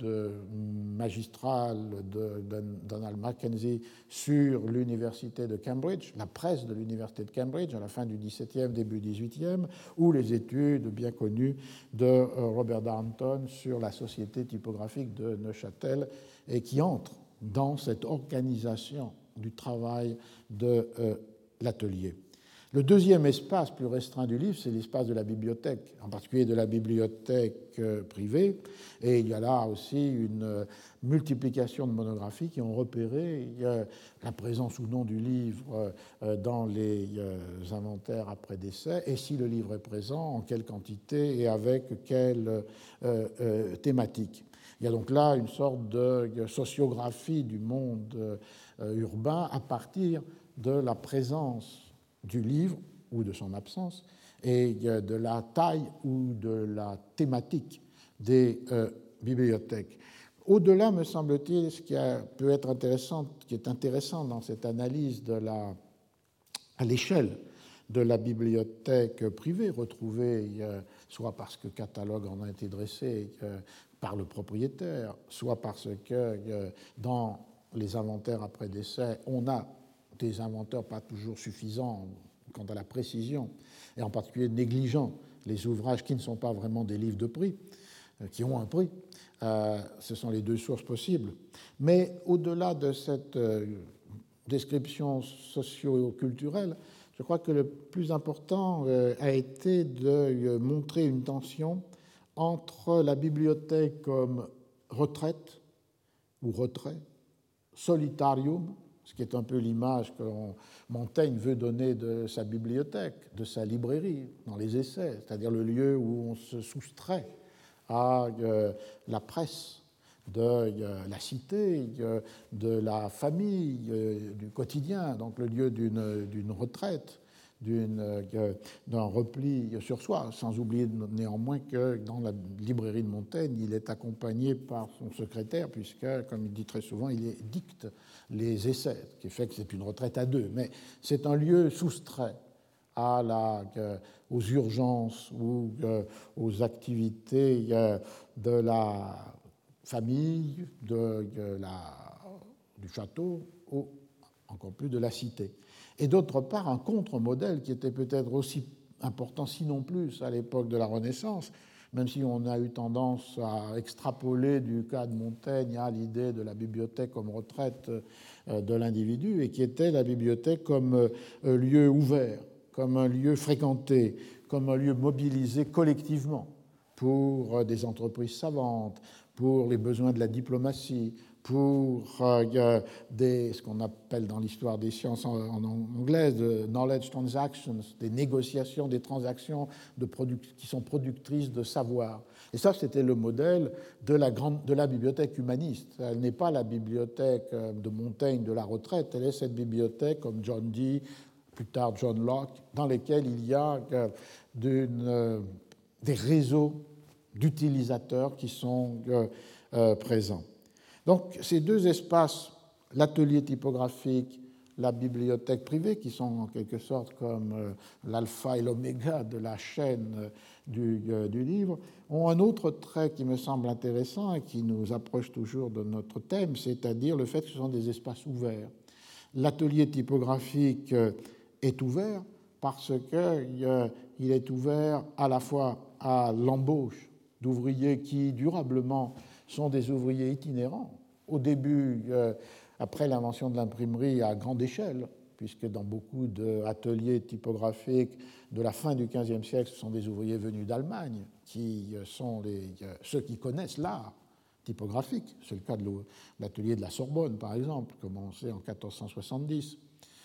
magistrale de, de Donald Mackenzie sur l'université de Cambridge, la presse de l'université de Cambridge à la fin du dix-septième, début dix-huitième, ou les études bien connues de Robert Darnton sur la société typographique de Neuchâtel, et qui entrent dans cette organisation du travail de euh, l'atelier. Le deuxième espace plus restreint du livre, c'est l'espace de la bibliothèque, en particulier de la bibliothèque privée. Et il y a là aussi une multiplication de monographies qui ont repéré la présence ou non du livre dans les inventaires après décès, et si le livre est présent, en quelle quantité et avec quelle thématique. Il y a donc là une sorte de sociographie du monde urbain à partir de la présence du livre ou de son absence et de la taille ou de la thématique des euh, bibliothèques. Au-delà, me semble-t-il, ce qui a, peut être intéressant, qui est intéressant dans cette analyse de la, à l'échelle de la bibliothèque privée, retrouvée euh, soit parce que catalogue en a été dressé euh, par le propriétaire, soit parce que euh, dans les inventaires après décès, on a des inventaires pas toujours suffisants quant à la précision, et en particulier négligent les ouvrages qui ne sont pas vraiment des livres de prix, qui ont un prix. Euh, ce sont les deux sources possibles. Mais au-delà de cette euh, description socio-culturelle, je crois que le plus important euh, a été de euh, montrer une tension entre la bibliothèque comme retraite ou retrait, solitarium, ce qui est un peu l'image que Montaigne veut donner de sa bibliothèque, de sa librairie, dans les essais, c'est-à-dire le lieu où on se soustrait à euh, la presse de euh, la cité, euh, de la famille, euh, du quotidien, donc le lieu d'une, d'une retraite, d'une, euh, d'un repli sur soi, sans oublier néanmoins que dans la librairie de Montaigne, il est accompagné par son secrétaire, puisque, comme il dit très souvent, il dicte les essais, ce qui fait que c'est une retraite à deux. Mais c'est un lieu soustrait à la, euh, aux urgences ou euh, aux activités euh, de la famille, de, de la, du château, ou encore plus de la cité. Et d'autre part, un contre-modèle qui était peut-être aussi important, sinon plus, à l'époque de la Renaissance, même si on a eu tendance à extrapoler du cas de Montaigne à l'idée de la bibliothèque comme retraite de l'individu, et qui était la bibliothèque comme lieu ouvert, comme un lieu fréquenté, comme un lieu mobilisé collectivement pour des entreprises savantes, pour les besoins de la diplomatie, pour euh, des, ce qu'on appelle dans l'histoire des sciences en, en anglais, de knowledge transactions, des négociations, des transactions de produc- qui sont productrices de savoir. Et ça, c'était le modèle de la, grande, de la bibliothèque humaniste. Elle n'est pas la bibliothèque de Montaigne de la retraite, elle est cette bibliothèque comme John Dee, plus tard John Locke, dans lesquelles il y a euh, euh, des réseaux d'utilisateurs qui sont euh, euh, présents. Donc ces deux espaces, l'atelier typographique, la bibliothèque privée, qui sont en quelque sorte comme euh, l'alpha et l'oméga de la chaîne euh, du, euh, du livre, ont un autre trait qui me semble intéressant et qui nous approche toujours de notre thème, c'est-à-dire le fait que ce sont des espaces ouverts. L'atelier typographique euh, est ouvert parce qu'il euh, est ouvert à la fois à l'embauche d'ouvriers qui, durablement, sont des ouvriers itinérants. Au début, euh, après l'invention de l'imprimerie à grande échelle, puisque dans beaucoup d'ateliers typographiques de la fin du quinzième siècle, ce sont des ouvriers venus d'Allemagne qui sont les, ceux qui connaissent l'art typographique. C'est le cas de l'atelier de la Sorbonne, par exemple, commencé en quatorze cent soixante-dix.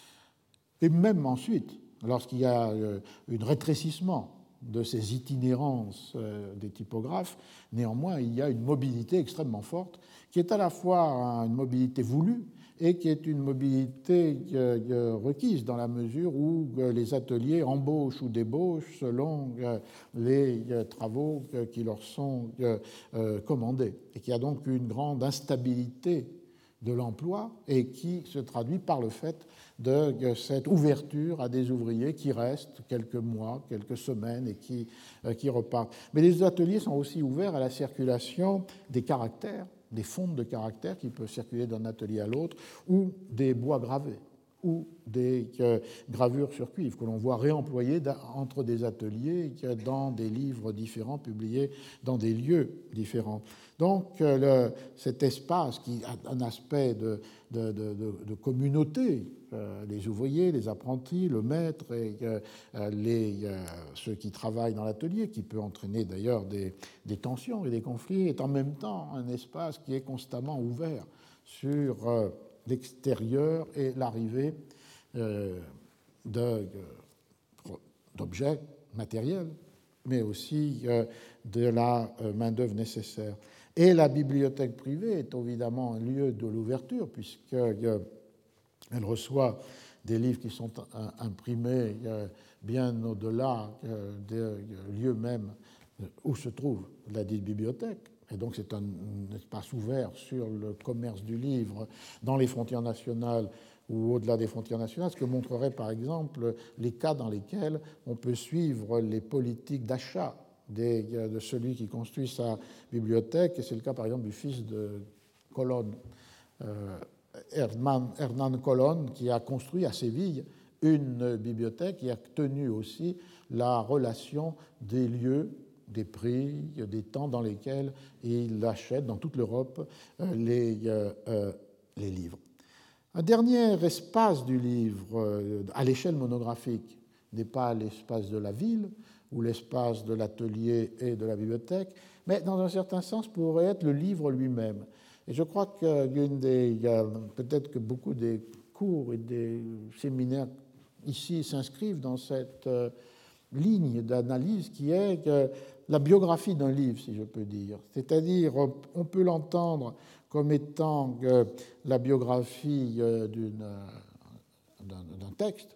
Et même ensuite, lorsqu'il y a un rétrécissement de ces itinérances des typographes, néanmoins, il y a une mobilité extrêmement forte, qui est à la fois une mobilité voulue et qui est une mobilité requise dans la mesure où les ateliers embauchent ou débauchent selon les travaux qui leur sont commandés, et qui a donc une grande instabilité de l'emploi et qui se traduit par le fait de cette ouverture à des ouvriers qui restent quelques mois, quelques semaines et qui, euh, qui repartent. Mais les ateliers sont aussi ouverts à la circulation des caractères, des fontes de caractères qui peuvent circuler d'un atelier à l'autre, ou des bois gravés, ou des euh, gravures sur cuivre que l'on voit réemployées entre des ateliers dans des livres différents publiés dans des lieux différents. Donc le, cet espace qui a un aspect de, de, de, de communauté, euh, les ouvriers, les apprentis, le maître et euh, les, euh, ceux qui travaillent dans l'atelier, qui peut entraîner d'ailleurs des, des tensions et des conflits, est en même temps un espace qui est constamment ouvert sur euh, l'extérieur et l'arrivée euh, d'objets matériels, mais aussi euh, de la euh, main-d'œuvre nécessaire. Et la bibliothèque privée est évidemment un lieu de l'ouverture, puisqu'elle euh, reçoit des livres qui sont euh, imprimés euh, bien au-delà euh, des lieux même où se trouve la dite bibliothèque. Et donc c'est un espace ouvert sur le commerce du livre dans les frontières nationales ou au-delà des frontières nationales, ce que montrerait par exemple les cas dans lesquels on peut suivre les politiques d'achat des, de celui qui construit sa bibliothèque. Et c'est le cas par exemple du fils de Colón, euh, Hernán, Hernán Colón, qui a construit à Séville une bibliothèque et a tenu aussi la relation des lieux, des prix, des temps dans lesquels il achète dans toute l'Europe les, euh, les livres. Un dernier espace du livre à l'échelle monographique n'est pas l'espace de la ville ou l'espace de l'atelier et de la bibliothèque, mais dans un certain sens pourrait être le livre lui-même. Et je crois que des, peut-être que beaucoup des cours et des séminaires ici s'inscrivent dans cette ligne d'analyse qui est la biographie d'un livre, si je peux dire. C'est-à-dire, on peut l'entendre comme étant la biographie d'une, d'un, d'un texte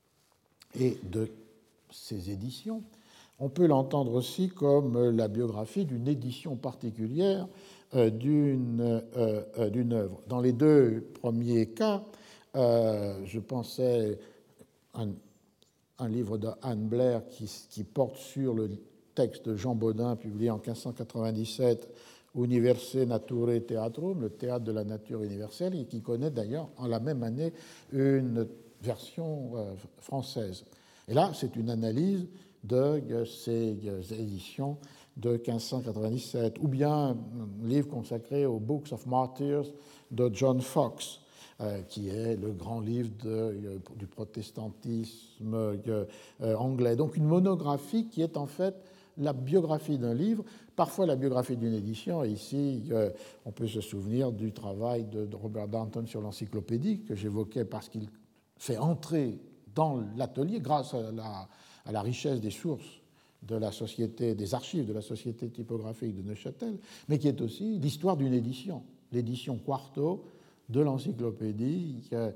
et de ses éditions. On peut l'entendre aussi comme la biographie d'une édition particulière d'une, euh, d'une œuvre. Dans les deux premiers cas, euh, je pensais à un, un livre de Anne Blair qui, qui porte sur le texte de Jean Bodin, publié en quinze cent quatre-vingt-dix-sept, Universe Naturae Theatrum, le théâtre de la nature universelle, et qui connaît d'ailleurs en la même année une version euh, française. Et là, c'est une analyse de ces éditions de quinze cent quatre-vingt-dix-sept, ou bien un livre consacré aux Books of Martyrs de John Foxe, euh, qui est le grand livre de, du protestantisme euh, anglais. Donc une monographie qui est en fait la biographie d'un livre, parfois la biographie d'une édition. Et ici, euh, on peut se souvenir du travail de, de Robert Darnton sur l'encyclopédie, que j'évoquais parce qu'il fait entrer dans l'atelier, grâce à la, à la richesse des sources de la société, des archives de la Société typographique de Neuchâtel, mais qui est aussi l'histoire d'une édition, l'édition quarto de l'encyclopédie,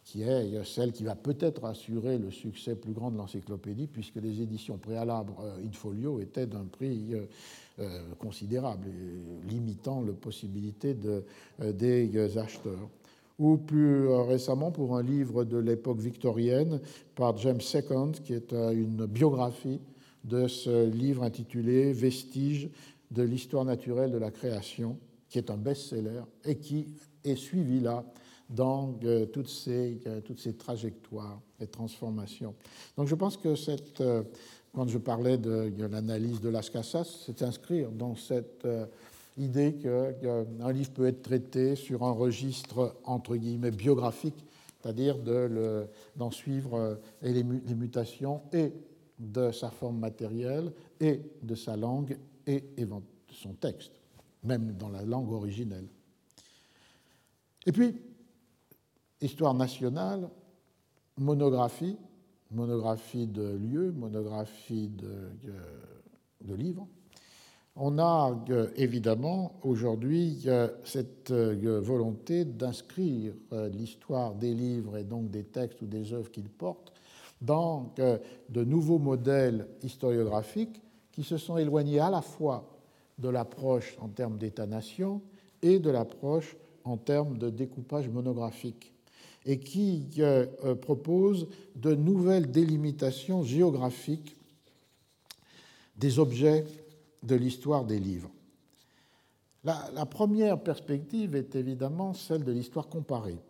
qui est celle qui va peut-être assurer le succès plus grand de l'encyclopédie, puisque les éditions préalables in folio étaient d'un prix euh, considérable, limitant la possibilité de, euh, des acheteurs. Ou plus récemment pour un livre de l'époque victorienne par James Second, qui est une biographie de ce livre intitulé « Vestiges de l'histoire naturelle de la création », qui est un best-seller et qui est suivi là dans euh, toutes, ces, euh, toutes ces trajectoires et transformations. Donc je pense que cette, euh, quand je parlais de, de l'analyse de Las Casas, c'est s'inscrire dans cette euh, idée qu'un euh, livre peut être traité sur un registre entre guillemets biographique, c'est-à-dire de le, d'en suivre euh, et les, les mutations et de sa forme matérielle et de sa langue et de son texte, même dans la langue originelle. Et puis, histoire nationale, monographie, monographie de lieux, monographie de, de, de livres. On a euh, évidemment aujourd'hui euh, cette euh, volonté d'inscrire euh, l'histoire des livres et donc des textes ou des œuvres qu'ils portent dans euh, de nouveaux modèles historiographiques qui se sont éloignés à la fois de l'approche en termes d'État-nation et de l'approche en termes de découpage monographique, et qui euh, propose de nouvelles délimitations géographiques des objets de l'histoire des livres. La, la première perspective est évidemment celle de l'histoire comparée.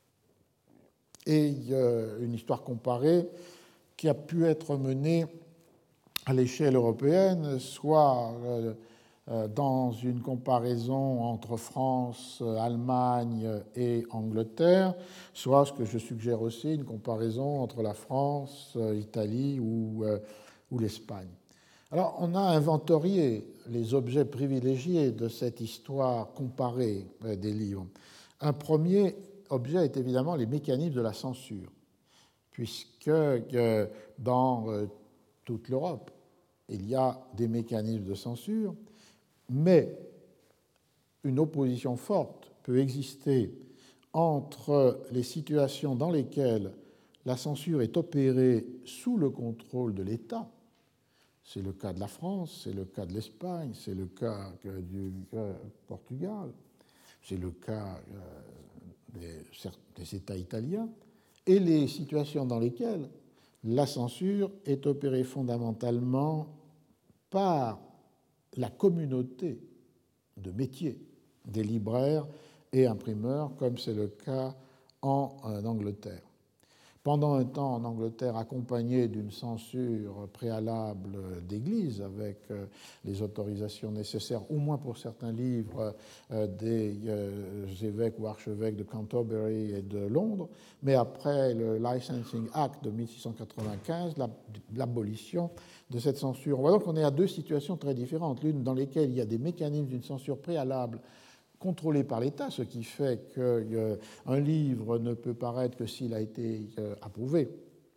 Et euh, une histoire comparée qui a pu être menée à l'échelle européenne, soit euh, dans une comparaison entre France, Allemagne et Angleterre, soit, ce que je suggère aussi, une comparaison entre la France, l'Italie ou, ou l'Espagne. Alors, on a inventorié les objets privilégiés de cette histoire comparée des livres. Un premier objet est évidemment les mécanismes de la censure, puisque dans toute l'Europe, il y a des mécanismes de censure, mais une opposition forte peut exister entre les situations dans lesquelles la censure est opérée sous le contrôle de l'État. C'est le cas de la France, c'est le cas de l'Espagne, c'est le cas du Portugal, c'est le cas des, des États italiens, et les situations dans lesquelles la censure est opérée fondamentalement par la communauté de métier des libraires et imprimeurs, comme c'est le cas en Angleterre. Pendant un temps, en Angleterre, accompagné d'une censure préalable d'Église, avec les autorisations nécessaires, au moins pour certains livres, des évêques ou archevêques de Canterbury et de Londres, mais après le Licensing Act de mille six cent quatre-vingt-quinze, l'abolition de cette censure. On voit donc qu'on est à deux situations très différentes, l'une dans lesquelles il y a des mécanismes d'une censure préalable contrôlé par l'État, ce qui fait qu'un euh, livre ne peut paraître que s'il a été euh, approuvé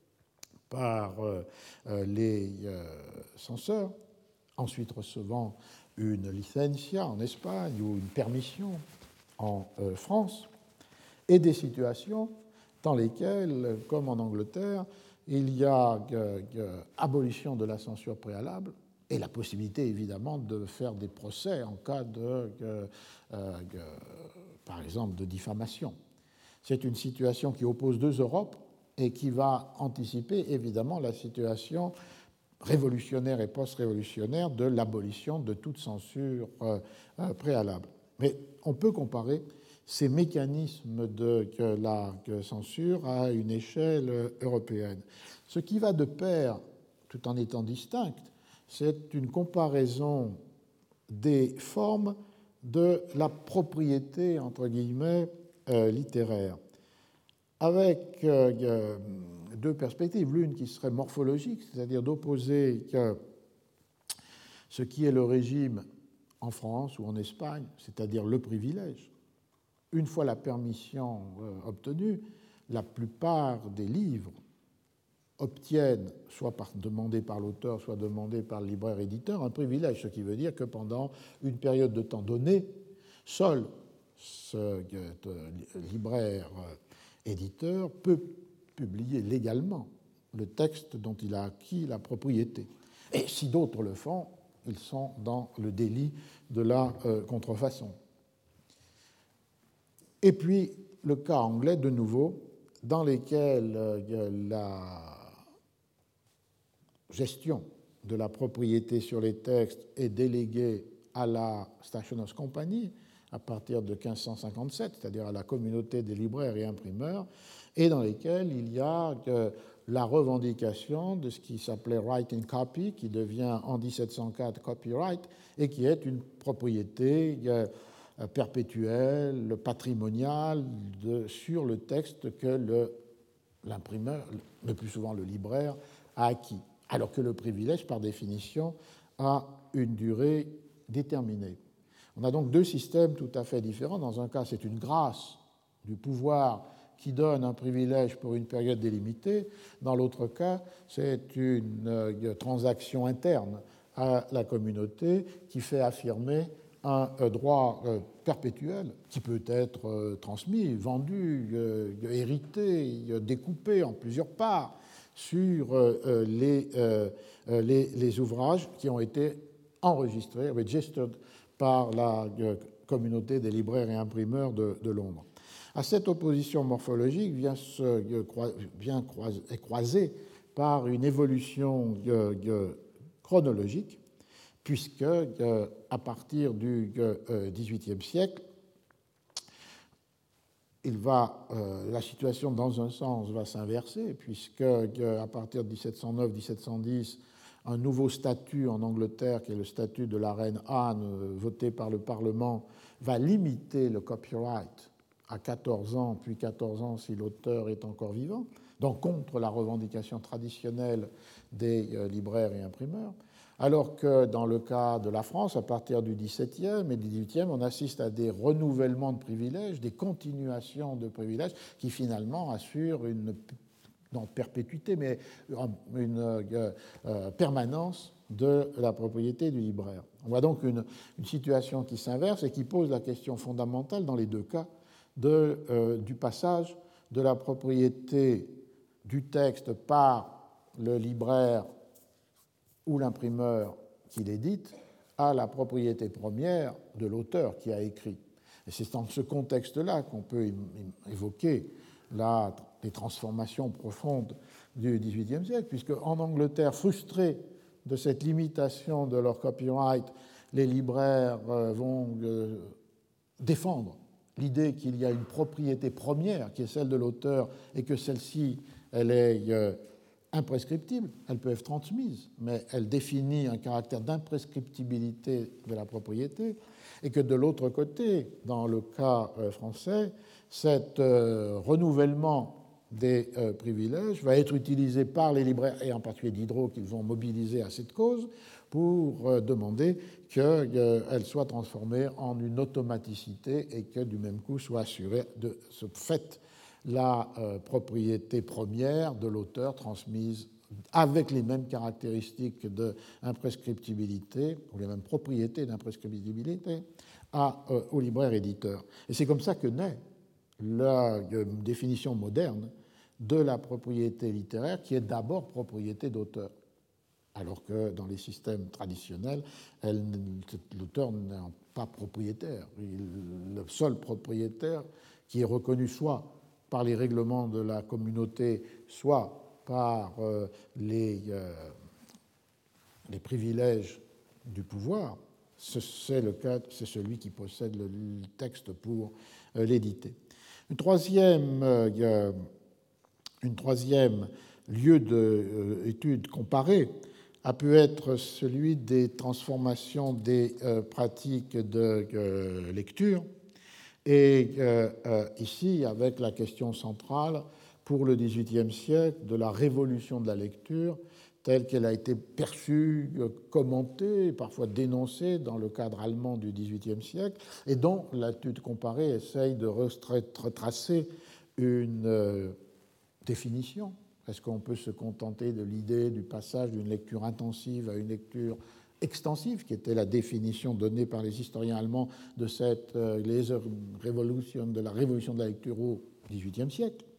par euh, les euh, censeurs, ensuite recevant une licencia en Espagne ou une permission en euh, France, et des situations dans lesquelles, comme en Angleterre, il y a euh, euh, abolition de la censure préalable et la possibilité, évidemment, de faire des procès en cas de, euh, euh, par exemple, de diffamation. C'est une situation qui oppose deux Europes et qui va anticiper, évidemment, la situation révolutionnaire et post-révolutionnaire de l'abolition de toute censure euh, euh, préalable. Mais on peut comparer ces mécanismes de que la que censure à une échelle européenne. Ce qui va de pair, tout en étant distinct, c'est une comparaison des formes de la propriété, entre guillemets, euh, littéraire, avec euh, deux perspectives. L'une qui serait morphologique, c'est-à-dire d'opposer que ce qui est le régime en France ou en Espagne, c'est-à-dire le privilège. Une fois la permission euh, obtenue, la plupart des livres obtiennent, soit par, demandés par l'auteur, soit demandés par le libraire-éditeur, un privilège, ce qui veut dire que pendant une période de temps donnée, seul ce euh, libraire éditeur peut publier légalement le texte dont il a acquis la propriété. Et si d'autres le font, ils sont dans le délit de la euh, contrefaçon. Et puis, le cas anglais, de nouveau, dans lesquels euh, la gestion de la propriété sur les textes est déléguée à la Stationers' Company à partir de quinze cent cinquante-sept, c'est-à-dire à la communauté des libraires et imprimeurs, et dans lesquels il y a euh, la revendication de ce qui s'appelait right in copy, qui devient en dix-sept cent quatre copyright, et qui est une propriété euh, perpétuelle, patrimoniale, de, sur le texte que le, l'imprimeur, le plus souvent le libraire, a acquis. Alors que le privilège, par définition, a une durée déterminée. On a donc deux systèmes tout à fait différents. Dans un cas, c'est une grâce du pouvoir qui donne un privilège pour une période délimitée. Dans l'autre cas, c'est une euh, transaction interne à la communauté qui fait affirmer un euh, droit euh, perpétuel qui peut être euh, transmis, vendu, euh, hérité, euh, découpé en plusieurs parts sur euh, les, euh, les, les ouvrages qui ont été enregistrés, registered, par la euh, communauté des libraires et imprimeurs de, de Londres. À cette opposition morphologique vient, se, vient croiser, est croisée par une évolution euh, euh, chronologique, puisque euh, à partir du euh, dix-huitième siècle, il va, euh, la situation, dans un sens, va s'inverser, puisque euh, à partir de dix-sept cent neuf dix-sept cent dix, un nouveau statut en Angleterre, qui est le statut de la reine Anne, euh, voté par le Parlement, va limiter le copyright à quatorze ans, puis quatorze ans si l'auteur est encore vivant, donc contre la revendication traditionnelle des euh, libraires et imprimeurs. Alors que dans le cas de la France, à partir du dix-septième et du dix-huitième, on assiste à des renouvellements de privilèges, des continuations de privilèges qui finalement assurent une, non perpétuité, mais une euh, euh, permanence de la propriété du libraire. On voit donc une, une situation qui s'inverse et qui pose la question fondamentale dans les deux cas de, euh, du passage de la propriété du texte par le libraire ou l'imprimeur qui l'édite à la propriété première de l'auteur qui a écrit. Et c'est dans ce contexte-là qu'on peut évoquer la, les transformations profondes du dix-huitième siècle, puisque en Angleterre, frustrés de cette limitation de leur copyright, les libraires vont défendre l'idée qu'il y a une propriété première qui est celle de l'auteur et que celle-ci, elle est imprescriptible, elles peuvent être transmises, mais elle définit un caractère d'imprescriptibilité de la propriété, et que de l'autre côté, dans le cas français, cet euh, renouvellement des euh, privilèges va être utilisé par les libraires, et en particulier Diderot, qu'ils vont mobiliser à cette cause, pour euh, demander qu'elle euh, soit transformée en une automaticité et que du même coup soit assurée de ce fait la euh, propriété première de l'auteur transmise avec les mêmes caractéristiques d'imprescriptibilité, ou les mêmes propriétés d'imprescriptibilité, à, euh, au libraire éditeur. Et c'est comme ça que naît la euh, définition moderne de la propriété littéraire, qui est d'abord propriété d'auteur, alors que dans les systèmes traditionnels, l'auteur n'est pas propriétaire. Il, le seul propriétaire qui est reconnu soit par les règlements de la communauté, soit par euh, les, euh, les privilèges du pouvoir, c'est le cas, c'est celui qui possède le texte pour euh, l'éditer. Une troisième, euh, une troisième lieu d'étude euh, comparée a pu être celui des transformations des euh, pratiques de euh, lecture. Et euh, euh, ici, avec la question centrale pour le dix-huitième siècle de la révolution de la lecture, telle qu'elle a été perçue, commentée, parfois dénoncée dans le cadre allemand du dix-huitième siècle, et dont l'étude comparée essaye de retracer une euh, définition. Est-ce qu'on peut se contenter de l'idée du passage d'une lecture intensive à une lecture extensive, qui était la définition donnée par les historiens allemands de cette euh, Leser Revolution, de la révolution de la lecture au dix-huitième siècle,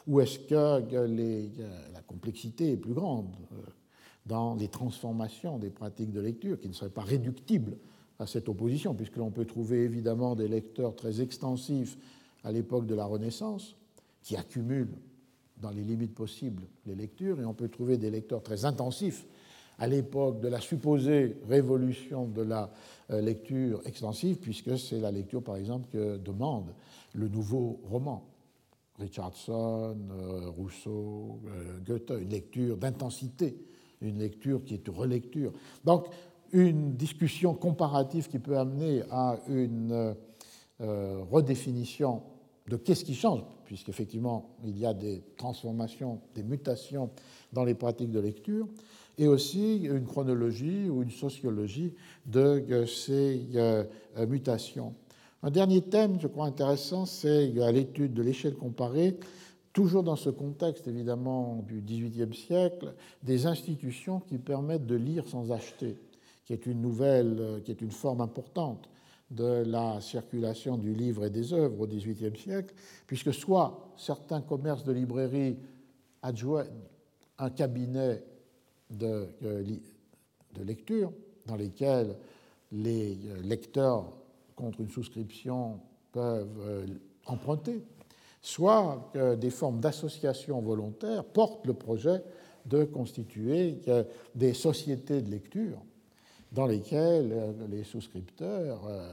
ou est-ce que les, la complexité est plus grande dans les transformations des pratiques de lecture qui ne seraient pas réductibles à cette opposition, puisque l'on peut trouver évidemment des lecteurs très extensifs à l'époque de la Renaissance, qui accumulent dans les limites possibles les lectures, et on peut trouver des lecteurs très intensifs à l'époque de la supposée révolution de la lecture extensive, puisque c'est la lecture, par exemple, que demande le nouveau roman. Richardson, Rousseau, Goethe, une lecture d'intensité, une lecture qui est une relecture. Donc, une discussion comparative qui peut amener à une euh, redéfinition de qu'est-ce qui change, puisqu'effectivement, il y a des transformations, des mutations dans les pratiques de lecture, et aussi une chronologie ou une sociologie de ces euh, mutations. Un dernier thème, je crois intéressant, c'est l'étude de l'échelle comparée, toujours dans ce contexte évidemment du dix-huitième siècle, des institutions qui permettent de lire sans acheter, qui est une nouvelle, qui est une forme importante de la circulation du livre et des œuvres au dix-huitième siècle, puisque soit certains commerces de librairie adjoignent un cabinet de, de lecture dans lesquels les lecteurs, contre une souscription, peuvent emprunter, soit que des formes d'associations volontaires portent le projet de constituer des sociétés de lecture dans lesquelles les souscripteurs, euh,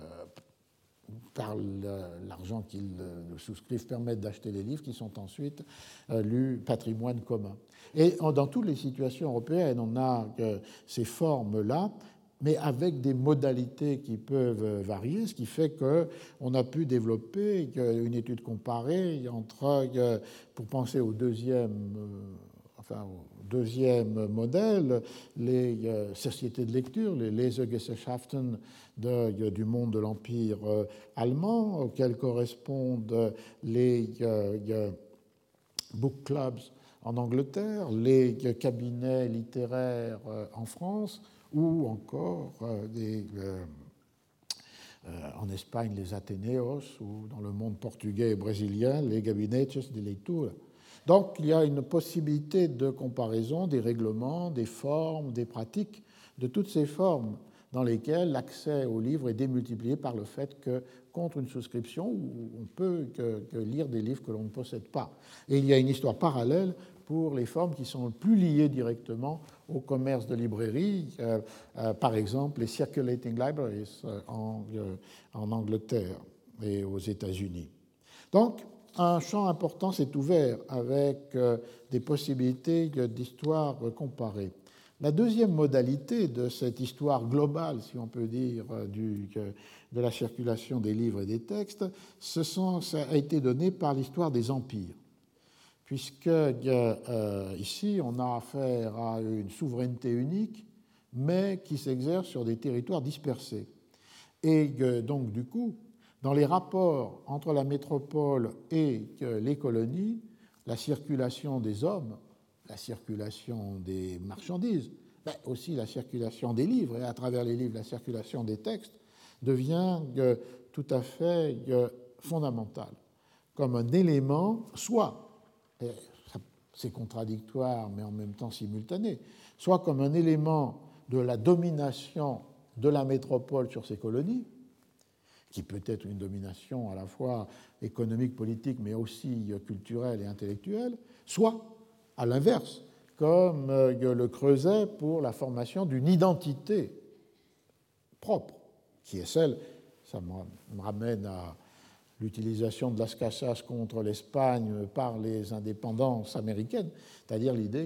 par l'argent qu'ils souscrivent, permettent d'acheter les livres qui sont ensuite euh, lus patrimoine commun. Et dans toutes les situations européennes, on a euh, ces formes-là, mais avec des modalités qui peuvent varier, ce qui fait qu'on a pu développer une étude comparée entre, euh, pour penser au deuxième... Euh, enfin, au deuxième modèle, les euh, sociétés de lecture, les Lesegesellschaften de, du monde de l'Empire euh, allemand, auxquelles correspondent les euh, book clubs en Angleterre, les cabinets littéraires euh, en France, ou encore euh, des, euh, euh, en Espagne les Ateneos, ou dans le monde portugais et brésilien, les gabinetes de leitura. Donc, il y a une possibilité de comparaison des règlements, des formes, des pratiques, de toutes ces formes dans lesquelles l'accès au livre est démultiplié par le fait que, contre une souscription, on peut que, que lire des livres que l'on ne possède pas. Et il y a une histoire parallèle pour les formes qui sont plus liées directement au commerce de librairie, euh, euh, par exemple les circulating libraries euh, en, euh, en Angleterre et aux États-Unis. Donc, un champ important s'est ouvert avec euh, des possibilités d'histoire comparée. La deuxième modalité de cette histoire globale, si on peut dire, du, de la circulation des livres et des textes, ce sont, ça a été donné par l'histoire des empires. Puisque euh, ici, on a affaire à une souveraineté unique, mais qui s'exerce sur des territoires dispersés. Et euh, donc, du coup, dans les rapports entre la métropole et les colonies, la circulation des hommes, la circulation des marchandises, mais aussi la circulation des livres, et à travers les livres, la circulation des textes, devient tout à fait fondamentale, comme un élément, soit, c'est contradictoire, mais en même temps simultané, soit comme un élément de la domination de la métropole sur ses colonies, qui peut être une domination à la fois économique, politique, mais aussi culturelle et intellectuelle, soit, à l'inverse, comme le creusait pour la formation d'une identité propre, qui est celle, ça me ramène à l'utilisation de Las Casas contre l'Espagne par les indépendances américaines, c'est-à-dire l'idée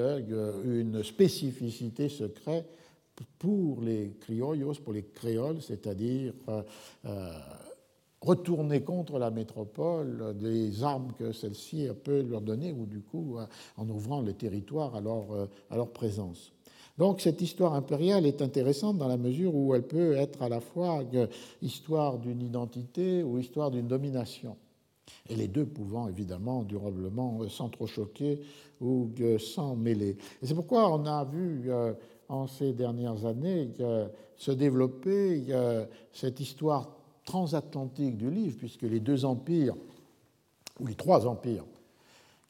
qu'une spécificité se crée pour les criollos, pour les créoles, c'est-à-dire euh, euh, retourner contre la métropole des armes que celle-ci peut leur donner, ou du coup euh, en ouvrant le territoire à leur, euh, à leur présence. Donc cette histoire impériale est intéressante dans la mesure où elle peut être à la fois euh, histoire d'une identité ou histoire d'une domination, et les deux pouvant évidemment durablement euh, s'entrechoquer ou euh, s'en mêler. Et c'est pourquoi on a vu euh, en ces dernières années euh, se développer euh, cette histoire transatlantique du livre, puisque les deux empires, ou les trois empires,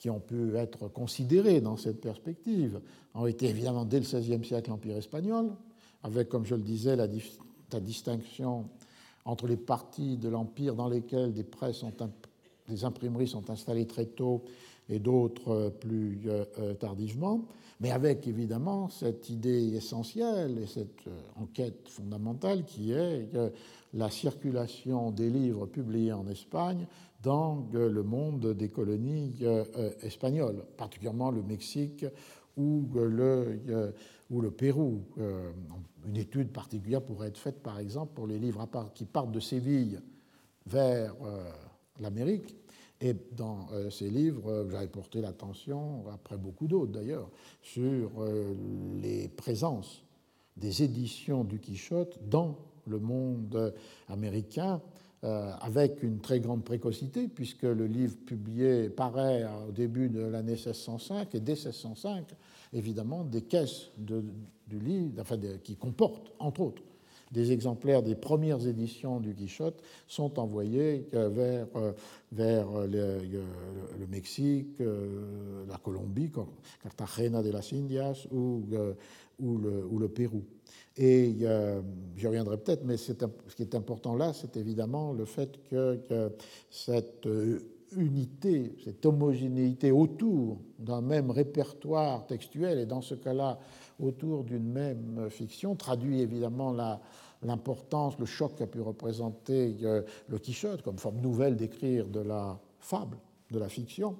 qui ont pu être considérés dans cette perspective ont été évidemment dès le seizième siècle l'Empire espagnol, avec, comme je le disais, la, la distinction entre les parties de l'Empire dans lesquelles des presses sont des imprimeries sont installées très tôt et d'autres plus euh, tardivement, mais avec évidemment cette idée essentielle et cette euh, enquête fondamentale qui est euh, la circulation des livres publiés en Espagne dans euh, le monde des colonies euh, euh, espagnoles, particulièrement le Mexique ou euh, le, euh, ou le Pérou. Euh, une étude particulière pourrait être faite, par exemple, pour les livres qui partent de Séville vers euh, l'Amérique. Et dans euh, ces livres, euh, j'avais porté l'attention, après beaucoup d'autres d'ailleurs, sur euh, les présences des éditions du Quichotte dans le monde américain, euh, avec une très grande précocité, puisque le livre publié paraît au début de l'année seize cent cinq, et dès seize cent cinq, évidemment, des caisses de, du livre, enfin, de, qui comportent, entre autres, des exemplaires des premières éditions du Quichotte sont envoyés vers, vers le, le Mexique, la Colombie, Cartagena de las Indias ou, ou, le, ou le Pérou. Et euh, j'y reviendrai peut-être, mais c'est, ce qui est important là, c'est évidemment le fait que, que cette unité, cette homogénéité autour d'un même répertoire textuel, et dans ce cas-là, autour d'une même fiction, traduit évidemment la, l'importance, le choc qu'a pu représenter euh, le Quichotte comme forme nouvelle d'écrire de la fable, de la fiction,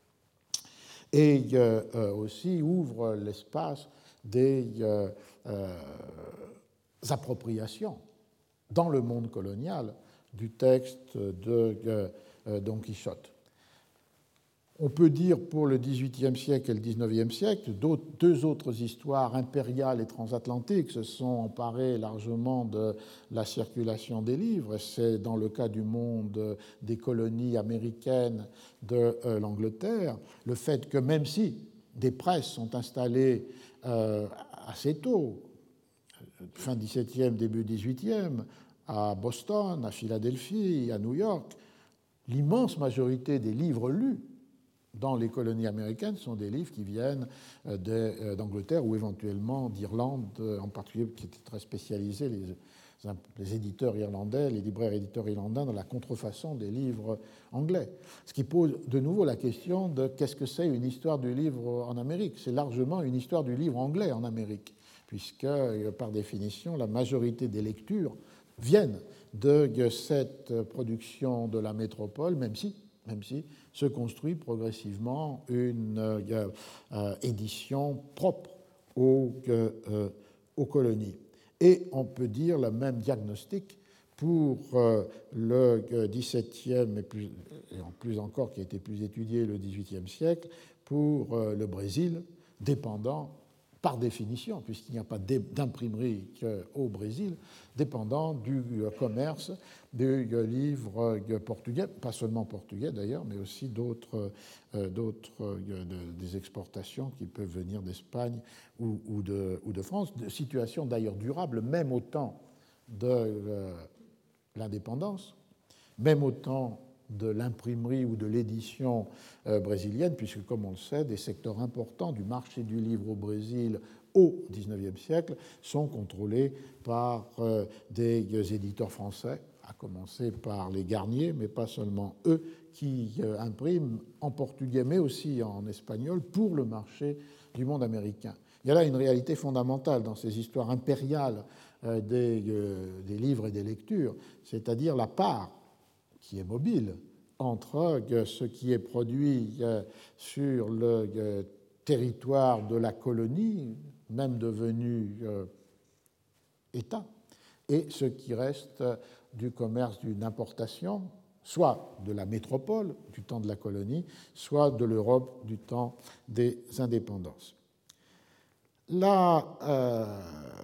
et euh, euh, aussi ouvre l'espace des euh, euh, appropriations dans le monde colonial du texte de euh, Don Quichotte. On peut dire pour le dix-huitième siècle et le dix-neuvième siècle, deux autres histoires impériales et transatlantiques se sont emparées largement de la circulation des livres. C'est dans le cas du monde des colonies américaines de euh, l'Angleterre, le fait que même si des presses sont installées euh, assez tôt, fin dix-septième, début dix-huitième, à Boston, à Philadelphie, à New York, l'immense majorité des livres lus dans les colonies américaines sont des livres qui viennent d'Angleterre ou éventuellement d'Irlande, en particulier qui étaient très spécialisés, les, les éditeurs irlandais, les libraires éditeurs irlandais, dans la contrefaçon des livres anglais. Ce qui pose de nouveau la question de qu'est-ce que c'est une histoire du livre en Amérique. C'est largement une histoire du livre anglais en Amérique, puisque, par définition, la majorité des lectures viennent de cette production de la métropole, même si, même si se construit progressivement une euh, euh, édition propre aux, euh, aux colonies. Et on peut dire le même diagnostic pour euh, le dix-septième et, plus, et en plus encore qui a été plus étudié le dix-huitième siècle, pour euh, le Brésil, dépendant par définition, puisqu'il n'y a pas d'imprimerie au Brésil, dépendant du commerce du livre portugais, pas seulement portugais d'ailleurs, mais aussi d'autres, euh, d'autres euh, des exportations qui peuvent venir d'Espagne ou, ou, de, ou de France, de situation d'ailleurs durable, même au temps de euh, l'indépendance, même au temps de l'imprimerie ou de l'édition euh, brésilienne, puisque, comme on le sait, des secteurs importants du marché du livre au Brésil au dix-neuvième siècle sont contrôlés par euh, des éditeurs français, à commencer par les Garnier, mais pas seulement eux, qui euh, impriment en portugais, mais aussi en espagnol, pour le marché du monde américain. Il y a là une réalité fondamentale dans ces histoires impériales euh, des, euh, des livres et des lectures, c'est-à-dire la part qui est mobile entre ce qui est produit sur le territoire de la colonie, même devenu État, et ce qui reste du commerce d'une importation, soit de la métropole du temps de la colonie, soit de l'Europe du temps des indépendances. Là, euh,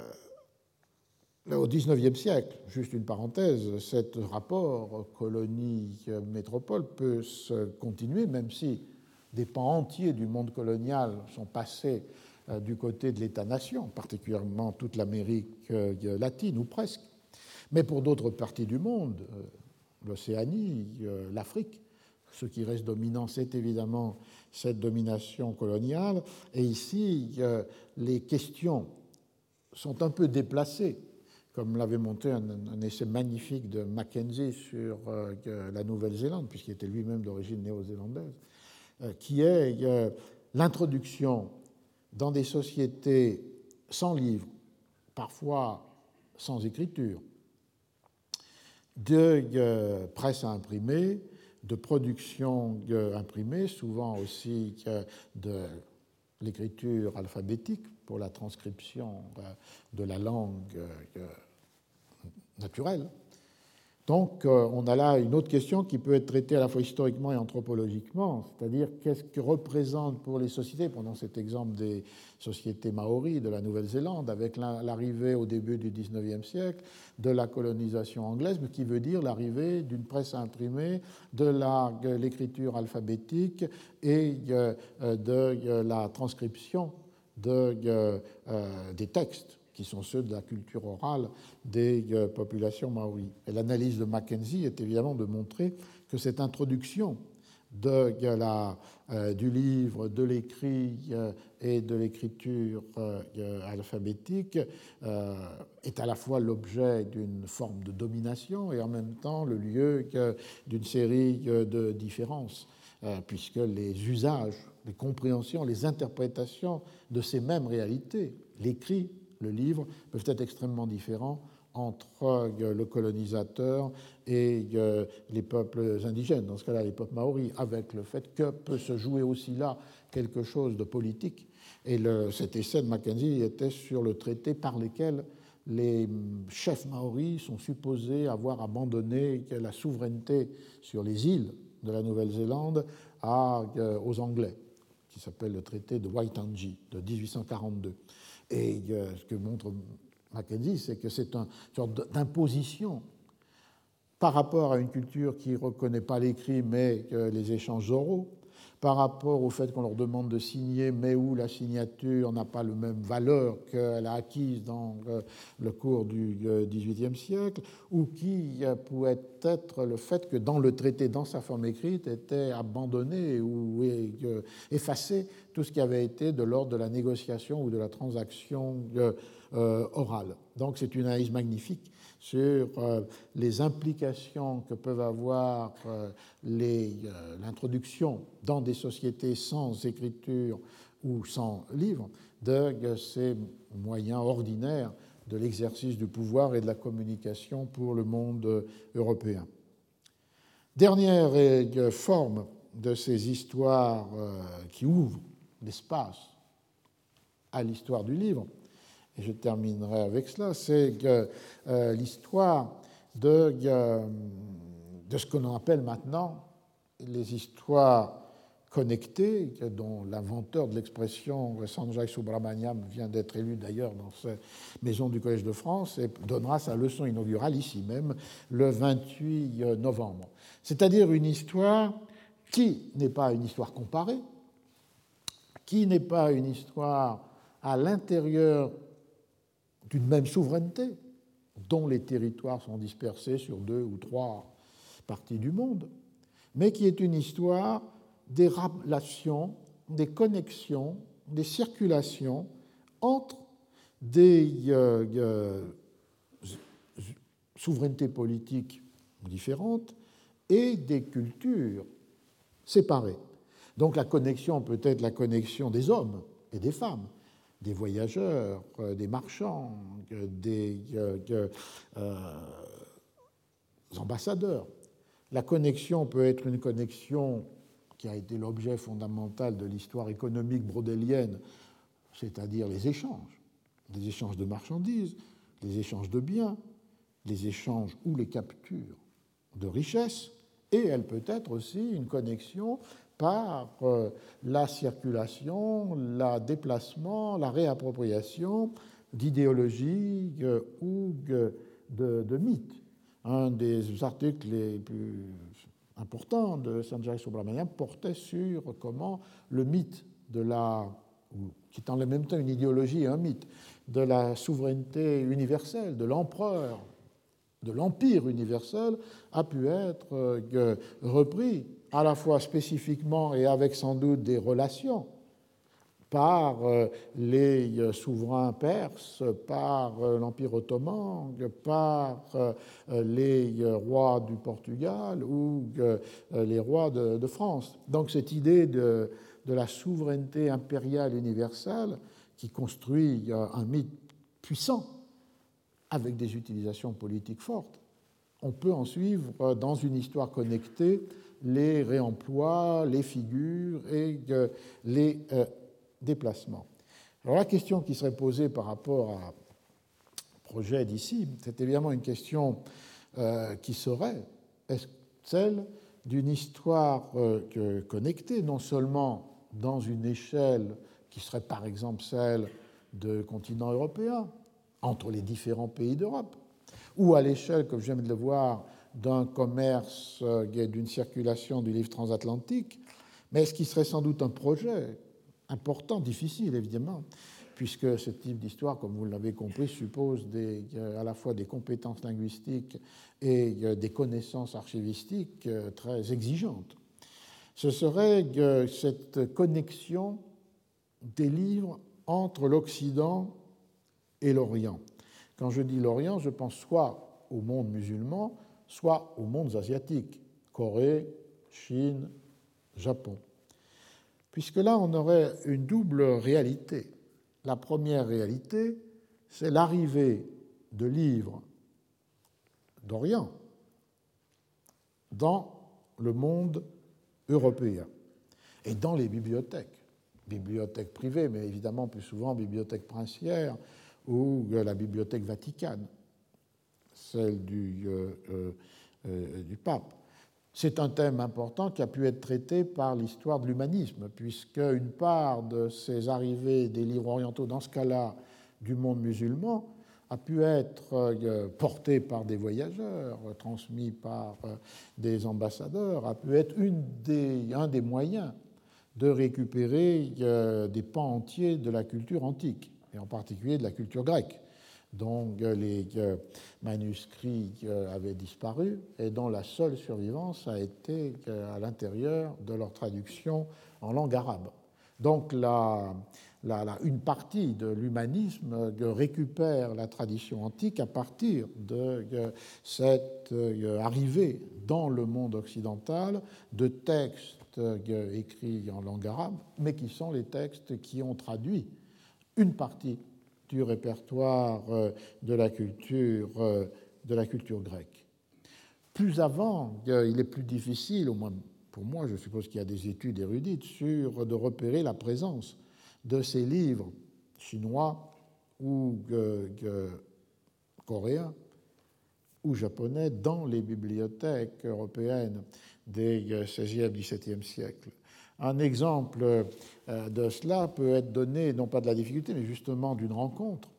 Au dix-neuvième siècle, juste une parenthèse, ce rapport colonie-métropole peut se continuer, même si des pans entiers du monde colonial sont passés du côté de l'État-nation, particulièrement toute l'Amérique latine, ou presque. Mais pour d'autres parties du monde, l'Océanie, l'Afrique, ce qui reste dominant, c'est évidemment cette domination coloniale. Et ici, euh, les questions sont un peu déplacées, comme l'avait montré un, un essai magnifique de Mackenzie sur euh, la Nouvelle-Zélande, puisqu'il était lui-même d'origine néo-zélandaise, euh, qui est euh, l'introduction dans des sociétés sans livres, parfois sans écriture, de euh, presse à imprimer, de production euh, imprimée, souvent aussi euh, de l'écriture alphabétique pour la transcription euh, de la langue euh, naturelle. Donc, euh, on a là une autre question qui peut être traitée à la fois historiquement et anthropologiquement, c'est-à-dire qu'est-ce que représente pour les sociétés, prenons cet exemple des sociétés maoris de la Nouvelle-Zélande, avec l'arrivée au début du dix-neuvième siècle de la colonisation anglaise, mais qui veut dire l'arrivée d'une presse imprimée, de l'écriture alphabétique et euh, de euh, la transcription de, euh, euh, des textes, qui sont ceux de la culture orale des euh, populations maoris. Et l'analyse de Mackenzie est évidemment de montrer que cette introduction de, de la, euh, du livre, de l'écrit euh, et de l'écriture euh, alphabétique euh, est à la fois l'objet d'une forme de domination et en même temps le lieu d'une série de différences, euh, puisque les usages, les compréhensions, les interprétations de ces mêmes réalités, l'écrit, le livre, peuvent être extrêmement différents entre le colonisateur et les peuples indigènes, dans ce cas-là les peuples maoris, avec le fait que peut se jouer aussi là quelque chose de politique. Et le, cet essai de Mackenzie était sur le traité par lequel les chefs maoris sont supposés avoir abandonné la souveraineté sur les îles de la Nouvelle-Zélande aux Anglais, qui s'appelle le traité de Waitangi de dix-huit cent quarante-deux. Et euh, ce que montre Mackenzie, c'est que c'est une sorte d'imposition par rapport à une culture qui ne reconnaît pas l'écrit, mais euh, les échanges oraux, par rapport au fait qu'on leur demande de signer, mais où la signature n'a pas la même valeur qu'elle a acquise dans euh, le cours du euh, dix-huitième siècle, ou qui euh, pouvait être le fait que dans le traité, dans sa forme écrite, était abandonné ou euh, effacé tout ce qui avait été de l'ordre de la négociation ou de la transaction euh, euh, orale. Donc c'est une analyse magnifique sur euh, les implications que peuvent avoir euh, euh, l'introduction dans des sociétés sans écriture ou sans livre de, de ces moyens ordinaires de l'exercice du pouvoir et de la communication pour le monde européen. Dernière euh, forme de ces histoires euh, qui ouvrent l'espace à l'histoire du livre, et je terminerai avec cela, c'est que euh, l'histoire de, euh, de ce que l'on appelle maintenant les histoires connectées, dont l'inventeur de l'expression Sanjay Subrahmanyam vient d'être élu d'ailleurs dans cette maison du Collège de France et donnera sa leçon inaugurale ici même le vingt-huit novembre. C'est-à-dire une histoire qui n'est pas une histoire comparée, qui n'est pas une histoire à l'intérieur d'une même souveraineté, dont les territoires sont dispersés sur deux ou trois parties du monde, mais qui est une histoire des relations, des connexions, des circulations entre des euh, euh, souverainetés politiques différentes et des cultures séparées. Donc la connexion peut être la connexion des hommes et des femmes, des voyageurs, des marchands, des euh, euh, ambassadeurs. La connexion peut être une connexion qui a été l'objet fondamental de l'histoire économique brodélienne, c'est-à-dire les échanges, les échanges de marchandises, les échanges de biens, les échanges ou les captures de richesses, et elle peut être aussi une connexion par euh, la circulation, le déplacement, la réappropriation d'idéologies euh, ou de, de, de mythes. Un des articles les plus importants de Sanjay Subrahmanyam portait sur comment le mythe de la, qui est en même temps une idéologie et un mythe, de la souveraineté universelle, de l'empereur, de l'empire universel, a pu être euh, repris à la fois spécifiquement et avec sans doute des relations, par les souverains perses, par l'Empire ottoman, par les rois du Portugal ou les rois de, de France. Donc cette idée de, de la souveraineté impériale universelle qui construit un mythe puissant avec des utilisations politiques fortes, on peut en suivre dans une histoire connectée les réemplois, les figures et les euh, déplacements. Alors la question qui serait posée par rapport à projet d'ici, c'est évidemment une question euh, qui serait est celle d'une histoire euh, que, connectée, non seulement dans une échelle qui serait par exemple celle de continent européen, entre les différents pays d'Europe, ou à l'échelle, comme je viens de le voir, d'un commerce et d'une circulation du livre transatlantique, mais ce qui serait sans doute un projet important, difficile évidemment, puisque ce type d'histoire, comme vous l'avez compris, suppose des, à la fois des compétences linguistiques et des connaissances archivistiques très exigeantes. Ce serait cette connexion des livres entre l'Occident et l'Orient. Quand je dis l'Orient, je pense soit au monde musulman, soit aux mondes asiatiques, Corée, Chine, Japon. Puisque là, on aurait une double réalité. La première réalité, c'est l'arrivée de livres d'Orient dans le monde européen et dans les bibliothèques, bibliothèques privées, mais évidemment plus souvent bibliothèques princières ou la bibliothèque vaticane, celle du, euh, euh, euh, du pape. C'est un thème important qui a pu être traité par l'histoire de l'humanisme, puisque une part de ces arrivées des livres orientaux, dans ce cas-là du monde musulman, a pu être euh, portée par des voyageurs, transmis par euh, des ambassadeurs, a pu être une des, un des moyens de récupérer euh, des pans entiers de la culture antique, et en particulier de la culture grecque, dont les manuscrits avaient disparu et dont la seule survivance a été à l'intérieur de leur traduction en langue arabe. Donc la, la, la, une partie de l'humanisme récupère la tradition antique à partir de cette arrivée dans le monde occidental de textes écrits en langue arabe, mais qui sont les textes qui ont traduit une partie du répertoire de la culture, de la culture grecque. Plus avant, il est plus difficile, au moins pour moi, je suppose qu'il y a des études érudites, sur de repérer la présence de ces livres chinois ou euh, euh, coréens ou japonais dans les bibliothèques européennes des seizième, dix-septième siècles. Un exemple de cela peut être donné, non pas de la difficulté, mais justement d'une rencontre,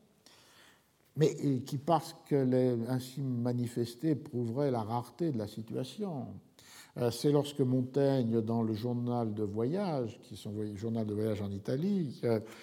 mais qui, parce qu'elle est ainsi manifestée, prouverait la rareté de la situation. C'est lorsque Montaigne, dans le journal de voyage, qui est son journal de voyage en Italie,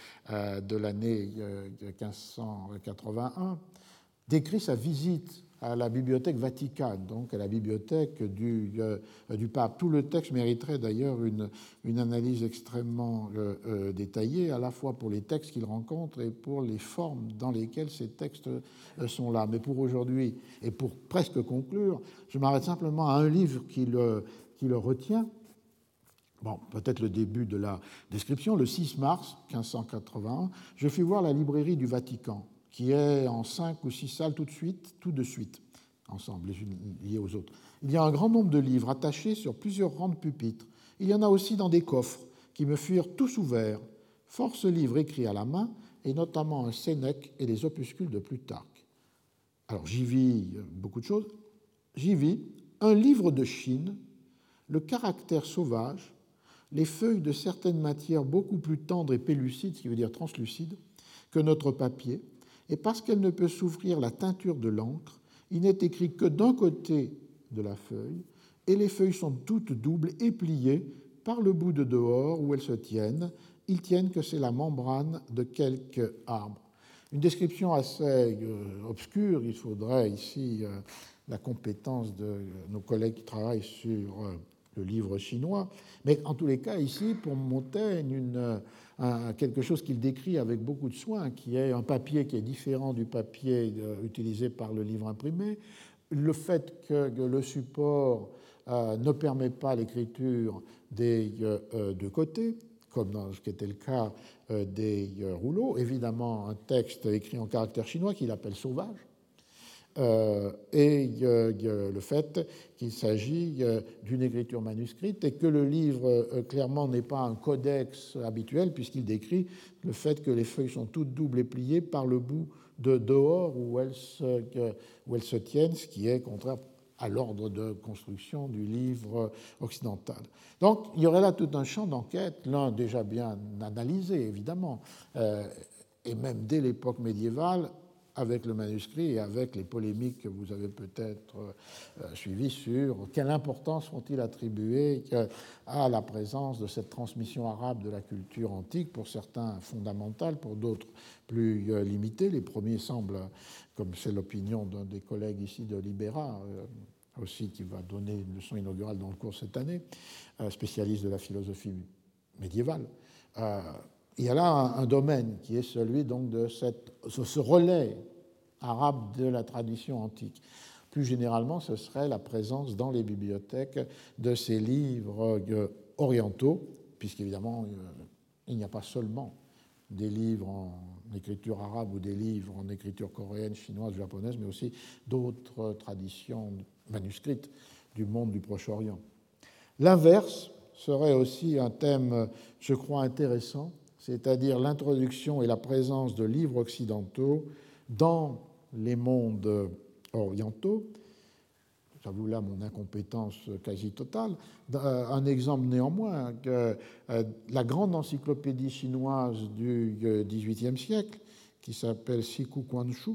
de l'année quinze cent quatre-vingt-un, décrit sa visite à la bibliothèque Vaticane, donc à la bibliothèque du, euh, du pape. Tout le texte mériterait d'ailleurs une, une analyse extrêmement euh, euh, détaillée, à la fois pour les textes qu'il rencontre et pour les formes dans lesquelles ces textes euh, sont là. Mais pour aujourd'hui, et pour presque conclure, je m'arrête simplement à un livre qui le, qui le retient. Bon, peut-être le début de la description. Le six mars quinze cent quatre-vingt-un, je fus voir la librairie du Vatican, qui est en cinq ou six salles tout de suite, tout de suite, ensemble, les unes liées aux autres. Il y a un grand nombre de livres attachés sur plusieurs rangs de pupitres. Il y en a aussi dans des coffres qui me furent tous ouverts. Force livres écrits à la main, et notamment un Sénèque et les opuscules de Plutarque. Alors j'y vis beaucoup de choses. J'y vis un livre de Chine, le caractère sauvage, les feuilles de certaines matières beaucoup plus tendres et pellucides, ce qui veut dire translucides, que notre papier, et parce qu'elle ne peut souffrir la teinture de l'encre, il n'est écrit que d'un côté de la feuille, et les feuilles sont toutes doubles et pliées par le bout de dehors où elles se tiennent. Ils tiennent que c'est la membrane de quelque arbre. Une description assez euh, obscure, il faudrait ici euh, la compétence de nos collègues qui travaillent sur, euh, le livre chinois. Mais en tous les cas, ici, pour Montaigne, une, un, quelque chose qu'il décrit avec beaucoup de soin, qui est un papier qui est différent du papier euh, utilisé par le livre imprimé, le fait que, que le support euh, ne permet pas l'écriture des euh, deux côtés, comme dans ce qui était le cas euh, des euh, rouleaux, évidemment un texte écrit en caractère chinois qu'il appelle sauvage, Euh, et euh, le fait qu'il s'agit euh, d'une écriture manuscrite et que le livre, euh, clairement, n'est pas un codex habituel, puisqu'il décrit le fait que les feuilles sont toutes doubles et pliées par le bout de dehors où elles se, euh, où elles se tiennent, ce qui est contraire à l'ordre de construction du livre occidental. Donc, il y aurait là tout un champ d'enquête, l'un déjà bien analysé, évidemment, euh, et même dès l'époque médiévale, avec le manuscrit et avec les polémiques que vous avez peut-être euh, suivies sur quelle importance font-ils attribuer à la présence de cette transmission arabe de la culture antique, pour certains fondamentale, pour d'autres plus euh, limitée. Les premiers semblent, comme c'est l'opinion d'un des collègues ici de Libera, euh, aussi qui va donner une leçon inaugurale dans le cours cette année, euh, spécialiste de la philosophie médiévale. Euh, Il y a là un, un domaine qui est celui donc de cette, ce relais arabe de la tradition antique. Plus généralement, ce serait la présence dans les bibliothèques de ces livres orientaux, puisqu'évidemment, il n'y a pas seulement des livres en écriture arabe ou des livres en écriture coréenne, chinoise, japonaise, mais aussi d'autres traditions manuscrites du monde du Proche-Orient. L'inverse serait aussi un thème, je crois, intéressant, c'est-à-dire l'introduction et la présence de livres occidentaux dans les mondes orientaux. J'avoue là mon incompétence quasi totale. Un exemple néanmoins, que la grande encyclopédie chinoise du dix-huitième siècle, qui s'appelle Siku Quanshu,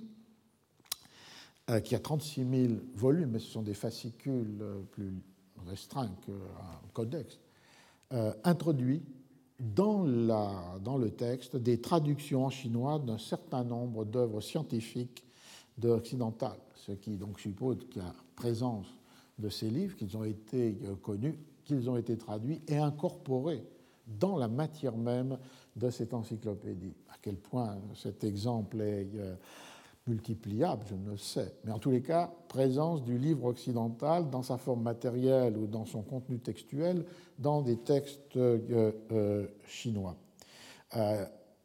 qui a trente-six mille volumes, mais ce sont des fascicules plus restreints qu'un codex, introduit Dans, la, dans le texte des traductions en chinois d'un certain nombre d'œuvres scientifiques occidentales, ce qui donc suppose qu'il y a présence de ces livres, qu'ils ont été connus, qu'ils ont été traduits et incorporés dans la matière même de cette encyclopédie. À quel point cet exemple est multipliable, je ne le sais. Mais en tous les cas, présence du livre occidental dans sa forme matérielle ou dans son contenu textuel dans des textes euh, euh, chinois. Euh,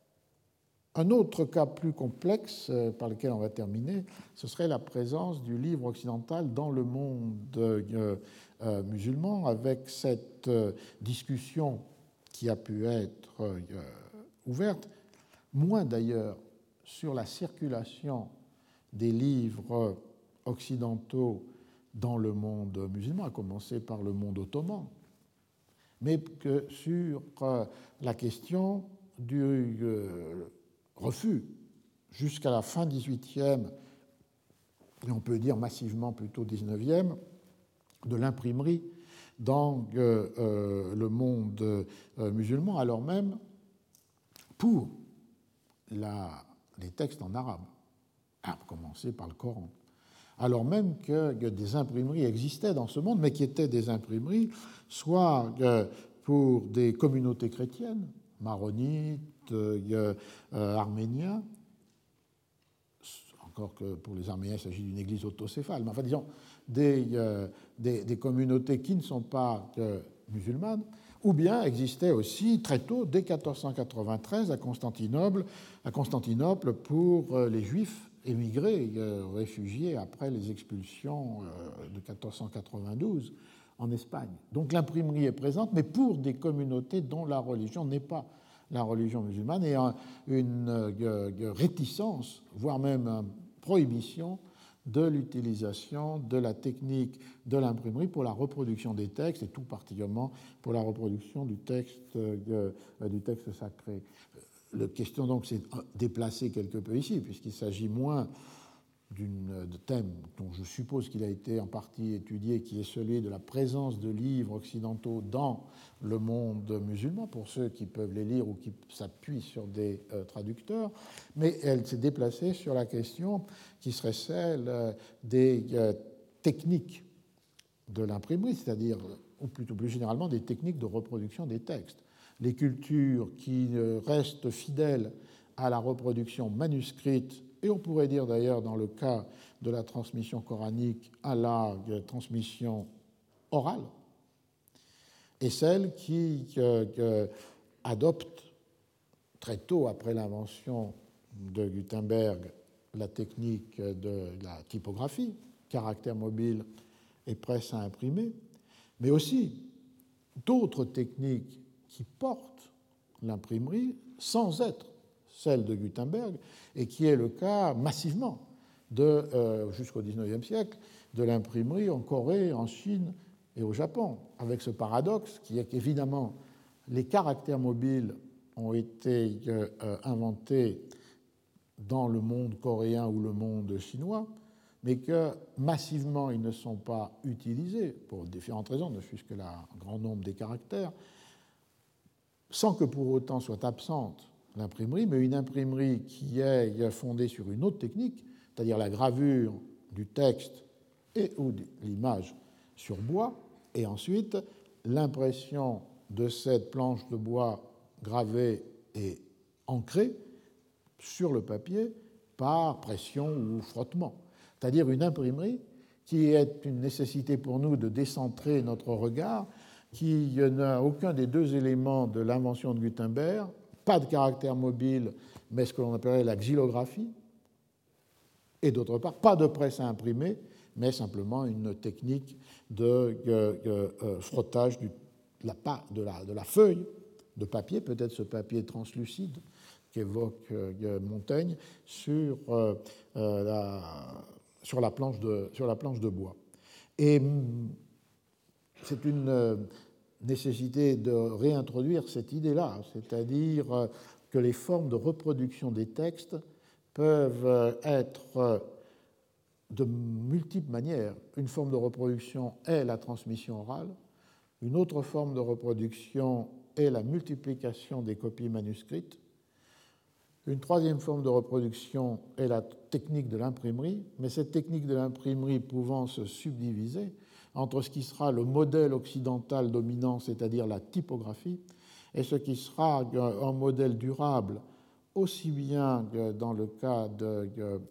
un autre cas plus complexe euh, par lequel on va terminer, ce serait la présence du livre occidental dans le monde euh, euh, musulman, avec cette euh, discussion qui a pu être euh, ouverte, moins d'ailleurs sur la circulation des livres occidentaux dans le monde musulman, à commencer par le monde ottoman, mais que sur la question du refus, jusqu'à la fin dix-huitième, et on peut dire massivement plutôt dix-neuvième, de l'imprimerie dans le monde musulman, alors même pour la les textes en arabe, à commencer par le Coran, alors même que des imprimeries existaient dans ce monde, mais qui étaient des imprimeries soit pour des communautés chrétiennes, maronites, euh, euh, arméniens, encore que pour les Arméniens il s'agit d'une église autocéphale, mais enfin disons des, euh, des, des communautés qui ne sont pas euh, musulmanes, ou bien existait aussi très tôt, dès quatorze cent quatre-vingt-treize, à Constantinople, à Constantinople pour les Juifs émigrés, réfugiés après les expulsions de quatorze cent quatre-vingt-douze en Espagne. Donc l'imprimerie est présente, mais pour des communautés dont la religion n'est pas la religion musulmane, et une réticence, voire même une prohibition de l'utilisation de la technique de l'imprimerie pour la reproduction des textes, et tout particulièrement pour la reproduction du texte, euh, du texte sacré. La question donc s'est déplacée quelque peu ici, puisqu'il s'agit moins d'un thème dont je suppose qu'il a été en partie étudié, qui est celui de la présence de livres occidentaux dans le monde musulman, pour ceux qui peuvent les lire ou qui s'appuient sur des euh, traducteurs, mais elle s'est déplacée sur la question qui serait celle euh, des euh, techniques de l'imprimerie, c'est-à-dire ou plutôt plus généralement des techniques de reproduction des textes. Les cultures qui restent fidèles à la reproduction manuscrite, et on pourrait dire d'ailleurs dans le cas de la transmission coranique à la transmission orale, et celles qui euh, euh, adoptent très tôt après l'invention de Gutenberg la technique de la typographie, caractère mobile et presse à imprimer, mais aussi d'autres techniques qui portent l'imprimerie sans être celle de Gutenberg, et qui est le cas massivement de, euh, jusqu'au dix-neuvième siècle, de l'imprimerie en Corée, en Chine et au Japon, avec ce paradoxe qui est qu'évidemment les caractères mobiles ont été euh, inventés dans le monde coréen ou le monde chinois, mais que massivement ils ne sont pas utilisés pour différentes raisons, ne fût-ce que le grand nombre des caractères, sans que pour autant soit absente l'imprimerie, mais une imprimerie qui est fondée sur une autre technique, c'est-à-dire la gravure du texte et ou de l'image sur bois, et ensuite l'impression de cette planche de bois gravée et ancrée sur le papier par pression ou frottement. C'est-à-dire une imprimerie qui est une nécessité pour nous de décentrer notre regard, qui n'a aucun des deux éléments de l'invention de Gutenberg, pas de caractère mobile, mais ce que l'on appellerait la xylographie, et d'autre part, pas de presse à imprimer, mais simplement une technique de euh, euh, frottage du, de, la, de, la, de la feuille de papier, peut-être ce papier translucide qu'évoque euh, Montaigne, sur, euh, euh, la, sur, la planche de, sur la planche de bois. Et c'est une euh, nécessité de réintroduire cette idée-là, c'est-à-dire que les formes de reproduction des textes peuvent être de multiples manières. Une forme de reproduction est la transmission orale, une autre forme de reproduction est la multiplication des copies manuscrites, une troisième forme de reproduction est la technique de l'imprimerie, mais cette technique de l'imprimerie pouvant se subdiviser entre ce qui sera le modèle occidental dominant, c'est-à-dire la typographie, et ce qui sera un modèle durable, aussi bien que dans le cas de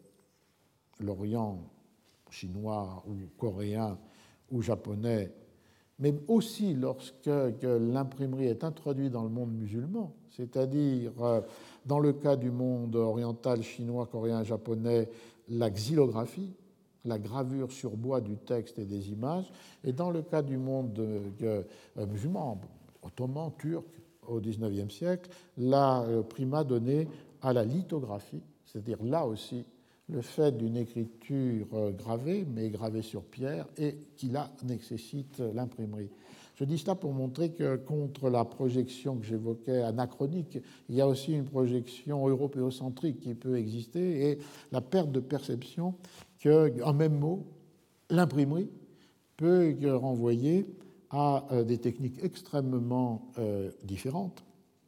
l'Orient chinois ou coréen ou japonais, mais aussi lorsque l'imprimerie est introduite dans le monde musulman, c'est-à-dire dans le cas du monde oriental chinois, coréen, japonais, la xylographie, la gravure sur bois du texte et des images, et dans le cas du monde euh, musulman, ottoman, turc, au dix-neuvième siècle, la euh, primat donnée à la lithographie, c'est-à-dire là aussi le fait d'une écriture euh, gravée, mais gravée sur pierre, et qui là nécessite l'imprimerie. Je dis cela pour montrer que contre la projection que j'évoquais anachronique, il y a aussi une projection européocentrique qui peut exister, et la perte de perception qu'un même mot, l'imprimerie, peut renvoyer à des techniques extrêmement euh, différentes.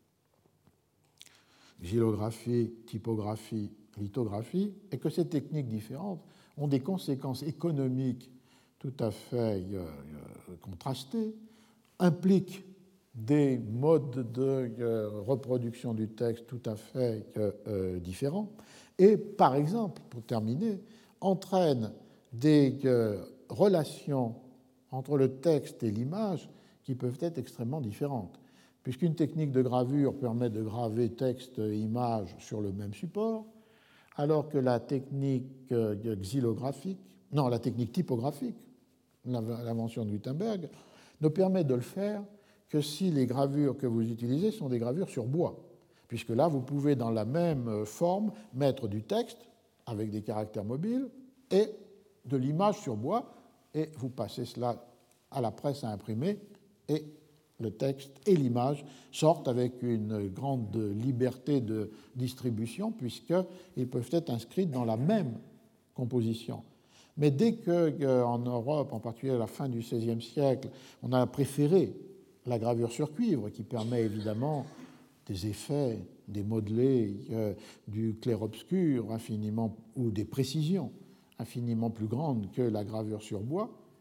Xylographie, typographie, lithographie, et que ces techniques différentes ont des conséquences économiques tout à fait euh, contrastées, impliquent des modes de euh, reproduction du texte tout à fait euh, différents, et par exemple, pour terminer, entraînent des euh, relations entre le texte et l'image qui peuvent être extrêmement différentes, puisqu'une technique de gravure permet de graver texte et image sur le même support, alors que la technique euh, xylographique, non, la technique typographique, l'invention de Gutenberg, ne permet de le faire que si les gravures que vous utilisez sont des gravures sur bois, puisque là, vous pouvez dans la même forme mettre du texte avec des caractères mobiles et de l'image sur bois, et vous passez cela à la presse à imprimer, et le texte et l'image sortent avec une grande liberté de distribution, puisqu'ils peuvent être inscrits dans la même composition. Mais dès qu'en Europe, en particulier à la fin du seizième siècle, on a préféré la gravure sur cuivre, qui permet évidemment des effets, des modelés, euh, du clair-obscur infiniment, ou des précisions infiniment plus grandes que la gravure sur bois,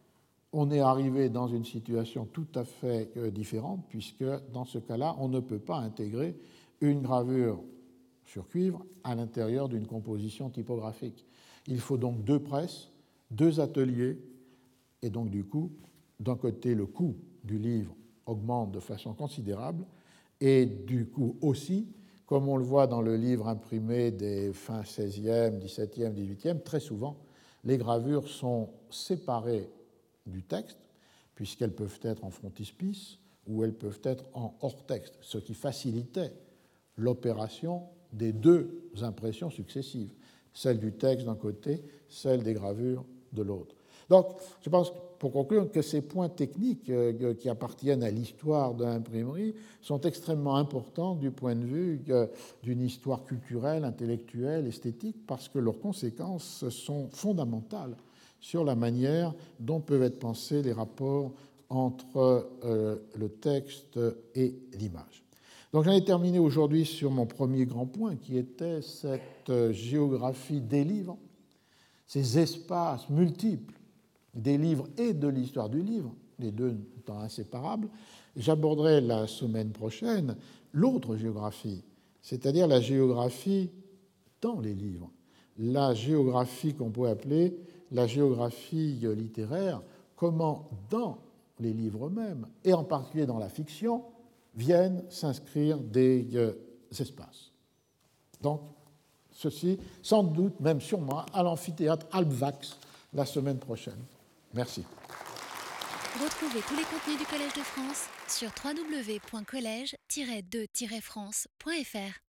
on est arrivé dans une situation tout à fait différente, puisque dans ce cas-là, on ne peut pas intégrer une gravure sur cuivre à l'intérieur d'une composition typographique. Il faut donc deux presses, deux ateliers, et donc du coup, d'un côté, le coût du livre augmente de façon considérable, et du coup aussi, comme on le voit dans le livre imprimé des fins seizième, dix-septième, dix-huitième, très souvent, les gravures sont séparées du texte, puisqu'elles peuvent être en frontispice ou elles peuvent être en hors-texte, ce qui facilitait l'opération des deux impressions successives, celle du texte d'un côté, celle des gravures de l'autre. Donc, je pense, pour conclure, que ces points techniques euh, qui appartiennent à l'histoire de l'imprimerie sont extrêmement importants du point de vue euh, d'une histoire culturelle, intellectuelle, esthétique, parce que leurs conséquences sont fondamentales sur la manière dont peuvent être pensés les rapports entre euh, le texte et l'image. Donc j'en ai terminé aujourd'hui sur mon premier grand point, qui était cette euh, géographie des livres, ces espaces multiples des livres et de l'histoire du livre, les deux étant inséparables. J'aborderai la semaine prochaine l'autre géographie, c'est-à-dire la géographie dans les livres, la géographie qu'on peut appeler la géographie littéraire, comment dans les livres eux-mêmes, et en particulier dans la fiction, viennent s'inscrire des euh, espaces. Donc, ceci, sans doute, même sûrement, à l'amphithéâtre Albvax la semaine prochaine. Merci. Retrouvez tous les contenus du Collège de France sur w w w point collège tiret de tiret france point f r.